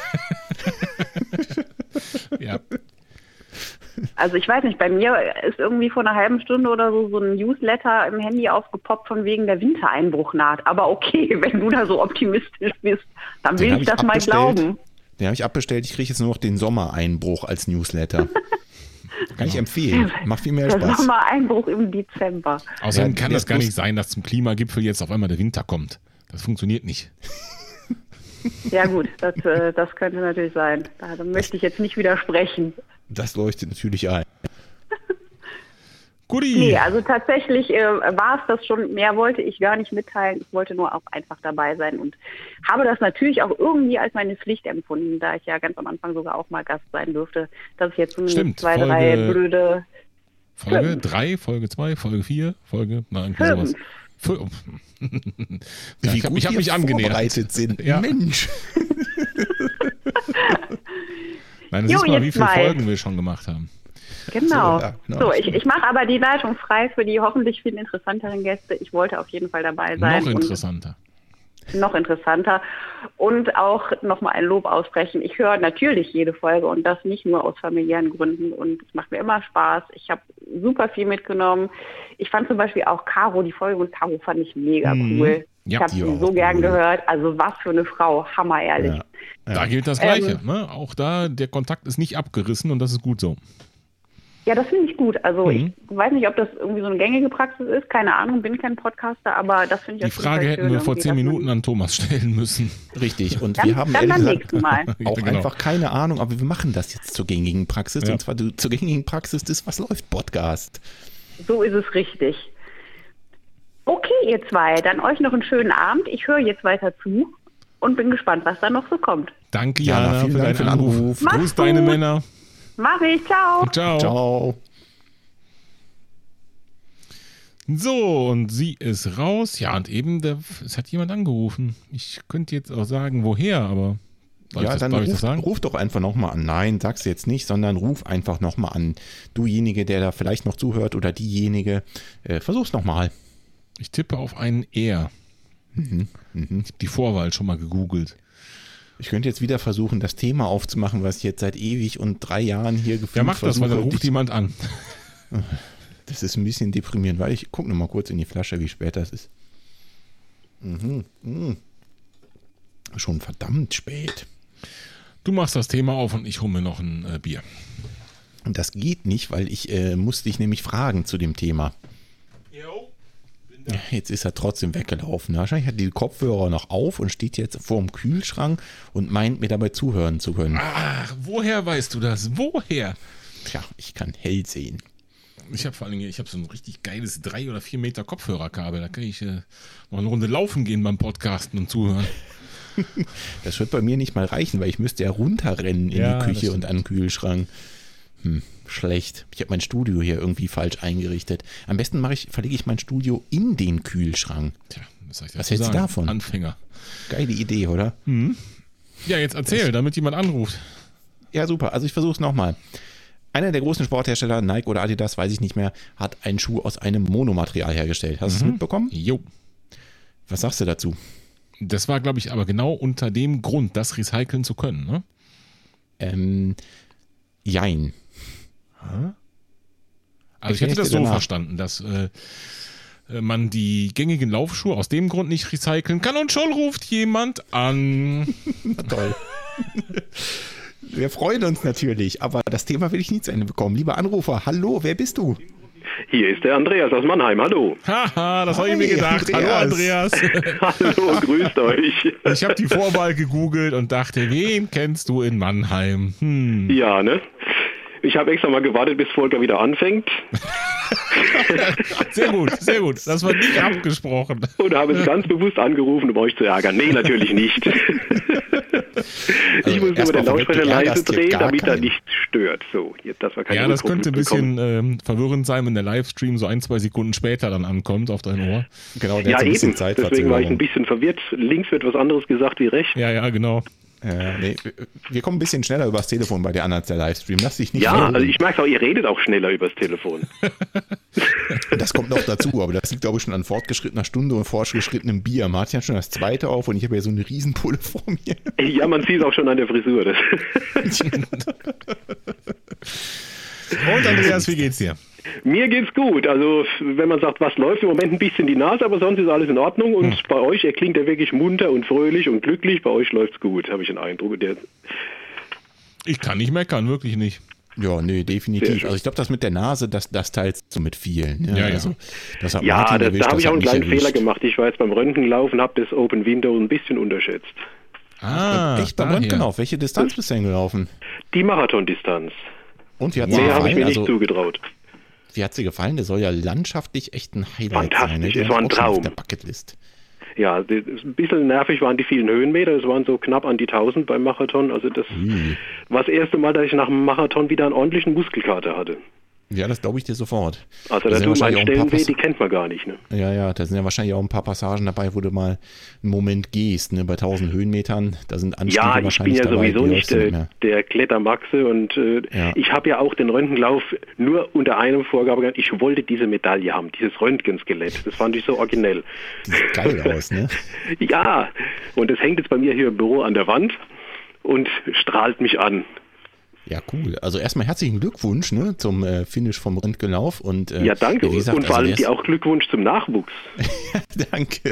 Ja. Also ich weiß nicht, bei mir ist irgendwie vor einer halben Stunde oder so so ein Newsletter im Handy aufgepoppt von wegen der Wintereinbruch naht. Aber okay, wenn du da so optimistisch bist, dann Den will hab ich ich das mal abbestellt. glauben. Den habe ich abbestellt. Ich kriege jetzt nur noch den Sommereinbruch als Newsletter. Kann ich empfehlen. Macht viel mehr Der Spaß. Sommereinbruch im Dezember. Außerdem Ja, kann das jetzt gar muss- nicht sein, dass zum Klimagipfel jetzt auf einmal der Winter kommt. Das funktioniert nicht. Ja gut, das, äh, das könnte natürlich sein. Da da möchte ich jetzt nicht widersprechen. Das leuchtet natürlich ein. Guti. Nee, also tatsächlich äh, war es das schon. Mehr wollte ich gar nicht mitteilen. Ich wollte nur auch einfach dabei sein und habe das natürlich auch irgendwie als meine Pflicht empfunden, da ich ja ganz am Anfang sogar auch mal Gast sein durfte, dass ich jetzt zumindest Stimmt, zwei, Folge- drei blöde Folge Fünf. drei, Folge zwei, Folge vier, Folge, na, irgendwie Fünf. sowas. Fünf. Ja, Wie ich habe gut hab wir mich angenähert. vorbereitet sind. Ja. Mensch. Nein, das Jo, ist mal, jetzt wie viele mal. Folgen wir schon gemacht haben. Genau. So, ja, genau. So, ich, ich mache aber die Leitung frei für die hoffentlich viel interessanteren Gäste. Ich wollte auf jeden Fall dabei sein. Noch interessanter. Und noch interessanter. Und auch nochmal ein Lob aussprechen. Ich höre natürlich jede Folge und das nicht nur aus familiären Gründen. Und es macht mir immer Spaß. Ich habe super viel mitgenommen. Ich fand zum Beispiel auch Caro, die Folge mit Caro fand ich mega Mhm. cool. Ja, ich habe die sie war so auch gern cool. gehört. Also was für eine Frau. Hammer ehrlich. Ja. Da gilt das Gleiche. ne? Auch da, der Kontakt ist nicht abgerissen und das ist gut so. Ja, das finde ich gut. Also Mhm. ich weiß nicht, ob das irgendwie so eine gängige Praxis ist. Keine Ahnung, bin kein Podcaster, aber das finde ich Die auf jeden Fall Frage schön hätten wir vor irgendwie, zehn dass man- Minuten an Thomas stellen müssen. Richtig. Und Dann, wir haben dann ehrlich beim gesagt nächsten Mal. auch Ja, genau. einfach keine Ahnung, aber wir machen das jetzt zur gängigen Praxis. Ja. Und zwar du- zur gängigen Praxis des Was läuft Podcast. So ist es richtig. Okay, ihr zwei, dann euch noch einen schönen Abend. Ich höre jetzt weiter zu und bin gespannt, was da noch so kommt. Danke, Jana, Jana, vielen für Dank deinen für den Anruf. Anruf. Mach's Grüß deine gut. Männer. Mach ich, ciao. Ciao. Ciao. So, und sie ist raus. Ja, und eben, der, es hat jemand angerufen. Ich könnte jetzt auch sagen, woher, aber soll ich Ja, das, dann darf ich ruf, das sagen? ruf doch einfach nochmal an. Nein, sag's jetzt nicht, sondern ruf einfach nochmal an. Dujenige, der da vielleicht noch zuhört oder diejenige, äh, versuch's nochmal. Ich tippe auf einen R. Mhm. Mhm. Ich habe die Vorwahl schon mal gegoogelt. Ich könnte jetzt wieder versuchen, das Thema aufzumachen, was ich jetzt seit ewig und drei Jahren hier gefühlt Wer macht das, weil dann versuche. ruft jemand an. Das ist ein bisschen deprimierend, weil ich gucke noch mal kurz in die Flasche, wie spät das ist. Mhm. Mhm. Schon verdammt spät. Du machst das Thema auf und ich hole mir noch ein äh, Bier. Und das geht nicht, weil ich äh, musste dich nämlich fragen zu dem Thema. Jetzt ist er trotzdem weggelaufen. Wahrscheinlich hat die Kopfhörer noch auf und steht jetzt vor dem Kühlschrank und meint mir dabei zuhören zu können. Ach, woher weißt du das? Woher? Tja, ich kann hell sehen. Ich habe vor allen Dingen, ich habe so ein richtig geiles drei oder vier Meter Kopfhörerkabel. Da kann ich äh, noch eine Runde laufen gehen beim Podcasten und zuhören. Das wird bei mir nicht mal reichen, weil ich müsste ja runterrennen in Ja, die das Küche stimmt. und an den Kühlschrank. Hm, schlecht. Ich habe mein Studio hier irgendwie falsch eingerichtet. Am besten mache ich, verlege ich mein Studio in den Kühlschrank. Tja, was soll ich Was dazu hältst du sagen? davon? Anfänger. Geile Idee, oder? Ja, jetzt erzähl, damit jemand anruft. Ja, super. Also ich versuche es nochmal. Einer der großen Sporthersteller, Nike oder Adidas, weiß ich nicht mehr, hat einen Schuh aus einem Monomaterial hergestellt. Hast du es mitbekommen? Jo. Was sagst du dazu? Das war, glaube ich, aber genau unter dem Grund, das recyceln zu können, ne? Ähm, jein. Also ich Erklär hätte das ich dir so danach. verstanden, dass äh, äh, man die gängigen Laufschuhe aus dem Grund nicht recyceln kann und schon ruft jemand an. Toll. Wir freuen uns natürlich, aber das Thema will ich nie zu Ende bekommen. Lieber Anrufer, hallo, wer bist du? Hier ist der Andreas aus Mannheim. Hallo. Haha, das habe ich Hi, mir gedacht. Hallo Andreas. Andreas. Hallo, grüßt euch. Ich habe die Vorwahl gegoogelt und dachte, wen kennst du in Mannheim? Hm. Ja, ne? Ich habe extra mal gewartet, bis Volker wieder anfängt Sehr gut, sehr gut. Das war nicht abgesprochen. und habe es ganz bewusst angerufen, um euch zu ärgern. Nee, natürlich nicht. ich Also muss nur erst den mal vorweg, Lautsprecher du leise ärgerst hier drehen, gar damit er keinen. nicht stört. So, jetzt, dass wir keine Ja, das Rückruf könnte ein mitbekommen. bisschen ähm, verwirrend sein, wenn der Livestream so ein, zwei Sekunden später dann ankommt auf dein Ohr. Genau, der Ja, hat so ein bisschen eben. Zeit. Deswegen war ich ein bisschen verwirrt. Links wird was anderes gesagt wie rechts. Ja, ja, genau. Ja, nee, wir kommen ein bisschen schneller übers Telefon bei dir an als der Livestream. Lass dich nicht Ja, verwirren. also ich merke auch, ihr redet auch schneller übers Telefon. Das kommt noch dazu, aber das liegt, glaube ich, schon an fortgeschrittener Stunde und fortgeschrittenem Bier. Martin hat schon das zweite auf und ich habe ja so eine Riesenpulle vor mir. Ja, man sieht es auch schon an der Frisur. Das. Und Andreas, wie geht's dir? Mir geht's gut. Also wenn man sagt, was läuft, im Moment ein bisschen die Nase, aber sonst ist alles in Ordnung. Und hm. bei euch, ihr klingt ja wirklich munter und fröhlich und glücklich. Bei euch läuft's gut, habe ich den Eindruck. Der ich kann nicht meckern, wirklich nicht. Ja, nee, definitiv. Also ich glaube, das mit der Nase, das, das teilst du mit vielen. Ja, ja, ja. Also, das hat ja Martin das, erwischt, da habe ich auch einen kleinen erwischt. Fehler gemacht. Ich war jetzt beim Röntgenlaufen, habe das Open Window ein bisschen unterschätzt. Ah, echt beim Röntgenlauf? Welche Distanz bist du denn gelaufen? Die Marathondistanz. Und wie hat Mehr habe ich mir also, nicht zugetraut. Wie hat sie gefallen? Der soll ja landschaftlich echt ein Highlight sein. Ne? Es war ein Traum. Auf der Bucketlist. Ja, das, ein bisschen nervig waren die vielen Höhenmeter. Es waren so knapp an die tausend beim Marathon. Also das mhm. war das erste Mal, dass ich nach dem Marathon wieder einen ordentlichen Muskelkater hatte. Ja, das glaube ich dir sofort. Also da tun meine Stellen weh, die kennt man gar nicht. Ne? Ja, ja, da sind ja wahrscheinlich auch ein paar Passagen dabei, wo du mal einen Moment gehst. Ne? Bei tausend Höhenmetern, da sind Anstiege ja, wahrscheinlich dabei. Ja, ich bin ja sowieso nicht äh, nicht der Klettermaxe und äh, ja. ich habe ja auch den Röntgenlauf nur unter einem Vorgabe gehabt. Ich wollte diese Medaille haben, dieses Röntgenskelett. Das fand ich so originell. Das sieht geil aus, ne? Ja, und das hängt jetzt bei mir hier im Büro an der Wand und strahlt mich an. Ja, cool. Also erstmal herzlichen Glückwunsch ne, zum äh, Finish vom Röntgenlauf. Und, äh, ja, danke. Ja, gesagt, und vor also allem dir auch Glückwunsch zum Nachwuchs. Danke.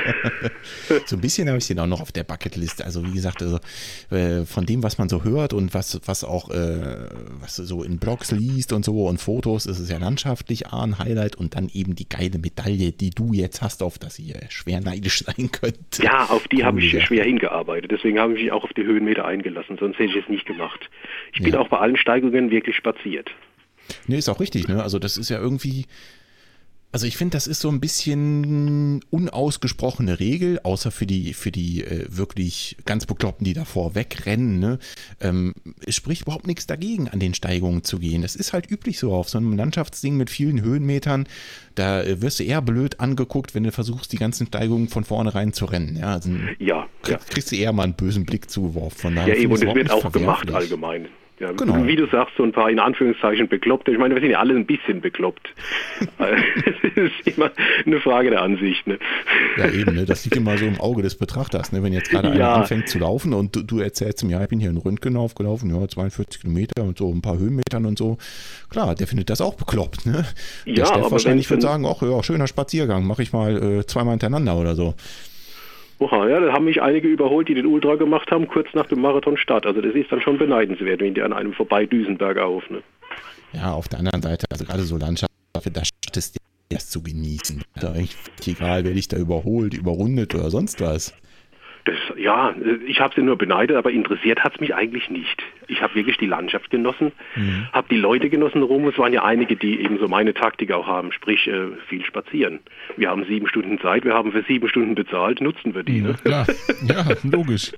So ein bisschen habe ich den auch noch auf der Bucketliste. Also wie gesagt, also, äh, von dem, was man so hört und was, was auch äh, was du so in Blogs liest und so und Fotos, ist es ja landschaftlich A, ein Highlight und dann eben die geile Medaille, die du jetzt hast, auf das ihr schwer neidisch sein könnt. Ja, auf die cool, habe ich ja. schwer hingearbeitet. Deswegen habe ich mich auch auf die Höhenmeter eingelassen, sonst hätte ich es nicht gemacht. Ich bin ja. auch bei allen Steigungen wirklich spaziert. Nee, ist auch richtig, ne? Also das ist ja irgendwie, also ich finde, das ist so ein bisschen unausgesprochene Regel, außer für die, für die äh, wirklich ganz Bekloppten, die davor wegrennen, ne? Ähm, es spricht überhaupt nichts dagegen, an den Steigungen zu gehen. Das ist halt üblich so auf so einem Landschaftsding mit vielen Höhenmetern. Da äh, wirst du eher blöd angeguckt, wenn du versuchst, die ganzen Steigungen von vornherein zu rennen. Ja, also ja, krieg, ja. kriegst du eher mal einen bösen Blick zugeworfen. Von daher ja, eben, und es es wird auch verwerflich. gemacht allgemein. Ja, genau. Wie du sagst, so ein paar in Anführungszeichen Bekloppte. Ich meine, wir sind ja alle ein bisschen bekloppt. Das ist immer eine Frage der Ansicht. Ne? Ja, eben, ne? Das liegt immer so im Auge des Betrachters. Ne? Wenn jetzt gerade einer ja. anfängt zu laufen und du, du erzählst ihm, ja, ich bin hier in Röntgenlauf gelaufen, ja, zweiundvierzig Kilometer und so ein paar Höhenmetern und so. Klar, der findet das auch bekloppt. Ne? Der ja, Steff aber wahrscheinlich wird dann, sagen, ach ja, schöner Spaziergang, mache ich mal äh, zweimal hintereinander oder so. Oha, ja, da haben mich einige überholt, die den Ultra gemacht haben, kurz nach dem Marathon-Start. Also das ist dann schon beneidenswert, wenn die an einem vorbeidüsen bergauf. Ne? Ja, auf der anderen Seite, also gerade so Landschaften, da ist erst zu genießen. Da eigentlich egal, wer dich da überholt, überrundet oder sonst was. Das, ja, ich habe sie nur beneidet, aber interessiert hat es mich eigentlich nicht. Ich habe wirklich die Landschaft genossen, mhm. habe die Leute genossen rum. Es waren ja einige, die eben so meine Taktik auch haben, sprich äh, viel spazieren. Wir haben sieben Stunden Zeit, wir haben für sieben Stunden bezahlt, nutzen wir die. Mhm, ne? Klar, ja, logisch.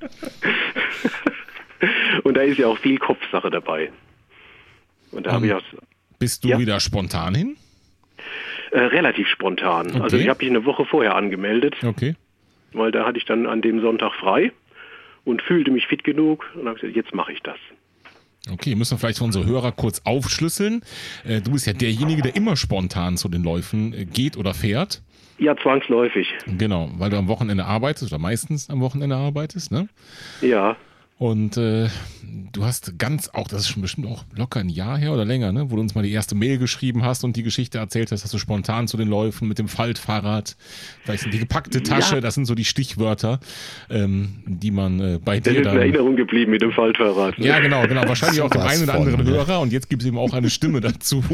Und da ist ja auch viel Kopfsache dabei. Und da um, habe ich auch, bist du ja? wieder spontan hin? Äh, relativ spontan. Okay. Also ich habe mich eine Woche vorher angemeldet. Okay. Weil da hatte ich dann an dem Sonntag frei und fühlte mich fit genug und habe gesagt, jetzt mache ich das. Okay, müssen wir vielleicht für unsere Hörer kurz aufschlüsseln. Du bist ja derjenige, der immer spontan zu den Läufen geht oder fährt. Ja, zwangsläufig. Genau, weil du am Wochenende arbeitest oder meistens am Wochenende arbeitest, ne? Ja. Und äh, du hast ganz auch, das ist schon bestimmt auch locker ein Jahr her oder länger, ne, wo du uns mal die erste Mail geschrieben hast und die Geschichte erzählt hast, dass du spontan zu den Läufen mit dem Faltfahrrad, vielleicht die gepackte Tasche, ja. Das sind so die Stichwörter, ähm, die man äh, bei das dir ist dann... in Erinnerung geblieben mit dem Faltfahrrad. Ja, genau, genau. Wahrscheinlich auch dem einen oder anderen von, Hörer und jetzt gibt es eben auch eine Stimme dazu.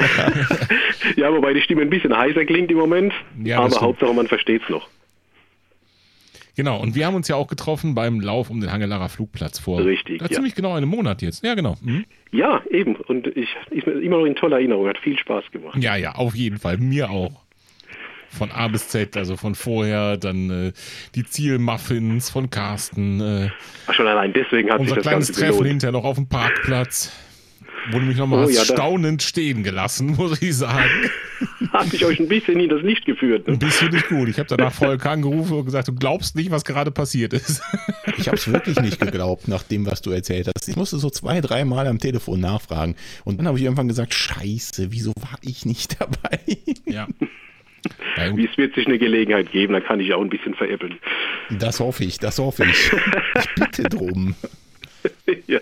Ja, wobei die Stimme ein bisschen heißer klingt im Moment, ja, aber stimmt. Hauptsache man versteht es noch. Genau, und wir haben uns ja auch getroffen beim Lauf um den Hangelarer Flugplatz vor. Richtig, ja. Ziemlich genau einem Monat jetzt. Ja, genau. Mhm. Ja, eben. Und ich ist mir immer noch in toller Erinnerung. Hat viel Spaß gemacht. Ja, ja, auf jeden Fall. Mir auch. Von A bis Z, also von vorher, dann äh, die Zielmuffins von Carsten. Äh, Ach, schon allein deswegen hat sich unser das kleines Ganze Treffen gelohnt. hinterher noch auf dem Parkplatz. Wurde mich nochmal Oh, ja, staunend stehen gelassen, muss ich sagen. habe ich euch ein bisschen in das Licht geführt. Ne? Ein bisschen nicht gut. Ich habe danach Volker angerufen und gesagt, du glaubst nicht, was gerade passiert ist. Ich habe es wirklich nicht geglaubt, nach dem, was du erzählt hast. Ich musste so zwei, dreimal am Telefon nachfragen. Und dann habe ich irgendwann gesagt, scheiße, wieso war ich nicht dabei? Ja. Wie es wird sich eine Gelegenheit geben, dann kann ich auch ein bisschen veräppeln. Das hoffe ich, das hoffe ich. Ich bitte drum. Ja.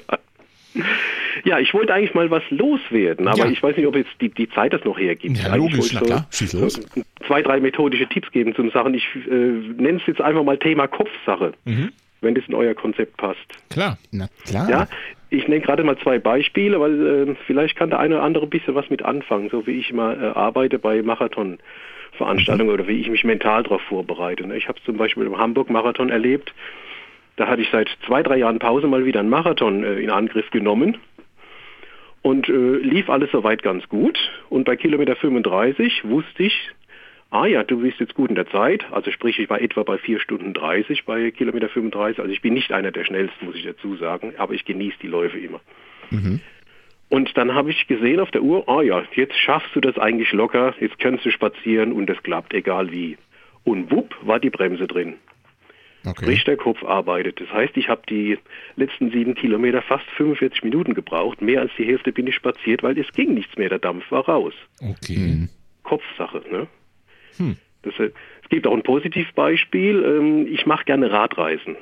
Ja, ich wollte eigentlich mal was loswerden, aber ja. ich weiß nicht, ob jetzt die, die Zeit das noch hergibt. Ja, logisch, na so, klar, schieß los. Zwei, drei methodische Tipps geben zum Sachen. Ich äh, nenne es jetzt einfach mal Thema Kopfsache, mhm. wenn das in euer Konzept passt. Klar, na klar. Ja, ich nenne gerade mal zwei Beispiele, weil äh, vielleicht kann der eine oder andere ein bisschen was mit anfangen, so wie ich immer äh, arbeite bei Marathonveranstaltungen mhm. oder wie ich mich mental darauf vorbereite. Ich habe es zum Beispiel im Hamburg-Marathon erlebt. Da hatte ich seit zwei, drei Jahren Pause mal wieder einen Marathon äh, in Angriff genommen und äh, lief alles soweit ganz gut. Und bei Kilometer fünfunddreißig wusste ich, ah ja, du bist jetzt gut in der Zeit. Also sprich, ich war etwa bei vier Stunden dreißig bei Kilometer fünfunddreißig. Also ich bin nicht einer der schnellsten, muss ich dazu sagen, aber ich genieße die Läufe immer. Mhm. Und dann habe ich gesehen auf der Uhr, ah ja, jetzt schaffst du das eigentlich locker, jetzt kannst du spazieren und das klappt, egal wie. Und wupp, war die Bremse drin. Okay. Sprich, der Kopf arbeitet. Das heißt, ich habe die letzten sieben Kilometer fast fünfundvierzig Minuten gebraucht. Mehr als die Hälfte bin ich spaziert, weil es ging nichts mehr. Der Dampf war raus. Okay. Mhm. Kopfsache, ne? Hm. Das, es gibt auch ein Positivbeispiel. Ich mache gerne Radreisen.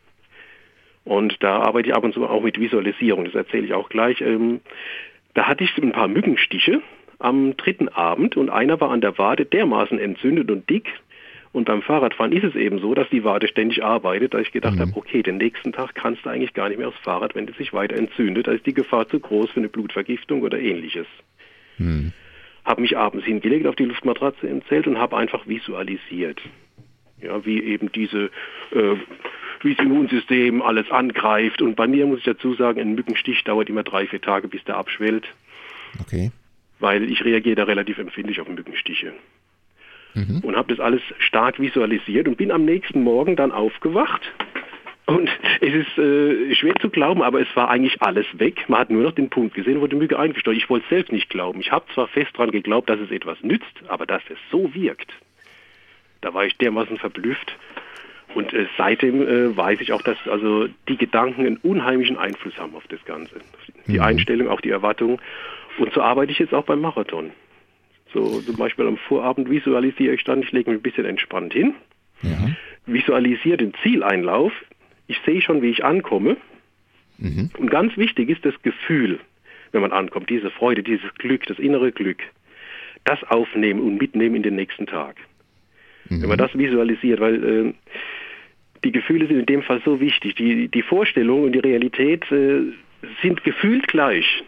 Und da arbeite ich ab und zu auch mit Visualisierung. Das erzähle ich auch gleich. Da hatte ich ein paar Mückenstiche am dritten Abend und einer war an der Wade dermaßen entzündet und dick. Und beim Fahrradfahren ist es eben so, dass die Wade ständig arbeitet, da ich gedacht mhm. habe, okay, den nächsten Tag kannst du eigentlich gar nicht mehr aufs Fahrrad, wenn es sich weiter entzündet. Da ist die Gefahr zu groß für eine Blutvergiftung oder ähnliches. Mhm. Habe mich abends hingelegt auf die Luftmatratze im Zelt und habe einfach visualisiert. Ja, wie eben diese, äh, wie das Immunsystem alles angreift. Und bei mir muss ich dazu sagen, ein Mückenstich dauert immer drei, vier Tage, bis der abschwellt. Okay. Weil ich reagiere da relativ empfindlich auf Mückenstiche. Mhm. Und habe das alles stark visualisiert und bin am nächsten Morgen dann aufgewacht. Und es ist äh, schwer zu glauben, aber es war eigentlich alles weg. Man hat nur noch den Punkt gesehen, wo die Mücke eingesteuert. Ich wollte es selbst nicht glauben. Ich habe zwar fest daran geglaubt, dass es etwas nützt, aber dass es so wirkt, da war ich dermaßen verblüfft. Und äh, seitdem äh, weiß ich auch, dass also die Gedanken einen unheimlichen Einfluss haben auf das Ganze. Die mhm. Einstellung, auch die Erwartung. Und so arbeite ich jetzt auch beim Marathon. So zum Beispiel am Vorabend visualisiere ich dann, ich lege mich ein bisschen entspannt hin, ja. visualisiere den Zieleinlauf, ich sehe schon, wie ich ankomme. Mhm. Und ganz wichtig ist das Gefühl, wenn man ankommt, diese Freude, dieses Glück, das innere Glück, das aufnehmen und mitnehmen in den nächsten Tag. Mhm. Wenn man das visualisiert, weil äh, die Gefühle sind in dem Fall so wichtig, die, die Vorstellung und die Realität äh, sind gefühlt gleich.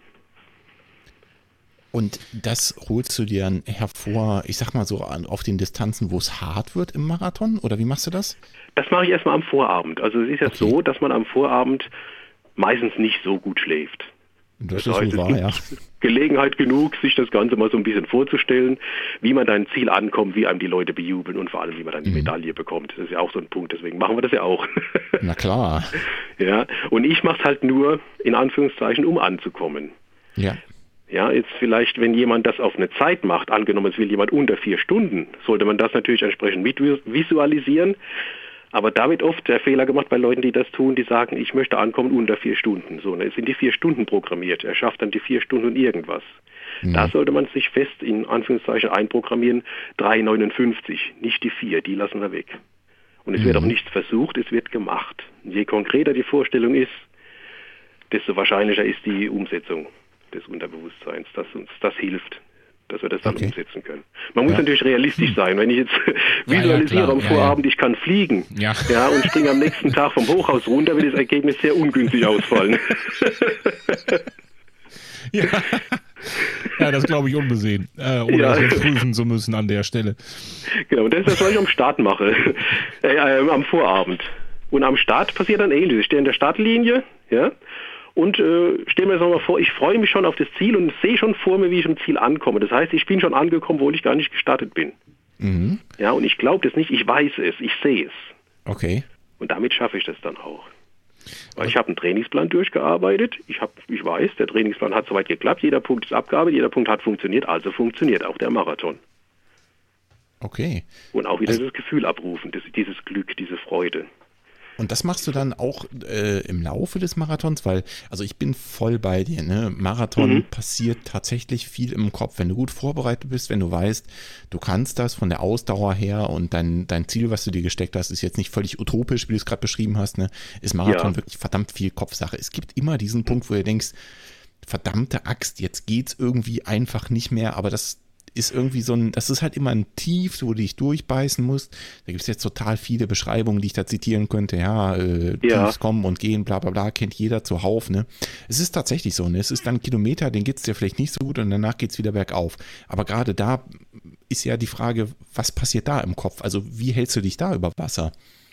Und das holst du dir dann hervor, ich sag mal so, auf den Distanzen, wo es hart wird im Marathon? Oder wie machst du das? Das mache ich erstmal am Vorabend. Also es ist ja okay. so, dass man am Vorabend meistens nicht so gut schläft. Das, das heißt, ist wohl wahr, ja. Gelegenheit genug, sich das Ganze mal so ein bisschen vorzustellen, wie man dein Ziel ankommt, wie einem die Leute bejubeln und vor allem, wie man dann die mhm. Medaille bekommt. Das ist ja auch so ein Punkt, deswegen machen wir das ja auch. Na klar. Ja, und ich mache es halt nur, in Anführungszeichen, um anzukommen. Ja. Ja, jetzt vielleicht, wenn jemand das auf eine Zeit macht, angenommen, es will jemand unter vier Stunden, sollte man das natürlich entsprechend mit visualisieren. Aber da wird oft der Fehler gemacht bei Leuten, die das tun, die sagen, ich möchte ankommen unter vier Stunden. So, ne, es sind die vier Stunden programmiert. Er schafft dann die vier Stunden und irgendwas. Mhm. Da sollte man sich fest in Anführungszeichen einprogrammieren, drei neunundfünfzig, nicht die vier, die lassen wir weg. Und es mhm. wird auch nichts versucht, es wird gemacht. Und je konkreter die Vorstellung ist, desto wahrscheinlicher ist die Umsetzung des Unterbewusstseins, dass uns das hilft, dass wir das dann okay. umsetzen können. Man muss ja. natürlich realistisch sein. Wenn ich jetzt visualisiere ja, ja, am Vorabend, ja, ja. ich kann fliegen ja. Ja, und springe am nächsten Tag vom Hochhaus runter, wird das Ergebnis sehr ungünstig ausfallen. ja. ja, das glaube ich unbesehen, äh, ohne ja. das jetzt prüfen zu müssen an der Stelle. Genau, und das ist das, was ich am Start mache, äh, äh, am Vorabend. Und am Start passiert dann ähnliches. Ich stehe in der Startlinie, ja, und äh, stelle mir das nochmal vor, ich freue mich schon auf das Ziel und sehe schon vor mir, wie ich im Ziel ankomme. Das heißt, ich bin schon angekommen, obwohl ich gar nicht gestartet bin. Mhm. Ja, und ich glaube das nicht, ich weiß es, ich sehe es. Okay. Und damit schaffe ich das dann auch. Weil ich habe einen Trainingsplan durchgearbeitet. Ich, hab, ich weiß, der Trainingsplan hat soweit geklappt. Jeder Punkt ist Abgabe, jeder Punkt hat funktioniert. Also funktioniert auch der Marathon. Okay. Und auch wieder also, das Gefühl abrufen, das, dieses Glück, diese Freude. Und das machst du dann auch äh, im Laufe des Marathons? Weil, also ich bin voll bei dir, ne? Marathon mhm. passiert tatsächlich viel im Kopf. Wenn du gut vorbereitet bist, wenn du weißt, du kannst das von der Ausdauer her und dein, dein Ziel, was du dir gesteckt hast, ist jetzt nicht völlig utopisch, wie du es gerade beschrieben hast, ne? Ist Marathon ja. wirklich verdammt viel Kopfsache. Es gibt immer diesen Punkt, wo du denkst, verdammte Axt, jetzt geht's irgendwie einfach nicht mehr, aber das ist irgendwie so ein, das ist halt immer ein Tief, wo du dich durchbeißen musst. Da gibt es jetzt total viele Beschreibungen, die ich da zitieren könnte. Ja, äh, ja. Tiefs kommen und gehen, bla bla bla, kennt jeder zuhauf. Ne? Es ist tatsächlich so. Ne? Es ist dann ein Kilometer, den geht es dir vielleicht nicht so gut und danach geht es wieder bergauf. Aber gerade da ist ja die Frage, was passiert da im Kopf? Also wie hältst du dich da über Wasser?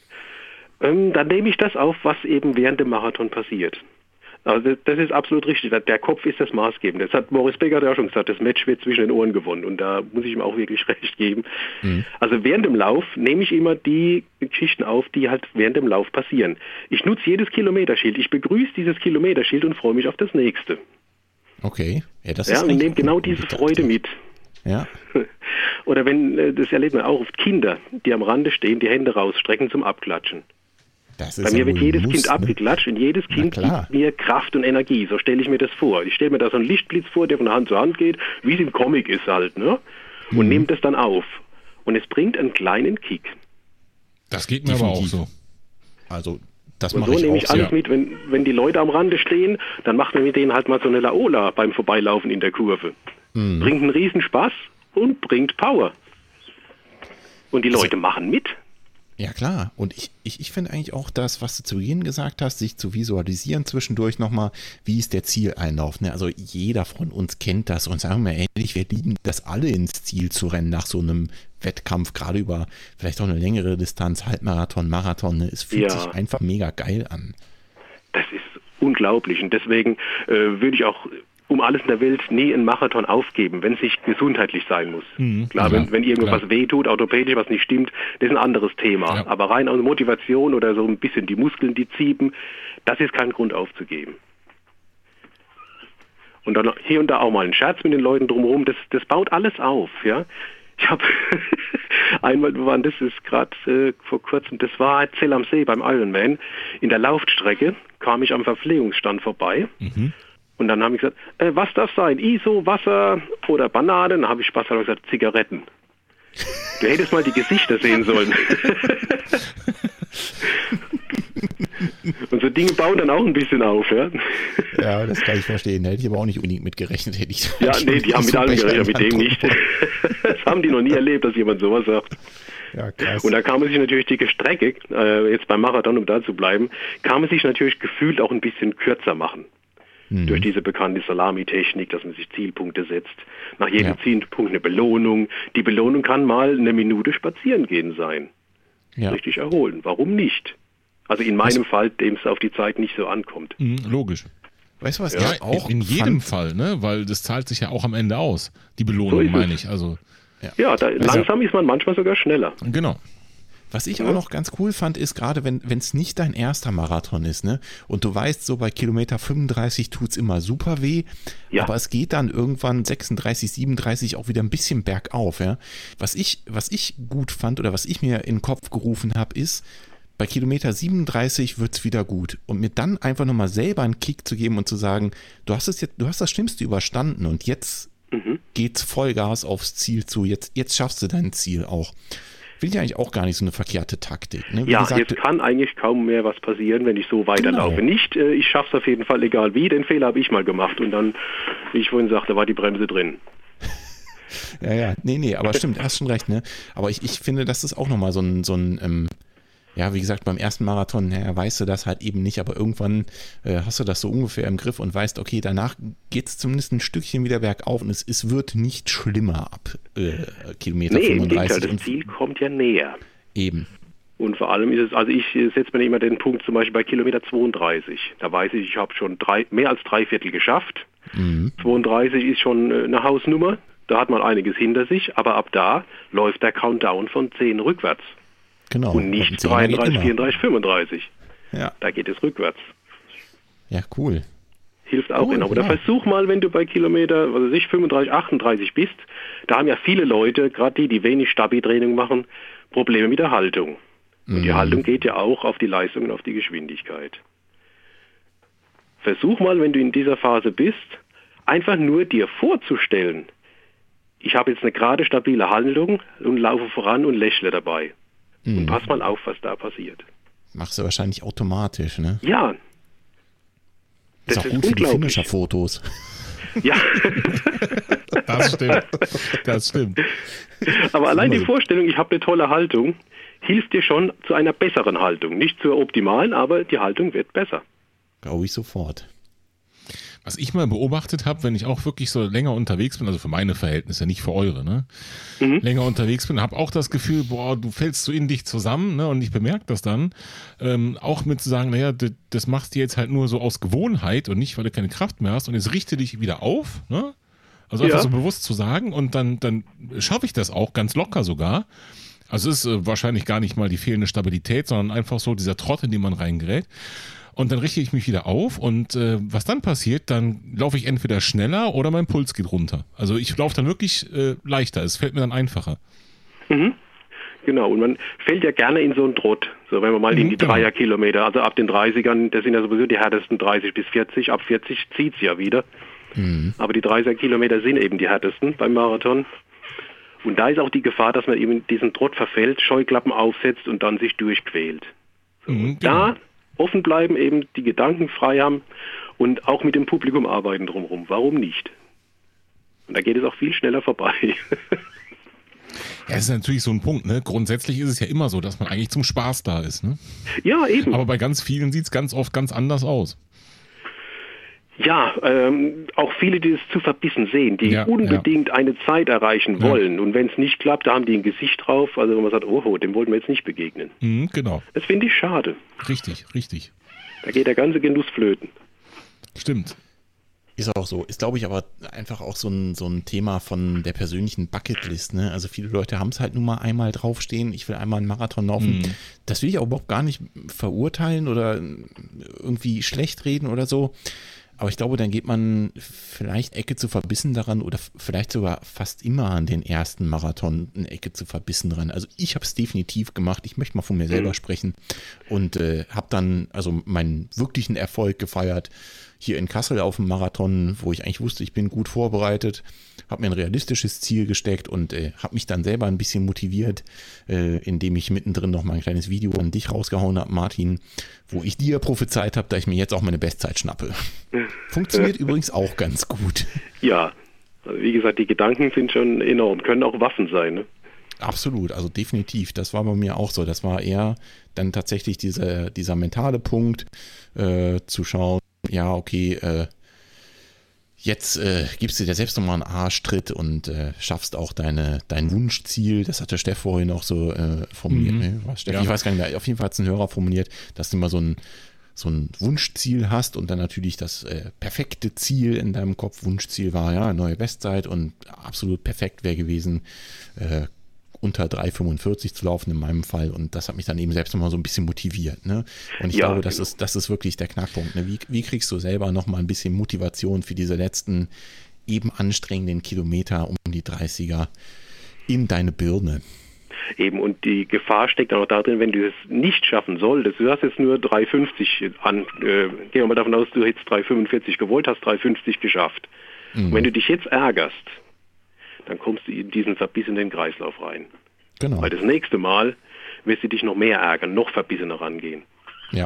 Ähm, dann nehme ich das auf, was eben während dem Marathon passiert. Also das ist absolut richtig. Der Kopf ist das Maßgebende. Das hat Maurice Becker ja schon gesagt, das Match wird zwischen den Ohren gewonnen. Und da muss ich ihm auch wirklich recht geben. Mhm. Also während dem Lauf nehme ich immer die Geschichten auf, die halt während dem Lauf passieren. Ich nutze jedes Kilometerschild. Ich begrüße dieses Kilometerschild und freue mich auf das nächste. Okay. Ja, das ja ist und nehme genau diese Freude mit. Ja. Oder wenn, das erlebt man auch oft, Kinder, die am Rande stehen, die Hände rausstrecken zum Abklatschen. Das ist Bei mir ja wird jedes Muss, Kind ne? abgeklatscht und jedes Kind gibt mir Kraft und Energie. So stelle ich mir das vor. Ich stelle mir da so einen Lichtblitz vor, der von Hand zu Hand geht, wie es im Comic ist halt, ne? Und mhm. nehme das dann auf. Und es bringt einen kleinen Kick. Das geht mir Definitiv. aber auch so. Also, das mache so ich auch. So nehme ich alles ja. mit. Wenn, wenn die Leute am Rande stehen, dann macht man mit denen halt mal so eine Laola beim Vorbeilaufen in der Kurve. Mhm. Bringt einen Riesenspaß und bringt Power. Und die also, Leute machen mit. Ja klar, und ich, ich, ich finde eigentlich auch das, was du zu Beginn gesagt hast, sich zu visualisieren zwischendurch nochmal, wie ist der Zieleinlauf, ne? Also jeder von uns kennt das und sagen wir ehrlich, wir lieben das alle ins Ziel zu rennen nach so einem Wettkampf, gerade über vielleicht auch eine längere Distanz, Halbmarathon, Marathon, ne? Es fühlt ja. sich einfach mega geil an. Das ist unglaublich und deswegen äh, würde ich auch um alles in der Welt nie einen Marathon aufgeben, wenn es nicht gesundheitlich sein muss. Mhm, klar, klar, wenn, wenn irgendwas klar. wehtut, orthopädisch was nicht stimmt, das ist ein anderes Thema. Ja. Aber rein aus Motivation oder so ein bisschen die Muskeln, die ziehen, das ist kein Grund aufzugeben. Und dann hier und da auch mal einen Scherz mit den Leuten drumherum, das, das baut alles auf. Ja, ich habe einmal, wir waren, das ist gerade äh, vor kurzem, das war Zell am See beim Ironman, in der Laufstrecke kam ich am Verpflegungsstand vorbei. Mhm. Und dann habe ich gesagt, äh, was darf sein? I S O, Wasser oder Bananen? Dann habe ich Spaß gesagt, Zigaretten. Du hättest mal die Gesichter sehen sollen. Und so Dinge bauen dann auch ein bisschen auf, ja? Ja, das kann ich verstehen. Da hätte ich aber auch nicht unbedingt mitgerechnet, hätte ich. Ja, nee, die haben mit allem gerechnet, mit dem nicht. Das haben die noch nie erlebt, dass jemand sowas sagt. Ja, krass. Und da kam man sich natürlich die Strecke, äh, jetzt beim Marathon, um da zu bleiben, kann man sich natürlich gefühlt auch ein bisschen kürzer machen. Mhm. Durch diese bekannte Salami-Technik, dass man sich Zielpunkte setzt. Nach jedem ja. Zielpunkt eine Belohnung. Die Belohnung kann mal eine Minute spazieren gehen sein. Ja. Richtig erholen. Warum nicht? Also in meinem was? Fall, dem es auf die Zeit nicht so ankommt. Mhm, logisch. Weißt du was? Ja, ich auch in jedem fand. Fall, ne? Weil das zahlt sich ja auch am Ende aus. Die Belohnung, so meine ich. Also, ja, ja da, langsam ist man manchmal sogar schneller. Genau. Was ich auch noch ganz cool fand, ist gerade, wenn es nicht dein erster Marathon ist, ne? Und du weißt, so bei Kilometer fünfunddreißig tut es immer super weh, ja. aber es geht dann irgendwann sechsunddreißig, siebenunddreißig auch wieder ein bisschen bergauf, ja. Was ich, was ich gut fand oder was ich mir in den Kopf gerufen habe, ist, bei Kilometer siebenunddreißig wird es wieder gut. Und mir dann einfach nochmal selber einen Kick zu geben und zu sagen, du hast es jetzt, du hast das Schlimmste überstanden und jetzt mhm. geht's Vollgas aufs Ziel zu. Jetzt, jetzt schaffst du dein Ziel auch. Finde ich eigentlich auch gar nicht so eine verkehrte Taktik. Ne? Wie ja, gesagt, jetzt kann eigentlich kaum mehr was passieren, wenn ich so weiterlaufe. Genau. Nicht, äh, ich schaffe es auf jeden Fall, egal wie. Den Fehler habe ich mal gemacht und dann, wie ich vorhin sagte, war die Bremse drin. Ja, ja, nee, nee, aber stimmt, hast schon recht, ne? Aber ich, ich finde, das ist auch nochmal so ein, so ein ähm, ja, wie gesagt, beim ersten Marathon, naja, weißt du das halt eben nicht, aber irgendwann äh, hast du das so ungefähr im Griff und weißt, okay, danach geht es zumindest ein Stückchen wieder bergauf und es, es wird nicht schlimmer ab äh, Kilometer nee, fünfunddreißig. Nee, das Ziel kommt ja näher. Eben. Und vor allem ist es, also ich setze mir immer den Punkt zum Beispiel bei Kilometer zweiunddreißig. Da weiß ich, ich habe schon drei, mehr als drei Viertel geschafft. Mhm. zweiunddreißig ist schon eine Hausnummer, da hat man einiges hinter sich, aber ab da läuft der Countdown von zehn rückwärts. Genau. Und nicht dreiunddreißig, vierunddreißig, fünfunddreißig. Ja. Da geht es rückwärts. Ja, cool. Hilft auch Cool, enorm. Oder ja. versuch mal, wenn du bei Kilometer, was weiß ich, fünfunddreißig, achtunddreißig bist, da haben ja viele Leute, gerade die, die wenig Stabi-Training machen, Probleme mit der Haltung. Und die Mhm. Haltung geht ja auch auf die Leistung und auf die Geschwindigkeit. Versuch mal, wenn du in dieser Phase bist, einfach nur dir vorzustellen, ich habe jetzt eine gerade stabile Haltung und laufe voran und lächle dabei. Mhm. Und pass mal auf, was da passiert. Machst du wahrscheinlich automatisch, ne? Ja. Ist Das auch ist gut für die unglaublich. Finisher-Fotos. Ja. Das stimmt. Das stimmt. Aber allein die Vorstellung, ich habe eine tolle Haltung, hilft dir schon zu einer besseren Haltung. Nicht zur optimalen, aber die Haltung wird besser. Glaube ich sofort. Was ich mal beobachtet habe, wenn ich auch wirklich so länger unterwegs bin, also für meine Verhältnisse, nicht für eure, ne? Mhm. Länger unterwegs bin, habe auch das Gefühl, boah, du fällst so in dich zusammen, ne? Und ich bemerke das dann, ähm, auch mit zu sagen, naja, das, das machst du jetzt halt nur so aus Gewohnheit und nicht, weil du keine Kraft mehr hast und jetzt richte dich wieder auf, ne? Also einfach Ja. so bewusst zu sagen und dann, dann schaffe ich das auch ganz locker sogar. Also es ist äh, wahrscheinlich gar nicht mal die fehlende Stabilität, sondern einfach so dieser Trott, in den man reingerät. Und dann richte ich mich wieder auf und äh, was dann passiert, dann laufe ich entweder schneller oder mein Puls geht runter. Also ich laufe dann wirklich äh, leichter, es fällt mir dann einfacher. Mhm. Genau, und man fällt ja gerne in so einen Trott. So, wenn man mal in die genau. Dreierkilometer, also ab den dreißigern, das sind ja sowieso die härtesten dreißig bis vierzig, ab vierzig zieht es ja wieder. Mhm. Aber die dreißiger-Kilometer sind eben die härtesten beim Marathon. Und da ist auch die Gefahr, dass man eben in diesen Trott verfällt, Scheuklappen aufsetzt und dann sich durchquält. Mhm, Da offen bleiben, eben die Gedanken frei haben und auch mit dem Publikum arbeiten drumherum. Warum nicht? Und da geht es auch viel schneller vorbei. Ja, das ist natürlich so ein Punkt, ne? Grundsätzlich ist es ja immer so, dass man eigentlich zum Spaß da ist, ne? Ja, eben. Aber bei ganz vielen sieht es ganz oft ganz anders aus. Ja, ähm, auch viele, die es zu verbissen sehen, die Ja, unbedingt eine Zeit erreichen Ja. wollen. Und wenn es nicht klappt, da haben die ein Gesicht drauf. Also wenn man sagt, oh, dem wollten wir jetzt nicht begegnen. Mhm, genau, Das finde ich schade. richtig, richtig. Da geht der ganze Genuss flöten. Stimmt. Ist auch so. Ist, glaube ich, aber einfach auch so ein, so ein Thema von der persönlichen Bucketlist. Ne? Also viele Leute haben es halt nun mal einmal draufstehen, ich will einmal einen Marathon laufen. Mhm. Das will ich auch überhaupt gar nicht verurteilen oder irgendwie schlecht reden oder so. Aber ich glaube, dann geht man vielleicht Ecke zu verbissen daran oder vielleicht sogar fast immer an den ersten Marathon eine Ecke zu verbissen dran. Also ich habe es definitiv gemacht. Ich möchte mal von mir selber Mhm. sprechen und äh, habe dann also meinen wirklichen Erfolg gefeiert hier in Kassel auf dem Marathon, wo ich eigentlich wusste, ich bin gut vorbereitet, habe mir ein realistisches Ziel gesteckt und äh, habe mich dann selber ein bisschen motiviert, äh, indem ich mittendrin noch mal ein kleines Video an dich rausgehauen habe, Martin, wo ich dir prophezeit habe, dass ich mir jetzt auch meine Bestzeit schnappe. Funktioniert übrigens auch ganz gut. Ja, also wie gesagt, die Gedanken sind schon enorm, können auch Waffen sein. Ne? Absolut, also definitiv. Das war bei mir auch so. Das war eher dann tatsächlich dieser, dieser mentale Punkt, äh, zu schauen, ja, okay, äh, jetzt äh, gibst du dir selbst nochmal einen Arschtritt und äh, schaffst auch deine, dein Wunschziel. Das hatte Steff vorhin auch so äh, formuliert. Mhm. Ne? Was, Steff, Ja. Ich weiß gar nicht mehr. Auf jeden Fall hat es ein Hörer formuliert, dass du mal so ein, so ein Wunschziel hast und dann natürlich das äh, perfekte Ziel in deinem Kopf. Wunschziel war ja neue Bestzeit und absolut perfekt wäre gewesen, äh, unter drei fünfundvierzig zu laufen in meinem Fall und das hat mich dann eben selbst nochmal so ein bisschen motiviert. Ne? Und ich Ja, glaube, das genau. ist, das ist wirklich der Knackpunkt. Ne? Wie, wie kriegst du selber nochmal ein bisschen Motivation für diese letzten eben anstrengenden Kilometer um die dreißiger in deine Birne? Eben, und die Gefahr steckt auch darin, wenn du es nicht schaffen solltest. Du hast jetzt nur drei fünfzig an, äh, gehen wir mal davon aus, du hättest drei fünfundvierzig gewollt, hast drei fünfzig geschafft. Mhm. Und wenn du dich jetzt ärgerst, dann kommst du in diesen verbissenen Kreislauf rein. Genau. Weil das nächste Mal wirst du dich noch mehr ärgern, noch verbissener rangehen. Ja.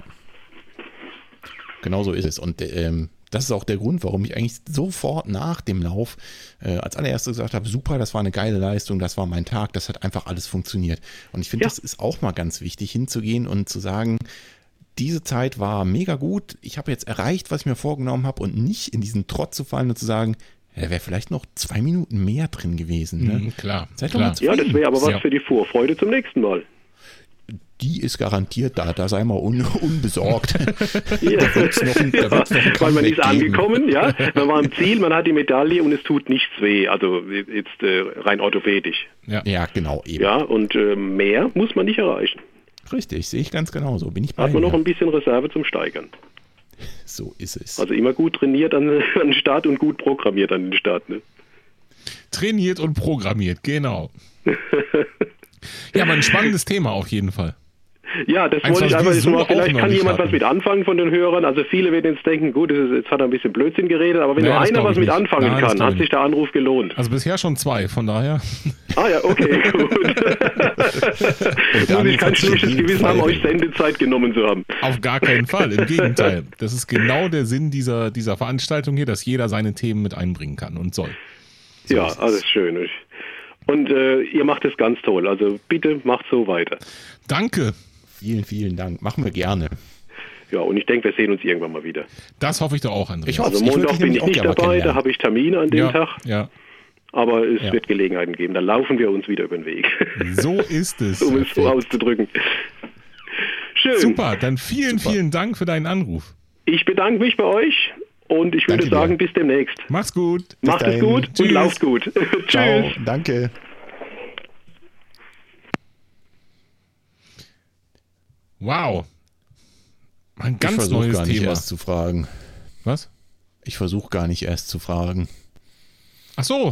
Genau so ist es. Und ähm, das ist auch der Grund, warum ich eigentlich sofort nach dem Lauf äh, als allererstes gesagt habe, super, das war eine geile Leistung, das war mein Tag, das hat einfach alles funktioniert. Und ich finde, Ja. das ist auch mal ganz wichtig, hinzugehen und zu sagen, diese Zeit war mega gut, ich habe jetzt erreicht, was ich mir vorgenommen habe und nicht in diesen Trott zu fallen und zu sagen, ja, da wäre vielleicht noch zwei Minuten mehr drin gewesen. Ne? Mhm, klar, Seid doch klar. mal zufrieden. Ja, das wäre aber was Ja. für die Vorfreude zum nächsten Mal. Die ist garantiert da, da sei mal un unbesorgt. Ja. Da wird's noch ein- da wird's noch ein Weil man Comeback ist geben. angekommen, ja, man war am Ziel, man hat die Medaille und es tut nichts weh, also jetzt äh, rein orthopädisch. Ja. Ja, genau, eben. Ja, und äh, mehr muss man nicht erreichen. Richtig, sehe ich ganz genauso. Bin ich bei Hat man dir. noch ein bisschen Reserve zum Steigern. So ist es. Also immer gut trainiert an, an den Start und gut programmiert an den Start. Ne? Trainiert und programmiert, genau. Ja, aber ein spannendes Thema auf jeden Fall. Ja, das Eins, wollte ich was einfach wir jetzt so mal, auch vielleicht noch kann nicht jemand hatten. was mit anfangen von den Hörern. Also viele werden jetzt denken, gut, das ist, jetzt hat er ein bisschen Blödsinn geredet, aber wenn Naja, nur das einer glaub was ich mit nicht. anfangen Nein, das kann, glaub hat ich sich der Anruf gelohnt. Also bisher schon zwei, von daher. Ah ja, okay, gut. Muss ich kein schlechtes Gewissen haben, euch Sendezeit genommen zu haben. Auf gar keinen Fall, im Gegenteil. Das ist genau der Sinn dieser, dieser Veranstaltung hier, dass jeder seine Themen mit einbringen kann und soll. So ja, alles schön. Und äh, ihr macht es ganz toll, also bitte macht so weiter. Danke. Vielen, vielen Dank. Machen wir gerne. Ja, und ich denke, wir sehen uns irgendwann mal wieder. Das hoffe ich doch auch, Andreas. Ich hoffe, Also ich Montag würde dich bin ich nämlich auch nicht gerne mal dabei, da kennenlernen. habe ich Termine an dem ja, Tag. Ja, Aber es Ja. wird Gelegenheiten geben, da laufen wir uns wieder über den Weg. so ist es. um es so auszudrücken. Schön. Super, dann vielen, Super. vielen Dank für deinen Anruf. Ich bedanke mich bei euch und ich würde Danke dir. sagen, bis demnächst. Mach's gut. Macht es dahin. gut Tschüss. und lauft gut. Ciao. Tschüss. Danke. Wow. Ein Ich ganz versuche neues gar nicht Thema. erst zu fragen. Was? Ich versuche gar nicht erst zu fragen. Ach so.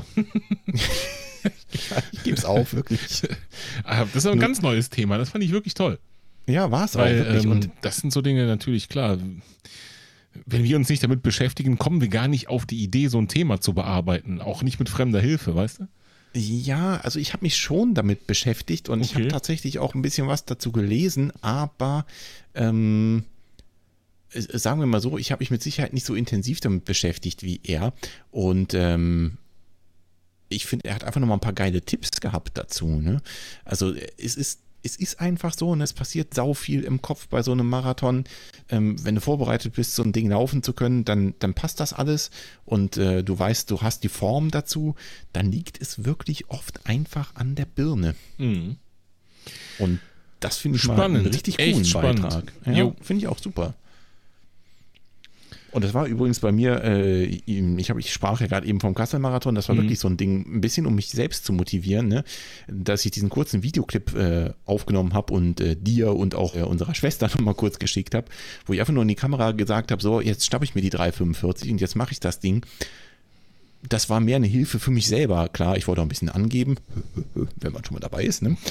Ich gebe es auf, wirklich. Das ist aber ein ganz neues Thema. Das fand ich wirklich toll. Ja, war es auch Weil wirklich. ähm, Und das sind so Dinge natürlich, klar. Wenn wir uns nicht damit beschäftigen, kommen wir gar nicht auf die Idee, so ein Thema zu bearbeiten. Auch nicht mit fremder Hilfe, weißt du? ja, also ich habe mich schon damit beschäftigt und ich Okay. habe tatsächlich auch ein bisschen was dazu gelesen, aber ähm, äh, sagen wir mal so, ich habe mich mit Sicherheit nicht so intensiv damit beschäftigt wie er und ähm, ich finde, er hat einfach nochmal ein paar geile Tipps gehabt dazu. Ne? Also es ist Es ist einfach so und es passiert sau viel im Kopf bei so einem Marathon. Ähm, wenn du vorbereitet bist, so ein Ding laufen zu können, dann, dann passt das alles und äh, du weißt, du hast die Form dazu, dann liegt es wirklich oft einfach an der Birne. Mhm. Und das finde ich mal Spannend, einen richtig echt coolen spannend. Beitrag. Ja, Jo. finde ich auch super. Und das war übrigens bei mir, äh, ich, hab, ich sprach ja gerade eben vom Kassel-Marathon, das war Mhm. wirklich so ein Ding, ein bisschen um mich selbst zu motivieren, ne? Dass ich diesen kurzen Videoclip äh, aufgenommen habe und äh, dir und auch äh, unserer Schwester nochmal kurz geschickt habe, wo ich einfach nur in die Kamera gesagt habe, so, jetzt schnappe ich mir die drei fünfundvierzig und jetzt mache ich das Ding. Das war mehr eine Hilfe für mich selber. Klar, ich wollte auch ein bisschen angeben, wenn man schon mal dabei ist, ne?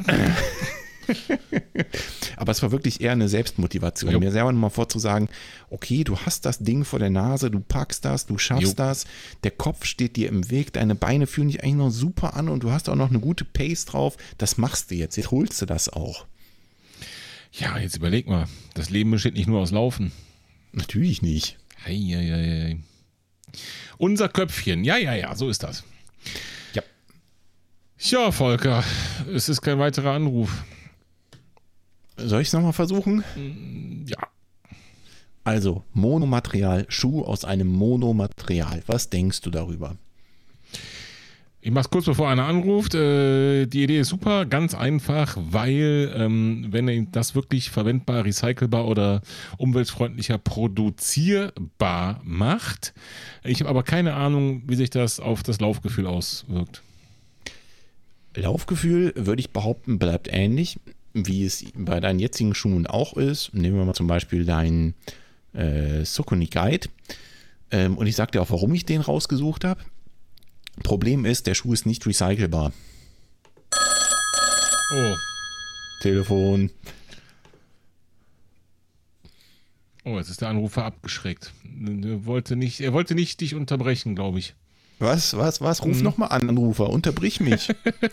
Aber es war wirklich eher eine Selbstmotivation, Jo. mir selber nochmal vorzusagen, okay, du hast das Ding vor der Nase, du packst das, du schaffst Jo. das, der Kopf steht dir im Weg, deine Beine fühlen dich eigentlich noch super an und du hast auch noch eine gute Pace drauf, das machst du jetzt, jetzt holst du das auch. Ja, jetzt überleg mal. Das Leben besteht nicht nur aus Laufen. Natürlich nicht. Hei, hei, hei, hei. Unser Köpfchen. Ja, ja, ja, so ist das. Ja. Ja, Volker, es ist kein weiterer Anruf. Soll ich es nochmal versuchen? Ja. Also, Monomaterial, Schuh aus einem Monomaterial. Was denkst du darüber? Ich mach's kurz, bevor einer anruft. Äh, die Idee ist super, ganz einfach, weil ähm, wenn ihr das wirklich verwendbar, recycelbar oder umweltfreundlicher produzierbar macht. Ich habe aber keine Ahnung, wie sich das auf das Laufgefühl auswirkt. Laufgefühl, würde ich behaupten, bleibt ähnlich, wie es bei deinen jetzigen Schuhen auch ist. Nehmen wir mal zum Beispiel deinen äh, Saucony Guide. Ähm, und ich sage dir auch, warum ich den rausgesucht habe. Problem ist, der Schuh ist nicht recycelbar. Oh. Telefon. Oh, jetzt ist der Anrufer abgeschreckt. Er wollte nicht, er wollte nicht dich unterbrechen, glaube ich. Was, was, was? Ruf Mhm. nochmal an, Anrufer. Unterbrich mich.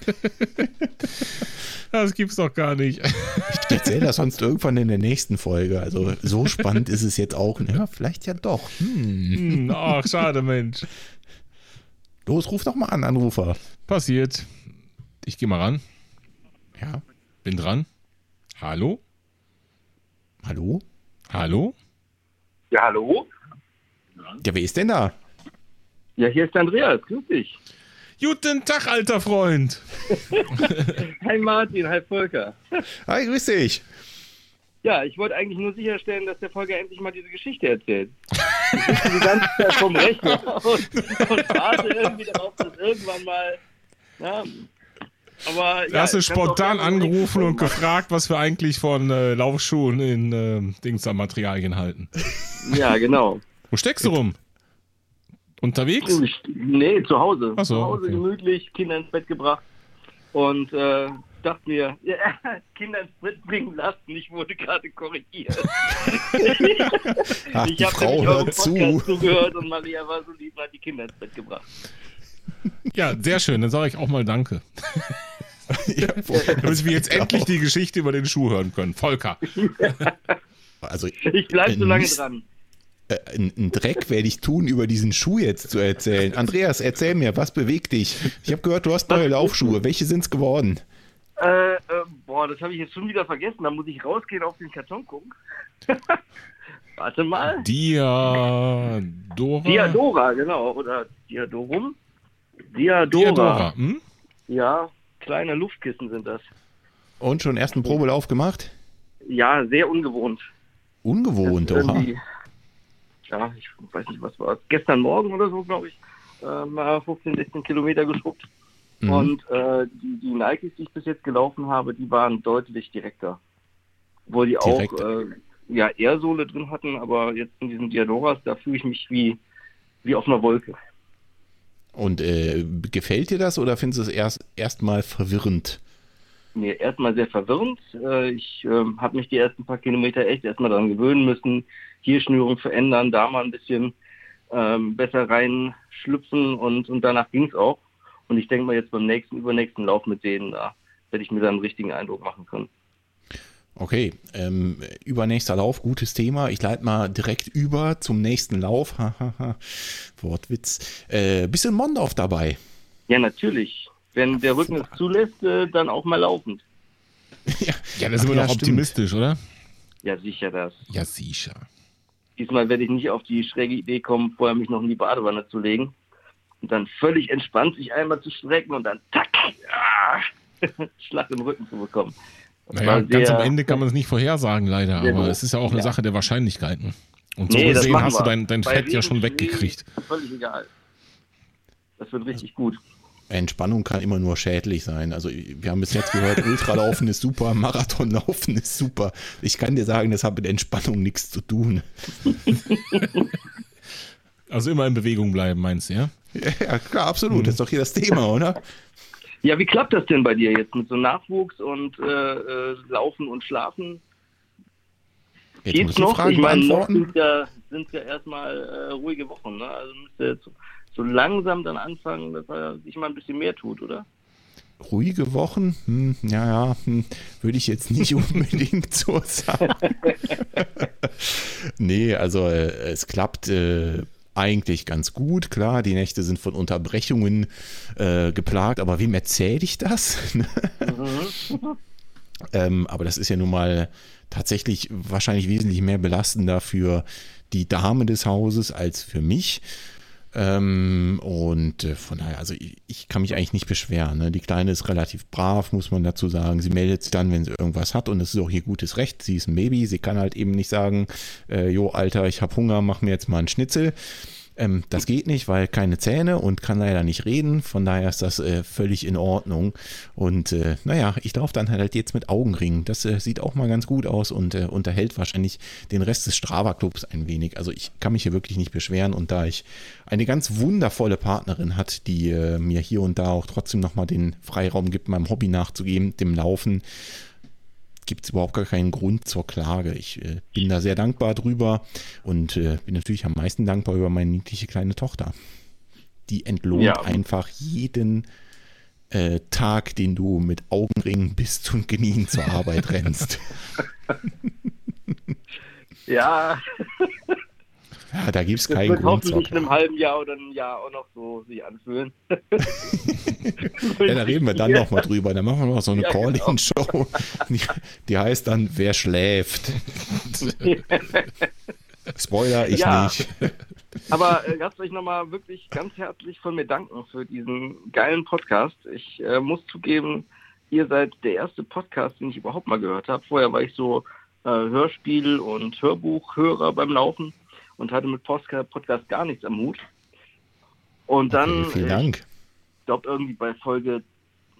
Das gibt's doch gar nicht. Ich erzähle das sonst irgendwann in der nächsten Folge. Also so spannend ist es jetzt auch. Ja, vielleicht ja doch. Hm. Hm, ach, schade, Mensch. Los, ruf doch mal an, Anrufer. Passiert. Ich gehe mal ran. Ja. Bin dran. Hallo? Hallo? Hallo? Ja, hallo? Ja, wer ist denn da? Ja, hier ist der Andreas. Grüß dich. Guten Tag, alter Freund. Hi Martin, hi Volker. Hi, grüß dich. Ja, ich wollte eigentlich nur sicherstellen, dass der Volker endlich mal diese Geschichte erzählt. Ich sitze die ganze Zeit vom Rechner und, und warte irgendwie darauf, dass irgendwann mal... Na, Aber, Da ja, hast du ich kann's auch spontan gerne so angerufen und machen. gefragt, was wir eigentlich von äh, Laufschuhen in äh, Dingster-Materialien halten. Ja, genau. Wo steckst du rum? Unterwegs? Ich, nee, zu Hause. Ach so, zu Hause okay. gemütlich, Kinder ins Bett gebracht und äh, dachte mir, ja, Kinder ins Bett bringen lassen, ich wurde gerade korrigiert. Ach, ich die habe Frau nämlich eurem hört Podcast zu. zugehört und Maria war so lieb und hat die Kinder ins Bett gebracht. Ja, sehr schön. Dann sage ich auch mal Danke. Ja, Damit wir jetzt endlich die Geschichte über den Schuh hören können. Volker. Also, Ich bleibe so lange Mist. dran. Äh, Ein Dreck werde ich tun, über diesen Schuh jetzt zu erzählen. Andreas, erzähl mir, was bewegt dich? Ich habe gehört, du hast neue Laufschuhe. Welche sind es geworden? Äh, äh, boah, das habe ich jetzt schon wieder vergessen. Da muss ich rausgehen auf den Karton gucken. Warte mal. Diadora. Diadora, genau. Oder Diadorum. Diadora. Diadora. Hm? Ja, kleine Luftkissen sind das. Und schon ersten Probelauf gemacht? Ja, sehr ungewohnt. Ungewohnt, Das ist oha. irgendwie- Ja, ich weiß nicht, was war es. Gestern Morgen oder so, glaube ich, äh, mal fünfzehn, sechzehn Kilometer geschrubbt. Mhm. Und äh, die, die Nikes, die ich bis jetzt gelaufen habe, die waren deutlich direkter. Wo die Direkt. auch äh, ja, Airsohle drin hatten, aber jetzt in diesen Diadoras, da fühle ich mich wie, wie auf einer Wolke. Und äh, gefällt dir das oder findest du es erst erstmal verwirrend? Mir erstmal sehr verwirrend. Äh, ich äh, habe mich die ersten paar Kilometer echt erstmal daran gewöhnen müssen, hier Schnürung verändern, da mal ein bisschen ähm, besser reinschlüpfen und, und danach ging es auch. Und ich denke mal jetzt beim nächsten, übernächsten Lauf mit denen, da werde ich mir dann einen richtigen Eindruck machen können. Okay, ähm, übernächster Lauf, gutes Thema. Ich leite mal direkt über zum nächsten Lauf. Hahaha, Wortwitz. Äh, bist du in Mondorf dabei? Ja, natürlich. Wenn der Rücken es zulässt, äh, dann auch mal laufend. ja, Ja, da sind wir ja, doch stimmt. optimistisch, oder? Ja, sicher das. Ja, sicher. Diesmal werde ich nicht auf die schräge Idee kommen, vorher mich noch in die Badewanne zu legen und dann völlig entspannt sich einmal zu strecken und dann tack, ah, Schlag im Rücken zu bekommen. Das Naja, war ganz sehr- am Ende kann man es nicht vorhersagen, leider. sehr Aber doof. es ist ja auch eine Ja. Sache der Wahrscheinlichkeiten. Und so Nee, das gesehen machen hast du wir. dein, dein Bei Fett ja Regen, schon Schnee, weggekriegt. Völlig egal. Das wird richtig gut. Entspannung kann immer nur schädlich sein. Also wir haben bis jetzt gehört, Ultralaufen ist super, Marathonlaufen ist super. Ich kann dir sagen, das hat mit Entspannung nichts zu tun. Also immer in Bewegung bleiben, meinst du, ja? Ja, klar, absolut. Das ist doch hier das Thema, oder? Ja, wie klappt das denn bei dir jetzt mit so Nachwuchs und äh, äh, Laufen und Schlafen? Jetzt Geht's muss ich die noch? Fragen Ich meine, noch beantworten. sind ja, sind ja erstmal äh, ruhige Wochen. Ne? Also müsste jetzt so langsam dann anfangen, dass er sich mal ein bisschen mehr tut, oder? Ruhige Wochen? Hm, ja, ja, hm, würde ich jetzt nicht unbedingt so sagen. Nee, also äh, es klappt äh, eigentlich ganz gut. Klar, die Nächte sind von Unterbrechungen äh, geplagt, aber wem erzähle ich das? ähm, aber das ist ja nun mal tatsächlich wahrscheinlich wesentlich mehr belastender für die Dame des Hauses als für mich. Ähm, und äh, von daher, also ich, ich kann mich eigentlich nicht beschweren. Ne? Die Kleine ist relativ brav, muss man dazu sagen. Sie meldet sich dann, wenn sie irgendwas hat und das ist auch ihr gutes Recht. Sie ist ein Baby, sie kann halt eben nicht sagen, äh, jo Alter, ich habe Hunger, mach mir jetzt mal einen Schnitzel. Ähm, das geht nicht, weil keine Zähne und kann leider nicht reden. Von daher ist das äh, völlig in Ordnung. Und äh, naja, ich laufe dann halt jetzt mit Augenringen. Das äh, sieht auch mal ganz gut aus und äh, unterhält wahrscheinlich den Rest des Strava-Clubs ein wenig. Also ich kann mich hier wirklich nicht beschweren. Und da ich eine ganz wundervolle Partnerin hat, die äh, mir hier und da auch trotzdem nochmal den Freiraum gibt, meinem Hobby nachzugeben, dem Laufen, gibt es überhaupt gar keinen Grund zur Klage. Ich äh, bin da sehr dankbar drüber und äh, bin natürlich am meisten dankbar über meine niedliche kleine Tochter. Die entlohnt Ja. einfach jeden äh, Tag, den du mit Augenringen bist und genien zur Arbeit rennst. Ja, Ja, da gibt es das keinen wird Grund zur hoffentlich in einem Klage. halben Jahr oder einem Jahr auch noch so sich anfühlen. Ja, da reden wir dann nochmal drüber. Dann machen wir noch so eine Ja, genau. Call-In-Show. Die, die heißt dann, wer schläft? Spoiler, ich Ja. nicht. Aber äh, lasst euch nochmal wirklich ganz herzlich von mir danken für diesen geilen Podcast. Ich äh, muss zugeben, ihr seid der erste Podcast, den ich überhaupt mal gehört habe. Vorher war ich so äh, Hörspiel- und Hörbuchhörer beim Laufen und hatte mit Postka- Podcast gar nichts am Hut. Und dann, Okay, vielen äh, Dank. ich glaube irgendwie bei Folge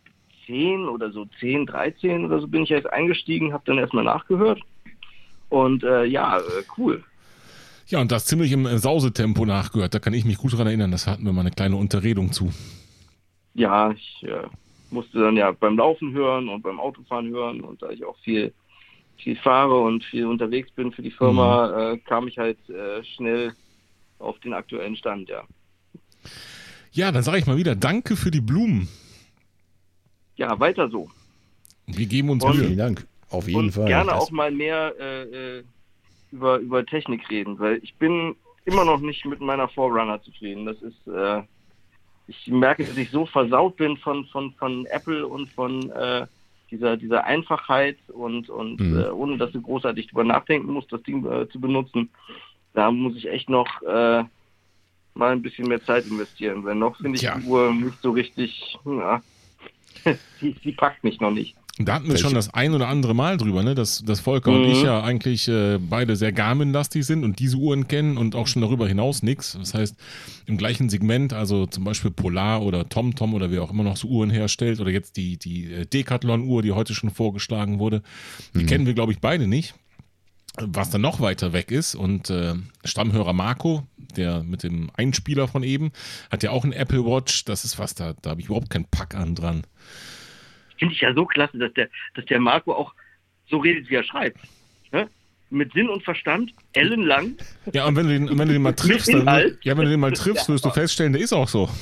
zehn oder so zehn, dreizehn oder so bin ich jetzt eingestiegen, habe dann erstmal nachgehört. Und äh, ja, äh, cool. Ja, und das ziemlich im Sausetempo nachgehört. Da kann ich mich gut dran erinnern. Das hatten wir mal eine kleine Unterredung zu. Ja, ich äh, musste dann ja beim Laufen hören und beim Autofahren hören. Und da ich auch viel, viel fahre und viel unterwegs bin für die Firma, mhm. äh, kam ich halt äh, schnell auf den aktuellen Stand, ja. Ja, dann sage ich mal wieder, danke für die Blumen. Ja, weiter so. Wir geben uns und, Mühe. Vielen Dank. Auf jeden und Fall. gerne das auch mal mehr äh, über, über Technik reden, weil ich bin immer noch nicht mit meiner Forerunner zufrieden. Das ist, äh, ich merke, dass ich so versaut bin von, von, von Apple und von äh, dieser, dieser Einfachheit und, und mhm. äh, ohne dass du großartig drüber nachdenken musst, das Ding äh, zu benutzen. Da muss ich echt noch äh, mal ein bisschen mehr Zeit investieren, weil noch finde ich Tja. die Uhr nicht so richtig, ja, sie, sie packt mich noch nicht. Da hatten wir schon das ein oder andere Mal drüber, ne? dass, dass Volker mhm. und ich ja eigentlich äh, beide sehr Garmin-lastig sind und diese Uhren kennen und auch schon darüber hinaus nichts. Das heißt, im gleichen Segment, also zum Beispiel Polar oder TomTom oder wer auch immer noch so Uhren herstellt oder jetzt die, die Decathlon-Uhr, die heute schon vorgeschlagen wurde, die mhm. kennen wir, glaube ich, beide nicht. Was dann noch weiter weg ist und äh, Stammhörer Marco, der mit dem Einspieler von eben, hat ja auch ein Apple Watch. Das ist was, da, da habe ich überhaupt keinen Pack an dran. Finde ich ja so klasse, dass der, dass der Marco auch so redet, wie er schreibt. Ne? Mit Sinn und Verstand, ellenlang. Ja, und wenn du den, wenn du den mal triffst, dann, ja, wenn du den mal triffst, wirst du feststellen, der ist auch so.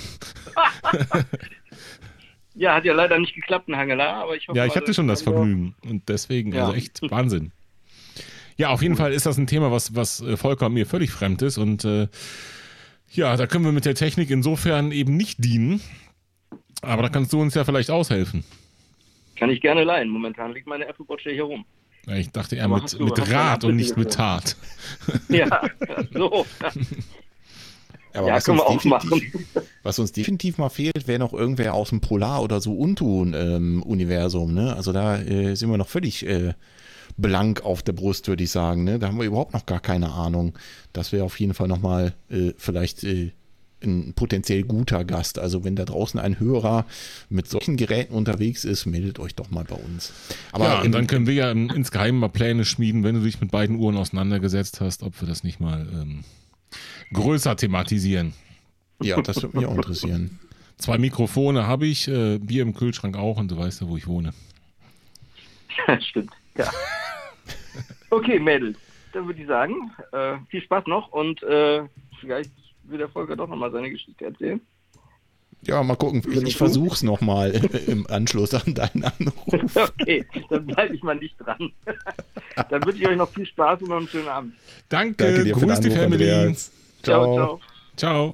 Ja, hat ja leider nicht geklappt, ein Hangelar, aber ich hoffe. Ja, ich hatte schon das Vergnügen und deswegen, ja. also echt Wahnsinn. Ja, auf jeden Fall ist das ein Thema, was, was Volker und mir völlig fremd ist und äh, ja, da können wir mit der Technik insofern eben nicht dienen, aber da kannst du uns ja vielleicht aushelfen. Kann ich gerne leihen. Momentan liegt meine Apple Watch hier rum. Ja, ich dachte eher mit, du, mit Rat und nicht mit Tat. Ja, so. Aber ja, was, können uns wir auch machen. was uns definitiv mal fehlt, wäre noch irgendwer aus dem Polar- oder so Unton-Universum. Ähm, ne? Also da äh, sind wir noch völlig äh, blank auf der Brust, würde ich sagen. Ne? Da haben wir überhaupt noch gar keine Ahnung. Das wäre auf jeden Fall nochmal äh, vielleicht äh, ein potenziell guter Gast. Also wenn da draußen ein Hörer mit solchen Geräten unterwegs ist, meldet euch doch mal bei uns. Aber ja, und dann können wir ja insgeheim mal Pläne schmieden, wenn du dich mit beiden Uhren auseinandergesetzt hast, ob wir das nicht mal ähm, größer thematisieren. Ja, das würde mich auch interessieren. Zwei Mikrofone habe ich, äh, Bier im Kühlschrank auch und du weißt ja, wo ich wohne. Ja, stimmt. Ja. Okay, Mädels, dann würde ich sagen, äh, viel Spaß noch und äh, vielleicht will der Volker doch nochmal seine Geschichte erzählen. Ja, mal gucken. Ich, ich versuche es nochmal im Anschluss an deinen Anruf. Okay, dann bleibe ich mal nicht dran. Dann wünsche ich euch noch viel Spaß und noch einen schönen Abend. Danke, Danke dir grüß die Family. Andreas. Ciao, ciao. Ciao.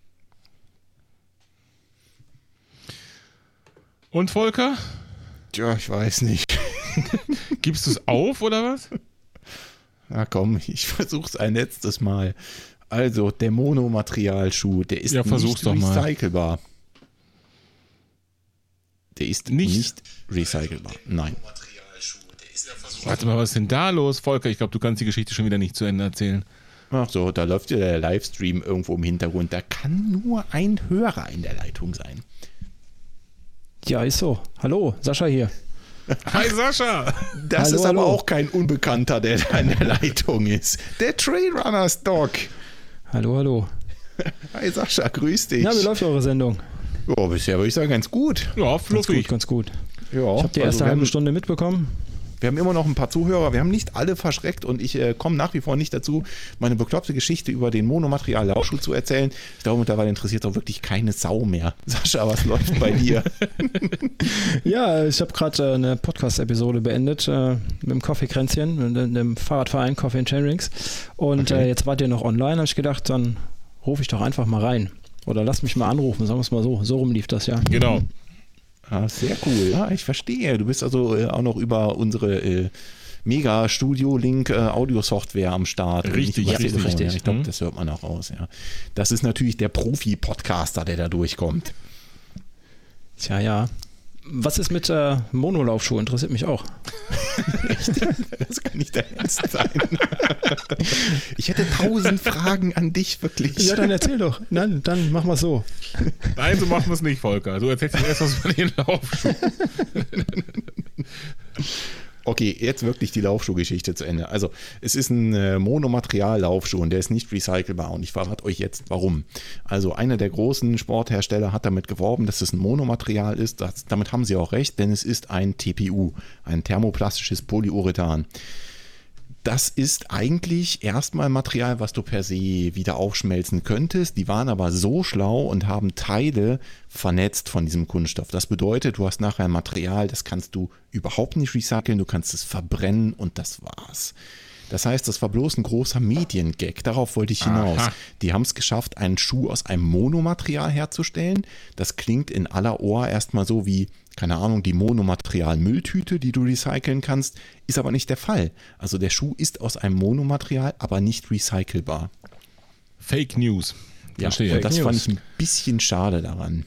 Und Volker? Tja, ich weiß nicht. Gibst du es auf oder was? Na komm, ich versuch's ein letztes Mal. Also, der Monomaterialschuh, der ist ja, nicht doch mal. recycelbar. Der ist nicht, nicht recycelbar. Nein. Warte mal, was ist denn da los, Volker? Ich glaube, du kannst die Geschichte schon wieder nicht zu Ende erzählen. Ach so, da läuft ja der Livestream irgendwo im Hintergrund. Da kann nur ein Hörer in der Leitung sein. Ja, ist so. Hallo, Sascha hier. Hi Sascha! Das hallo, ist aber hallo. auch kein Unbekannter, der da in der Leitung ist. Der Trailrunners Doc. Hallo, hallo. Hi Sascha, grüß dich. Na, wie läuft eure Sendung? Ja, bisher würde ich sagen, ganz gut. Ja, Ganz fluffig. gut, ganz gut. Ja, Ich habe die erste also wir halbe haben, Stunde mitbekommen. Wir haben immer noch ein paar Zuhörer, wir haben nicht alle verschreckt und ich äh, komme nach wie vor nicht dazu, meine bekloppte Geschichte über den Monomaterial-Laufschuh zu erzählen. Ich glaube, mittlerweile interessiert auch wirklich keine Sau mehr. Sascha, was läuft bei dir? Ja, ich habe gerade äh, eine Podcast-Episode beendet äh, mit dem Coffee-Kränzchen, mit dem Fahrradverein Coffee and Chainrings. Und Okay. äh, jetzt wart ihr noch online, habe ich gedacht, dann rufe ich doch einfach mal rein. Oder lass mich mal anrufen, sagen wir es mal so. So rum lief das ja. Genau. Ah, sehr cool. Ja, ich verstehe. Du bist also äh, auch noch über unsere äh, Mega-Studio-Link-Audio-Software am Start. Richtig, Nicht über richtig, Telefon. richtig. Ich glaube, Mhm. das hört man auch raus. Ja. Das ist natürlich der Profi-Podcaster, der da durchkommt. Tja, ja. Was ist mit äh, Monolaufschuh? Interessiert mich auch. Echt? Das kann nicht dein Ernst sein. Ich hätte tausend Fragen an dich, wirklich. Ja, dann erzähl doch. Nein, dann machen wir es so. Nein, so machen wir es nicht, Volker. Du erzählst erst was über den Laufschuh. Okay, jetzt wirklich die Laufschuhgeschichte zu Ende. Also, es ist ein äh, Monomaterial-Laufschuh und der ist nicht recycelbar und ich verrate euch jetzt, warum. Also, einer der großen Sporthersteller hat damit geworben, dass es ein Monomaterial ist. Das, damit haben sie auch recht, denn es ist ein T P U, ein thermoplastisches Polyurethan. Das ist eigentlich erstmal Material, was du per se wieder aufschmelzen könntest. Die waren aber so schlau und haben Teile vernetzt von diesem Kunststoff. Das bedeutet, du hast nachher ein Material, das kannst du überhaupt nicht recyceln, du kannst es verbrennen und das war's. Das heißt, das war bloß ein großer Mediengag. Darauf wollte ich hinaus. Aha. Die haben es geschafft, einen Schuh aus einem Monomaterial herzustellen. Das klingt in aller Ohr erstmal so wie, keine Ahnung, die Monomaterial-Mülltüte, die du recyceln kannst. Ist aber nicht der Fall. Also der Schuh ist aus einem Monomaterial, aber nicht recycelbar. Fake News. Ja, Fake das News. fand ich ein bisschen schade daran.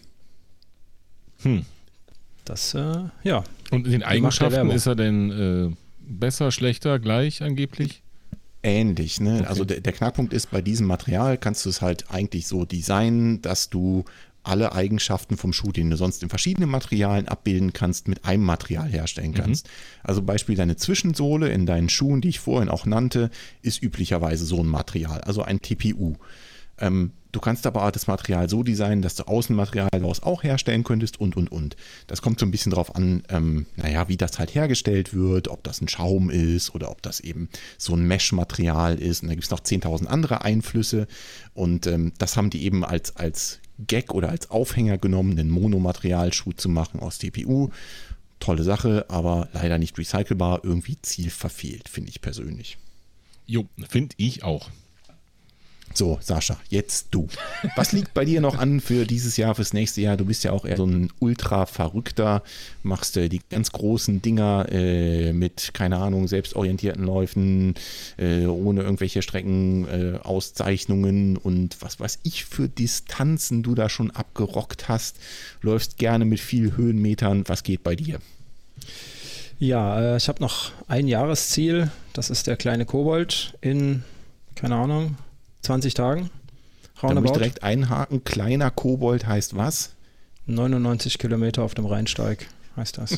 Hm. Das, äh, ja. Und in den Eigenschaften ist er denn äh, besser, schlechter, gleich angeblich? Ähnlich, ne? Okay. Also der, der Knackpunkt ist, bei diesem Material kannst du es halt eigentlich so designen, dass du alle Eigenschaften vom Schuh, den du sonst in verschiedenen Materialien abbilden kannst, mit einem Material herstellen kannst. Mhm. Also Beispiel deine Zwischensohle in deinen Schuhen, die ich vorhin auch nannte, ist üblicherweise so ein Material, also ein T P U. Ähm, du kannst aber das Material so designen, dass du Außenmaterial daraus auch herstellen könntest und, und, und. Das kommt so ein bisschen drauf an, ähm, naja, wie das halt hergestellt wird, ob das ein Schaum ist oder ob das eben so ein Mesh-Material ist. Und da gibt es noch zehntausend andere Einflüsse. Und ähm, das haben die eben als, als Gag oder als Aufhänger genommen, einen Monomaterialschuh zu machen aus T P U. Tolle Sache, aber leider nicht recycelbar. Irgendwie Ziel verfehlt, finde ich persönlich. Jo, finde ich auch. So, Sascha, jetzt du. Was liegt bei dir noch an für dieses Jahr, fürs nächste Jahr? Du bist ja auch eher so ein Ultra-Verrückter, machst äh, die ganz großen Dinger äh, mit, keine Ahnung, selbstorientierten Läufen, äh, ohne irgendwelche Streckenauszeichnungen äh, und was weiß ich für Distanzen du da schon abgerockt hast. Läufst gerne mit viel Höhenmetern. Was geht bei dir? Ja, äh, ich habe noch ein Jahresziel. Das ist der kleine Kobold in, keine Ahnung, zwanzig Tagen. Da muss ich direkt einhaken. Kleiner Kobold heißt was? neunundneunzig Kilometer auf dem Rheinsteig heißt das.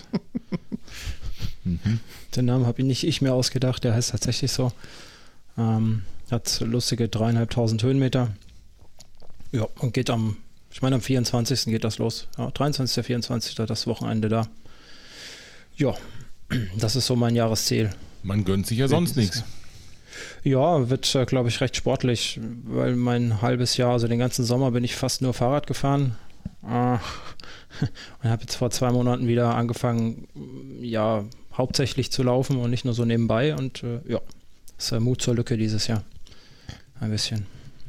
mhm. Den Namen habe ich nicht ich mir ausgedacht, der heißt tatsächlich so. Ähm, hat lustige dreieinhalbtausend Höhenmeter. Ja, und geht am, ich meine am vierundzwanzigsten geht das los. Ja, dreiundzwanzigsten vierundzwanzigsten das Wochenende da. Ja, das ist so mein Jahresziel. Man gönnt sich ja sonst nichts. Ja, wird, äh, glaube ich, recht sportlich, weil mein halbes Jahr, also den ganzen Sommer bin ich fast nur Fahrrad gefahren. Äh, und habe jetzt vor zwei Monaten wieder angefangen, ja, hauptsächlich zu laufen und nicht nur so nebenbei. Und äh, ja, das ist äh, Mut zur Lücke dieses Jahr. Ein bisschen.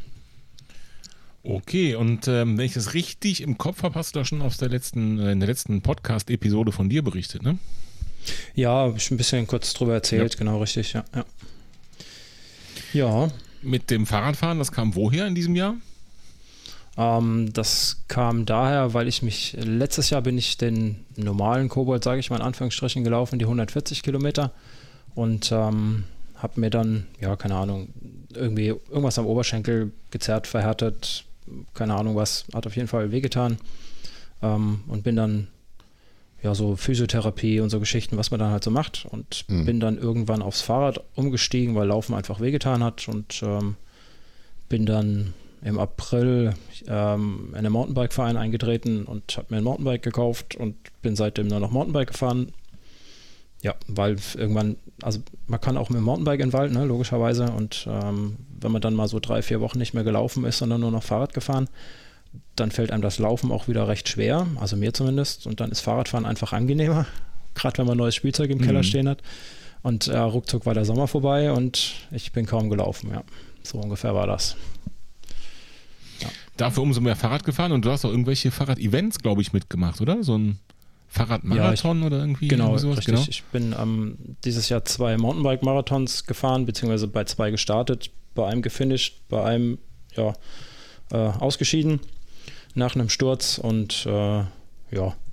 Okay, und ähm, wenn ich das richtig im Kopf habe, hast du da schon aus der letzten, äh, in der letzten Podcast-Episode von dir berichtet, ne? Ja, habe ich ein bisschen kurz drüber erzählt, ja. Genau, richtig, ja, ja. Ja. Mit dem Fahrradfahren, das kam woher in diesem Jahr? Ähm, das kam daher, weil ich mich, letztes Jahr bin ich den normalen Kobold, sage ich mal in Anführungsstrichen, gelaufen, die hundertvierzig Kilometer und ähm, habe mir dann, ja, keine Ahnung, irgendwie irgendwas am Oberschenkel gezerrt, verhärtet, keine Ahnung was, hat auf jeden Fall wehgetan ähm, und bin dann ja, so Physiotherapie und so Geschichten, was man dann halt so macht und mhm. bin dann irgendwann aufs Fahrrad umgestiegen, weil Laufen einfach wehgetan hat und ähm, bin dann im April ähm, in einen Mountainbike-Verein eingetreten und habe mir ein Mountainbike gekauft und bin seitdem nur noch Mountainbike gefahren. Ja, weil irgendwann, also man kann auch mit dem Mountainbike in den Wald, ne, logischerweise und ähm, wenn man dann mal so drei, vier Wochen nicht mehr gelaufen ist, sondern nur noch Fahrrad gefahren, dann fällt einem das Laufen auch wieder recht schwer, also mir zumindest. Und dann ist Fahrradfahren einfach angenehmer, gerade wenn man neues Spielzeug im Keller mhm. stehen hat. Und äh, ruckzuck war der Sommer vorbei und ich bin kaum gelaufen, ja. So ungefähr war das. Ja. Dafür umso mehr Fahrrad gefahren und du hast auch irgendwelche Fahrrad-Events, glaube ich, mitgemacht, oder? So ein Fahrradmarathon ja, oder irgendwie? Genau, irgendwie sowas? Richtig. Genau. Ich bin ähm, dieses Jahr zwei Mountainbike-Marathons gefahren, beziehungsweise bei zwei gestartet, bei einem gefinisht, bei einem ja, äh, ausgeschieden nach einem Sturz und äh, ja,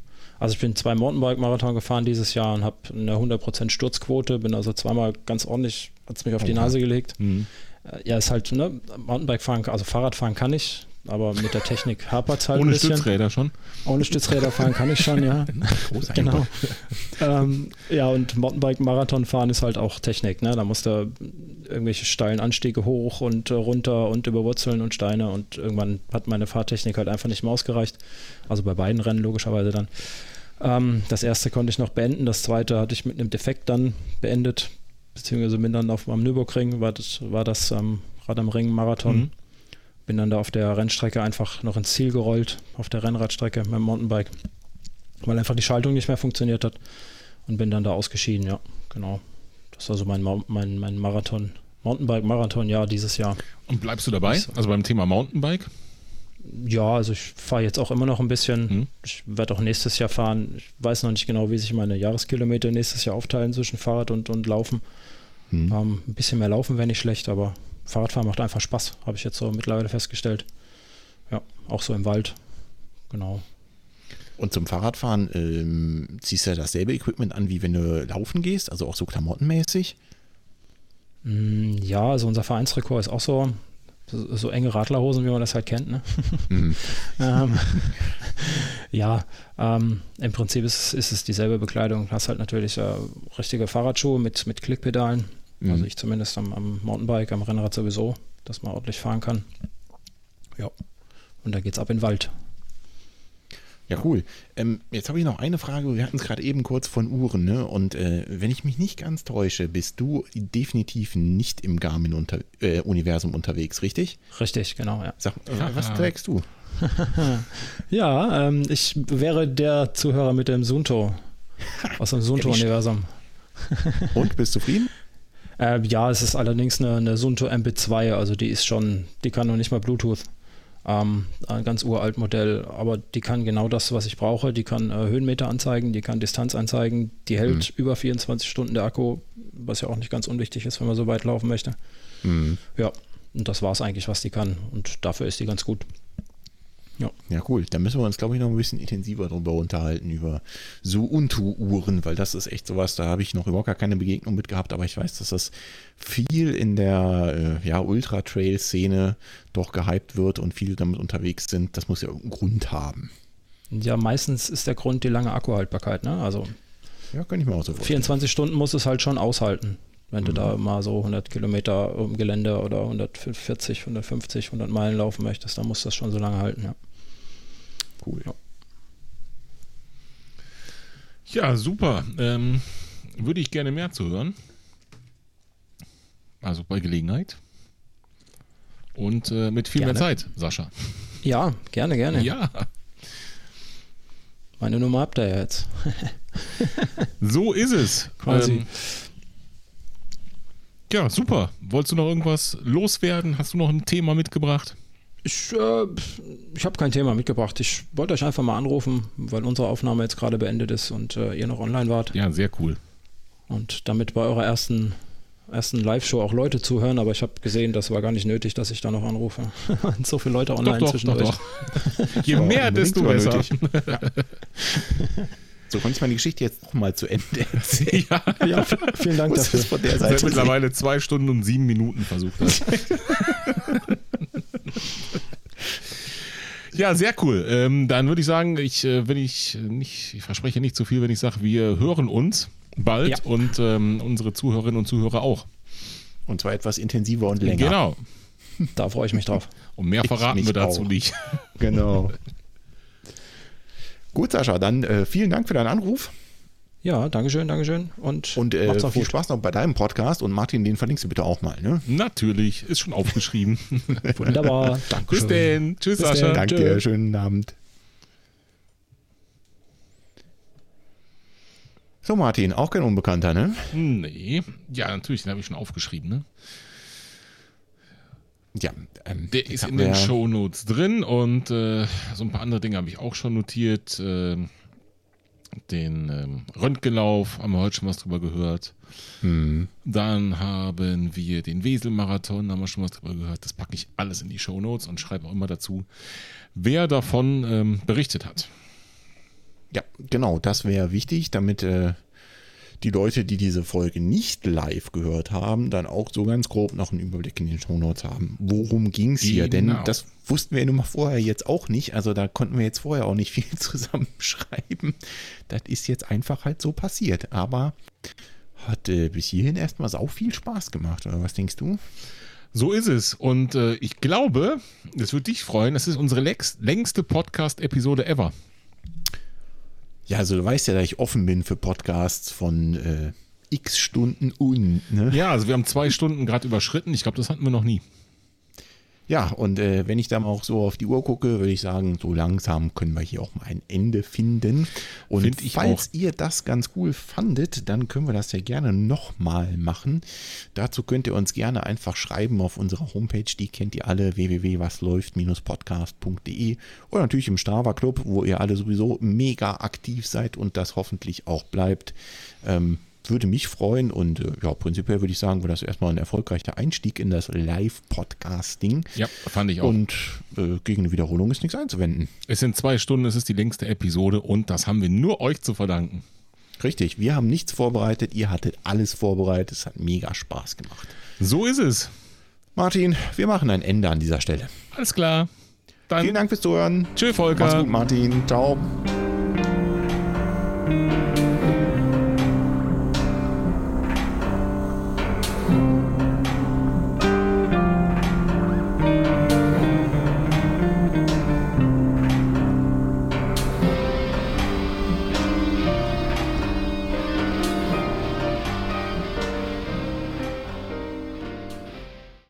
Also ich bin zwei Mountainbike-Marathon gefahren dieses Jahr und habe eine hundert Prozent Sturzquote, bin also zweimal ganz ordentlich, hat es mich auf die Nase gelegt. Mhm. Ja, ist halt, ne, Mountainbike fahren, also Fahrrad fahren kann ich, aber mit der Technik hapert es halt Ohne ein bisschen. Stützräder schon? Ohne Stützräder fahren kann ich schon, ja. Großer Genau. ähm, ja, und Mountainbike-Marathon fahren ist halt auch Technik, ne? Da musst du irgendwelche steilen Anstiege hoch und äh, runter und über Wurzeln und Steine und irgendwann hat meine Fahrtechnik halt einfach nicht mehr ausgereicht. Also bei beiden Rennen logischerweise dann. Ähm, das erste konnte ich noch beenden, das zweite hatte ich mit einem Defekt dann beendet, beziehungsweise bin dann auf am Nürburgring, war das, war das ähm, Rad am Ring Marathon. Mhm. Bin dann da auf der Rennstrecke einfach noch ins Ziel gerollt, auf der Rennradstrecke mit dem Mountainbike, weil einfach die Schaltung nicht mehr funktioniert hat und bin dann da ausgeschieden, ja, genau. Das war so mein, mein, mein Marathon, Mountainbike-Marathon, ja, dieses Jahr. Und bleibst du dabei, also beim Thema Mountainbike? Ja, also ich fahre jetzt auch immer noch ein bisschen. Mhm. Ich werde auch nächstes Jahr fahren. Ich weiß noch nicht genau, wie sich meine Jahreskilometer nächstes Jahr aufteilen zwischen Fahrrad und, und Laufen. Mhm. Ähm, ein bisschen mehr Laufen wäre nicht schlecht, aber Fahrradfahren macht einfach Spaß, habe ich jetzt so mittlerweile festgestellt. Ja, auch so im Wald. Genau. Und zum Fahrradfahren ähm, ziehst du ja dasselbe Equipment an, wie wenn du laufen gehst, also auch so klamottenmäßig? Mm, ja, also unser Vereinsrekord ist auch so, so, so enge Radlerhosen, wie man das halt kennt. Ne? Mhm. ähm, ja, ähm, im Prinzip ist, ist es dieselbe Bekleidung. Du hast halt natürlich äh, richtige Fahrradschuhe mit, mit Klickpedalen. Also ich zumindest am, am Mountainbike, am Rennrad sowieso, dass man ordentlich fahren kann. Ja. Und da geht's ab in den Wald. Ja, cool. Ähm, jetzt habe ich noch eine Frage. Wir hatten es gerade eben kurz von Uhren, ne? Und äh, wenn ich mich nicht ganz täusche, bist du definitiv nicht im Garmin-Universum unter, äh, unterwegs, richtig? Richtig, genau, ja. Sag, äh, was trägst du? ja, ähm, ich wäre der Zuhörer mit dem Suunto aus dem Suunto-Universum. Und, bist du zufrieden? Äh, ja, es ist allerdings eine, eine Suunto M P zwei, also die ist schon, die kann noch nicht mal Bluetooth. Ähm, ein ganz uralt Modell, aber die kann genau das, was ich brauche. Die kann äh, Höhenmeter anzeigen, die kann Distanz anzeigen, die hält mhm. über vierundzwanzig Stunden der Akku, was ja auch nicht ganz unwichtig ist, wenn man so weit laufen möchte. Mhm. Ja, und das war es eigentlich, was die kann und dafür ist die ganz gut. Ja. Ja, cool. Da müssen wir uns, glaube ich, noch ein bisschen intensiver drüber unterhalten, über Suunto-Uhren, weil das ist echt sowas, da habe ich noch überhaupt gar keine Begegnung mit gehabt, aber ich weiß, dass das viel in der äh, ja, Ultra-Trail-Szene doch gehypt wird und viele damit unterwegs sind. Das muss ja irgendeinen Grund haben. Ja, meistens ist der Grund die lange Akkuhaltbarkeit, ne? Also ja, kann ich mir auch so vorstellen. vierundzwanzig Stunden muss es halt schon aushalten. Wenn du mhm. da mal so hundert Kilometer im Gelände oder hundertvierzig, hundertfünfzig, hundert Meilen laufen möchtest, dann muss das schon so lange halten, ja. Cool. Ja, ja super. Ähm, würde ich gerne mehr zu hören. Also bei Gelegenheit. Und äh, mit viel gerne. mehr Zeit, Sascha. Ja, gerne, gerne. Ja. Meine Nummer habt ihr ja jetzt. So ist es. Quasi. Ähm, ja, super. Wolltest du noch irgendwas loswerden? Hast du noch ein Thema mitgebracht? Ich, äh, ich habe kein Thema mitgebracht. Ich wollte euch einfach mal anrufen, weil unsere Aufnahme jetzt gerade beendet ist und äh, ihr noch online wart. Ja, sehr cool. Und damit bei eurer ersten, ersten Live-Show auch Leute zuhören, aber ich habe gesehen, das war gar nicht nötig, dass ich da noch anrufe. So viele Leute online doch, doch, zwischendurch. Doch, doch. Je mehr, desto besser. Ja. So, konnte ich meine Geschichte jetzt noch mal zu Ende erzählen. Ja, ja, vielen Dank dafür. Von der Seite Seit mittlerweile zwei Stunden und sieben Minuten versucht das. Ja, sehr cool. Ähm, dann würde ich sagen, ich, äh, wenn ich nicht, ich verspreche nicht zu viel, wenn ich sage, wir hören uns bald ja. und ähm, unsere Zuhörerinnen und Zuhörer auch. Und zwar etwas intensiver und länger. Genau. Da freue ich mich drauf. Und mehr verraten wir dazu auch. nicht. Genau. Gut, Sascha, dann äh, vielen Dank für deinen Anruf. Ja, Dankeschön, Dankeschön. Und, und äh, viel gut. Spaß noch bei deinem Podcast. Und Martin, den verlinkst du bitte auch mal, ne? Natürlich, ist schon aufgeschrieben. Wunderbar, danke. Bis denn. Tschüss, Bis Sascha. denn. Danke, Tschö. schönen Abend. So, Martin, auch kein Unbekannter, ne? Nee. Ja, natürlich, den habe ich schon aufgeschrieben, ne? Ja, ähm, der ist in den Shownotes drin und äh, so ein paar andere Dinge habe ich auch schon notiert. Äh, den ähm, Röntgenlauf, haben wir heute schon was drüber gehört. Hm. Dann haben wir den Wesel-Marathon, haben wir schon was drüber gehört. Das packe ich alles in die Shownotes und schreibe auch immer dazu, wer davon ähm, berichtet hat. Ja, genau, das wäre wichtig, damit äh, die Leute, die diese Folge nicht live gehört haben, dann auch so ganz grob noch einen Überblick in den Shownotes haben. Worum ging es hier? Genau. Denn das wussten wir nun mal vorher jetzt auch nicht. Also da konnten wir jetzt vorher auch nicht viel zusammenschreiben. Das ist jetzt einfach halt so passiert. Aber hat äh, bis hierhin erstmal sau viel Spaß gemacht. Oder was denkst du? So ist es. Und äh, ich glaube, das würde dich freuen, das ist unsere längst, längste Podcast-Episode ever. Ja, also du weißt ja, dass ich offen bin für Podcasts von äh, x Stunden und. Ne? Ja, also wir haben zwei Stunden gerade überschritten. Ich glaube, das hatten wir noch nie. Ja, und äh, wenn ich dann auch so auf die Uhr gucke, würde ich sagen, so langsam können wir hier auch mal ein Ende finden. Und Find ich falls auch. ihr das ganz cool fandet, dann können wir das ja gerne nochmal machen. Dazu könnt ihr uns gerne einfach schreiben auf unserer Homepage, die kennt ihr alle, w w w punkt was läuft podcast punkt d e oder natürlich im Strava Club, wo ihr alle sowieso mega aktiv seid und das hoffentlich auch bleibt. Ähm, Würde mich freuen und äh, ja, prinzipiell würde ich sagen, war das erstmal ein erfolgreicher Einstieg in das Live-Podcasting. Ja, fand ich auch. Und äh, gegen eine Wiederholung ist nichts einzuwenden. Es sind zwei Stunden, es ist die längste Episode und das haben wir nur euch zu verdanken. Richtig, wir haben nichts vorbereitet, ihr hattet alles vorbereitet, es hat mega Spaß gemacht. So ist es. Martin, wir machen ein Ende an dieser Stelle. Alles klar. Dann vielen Dank fürs Zuhören. Tschö, Volker. Mach's gut, Martin. Ciao.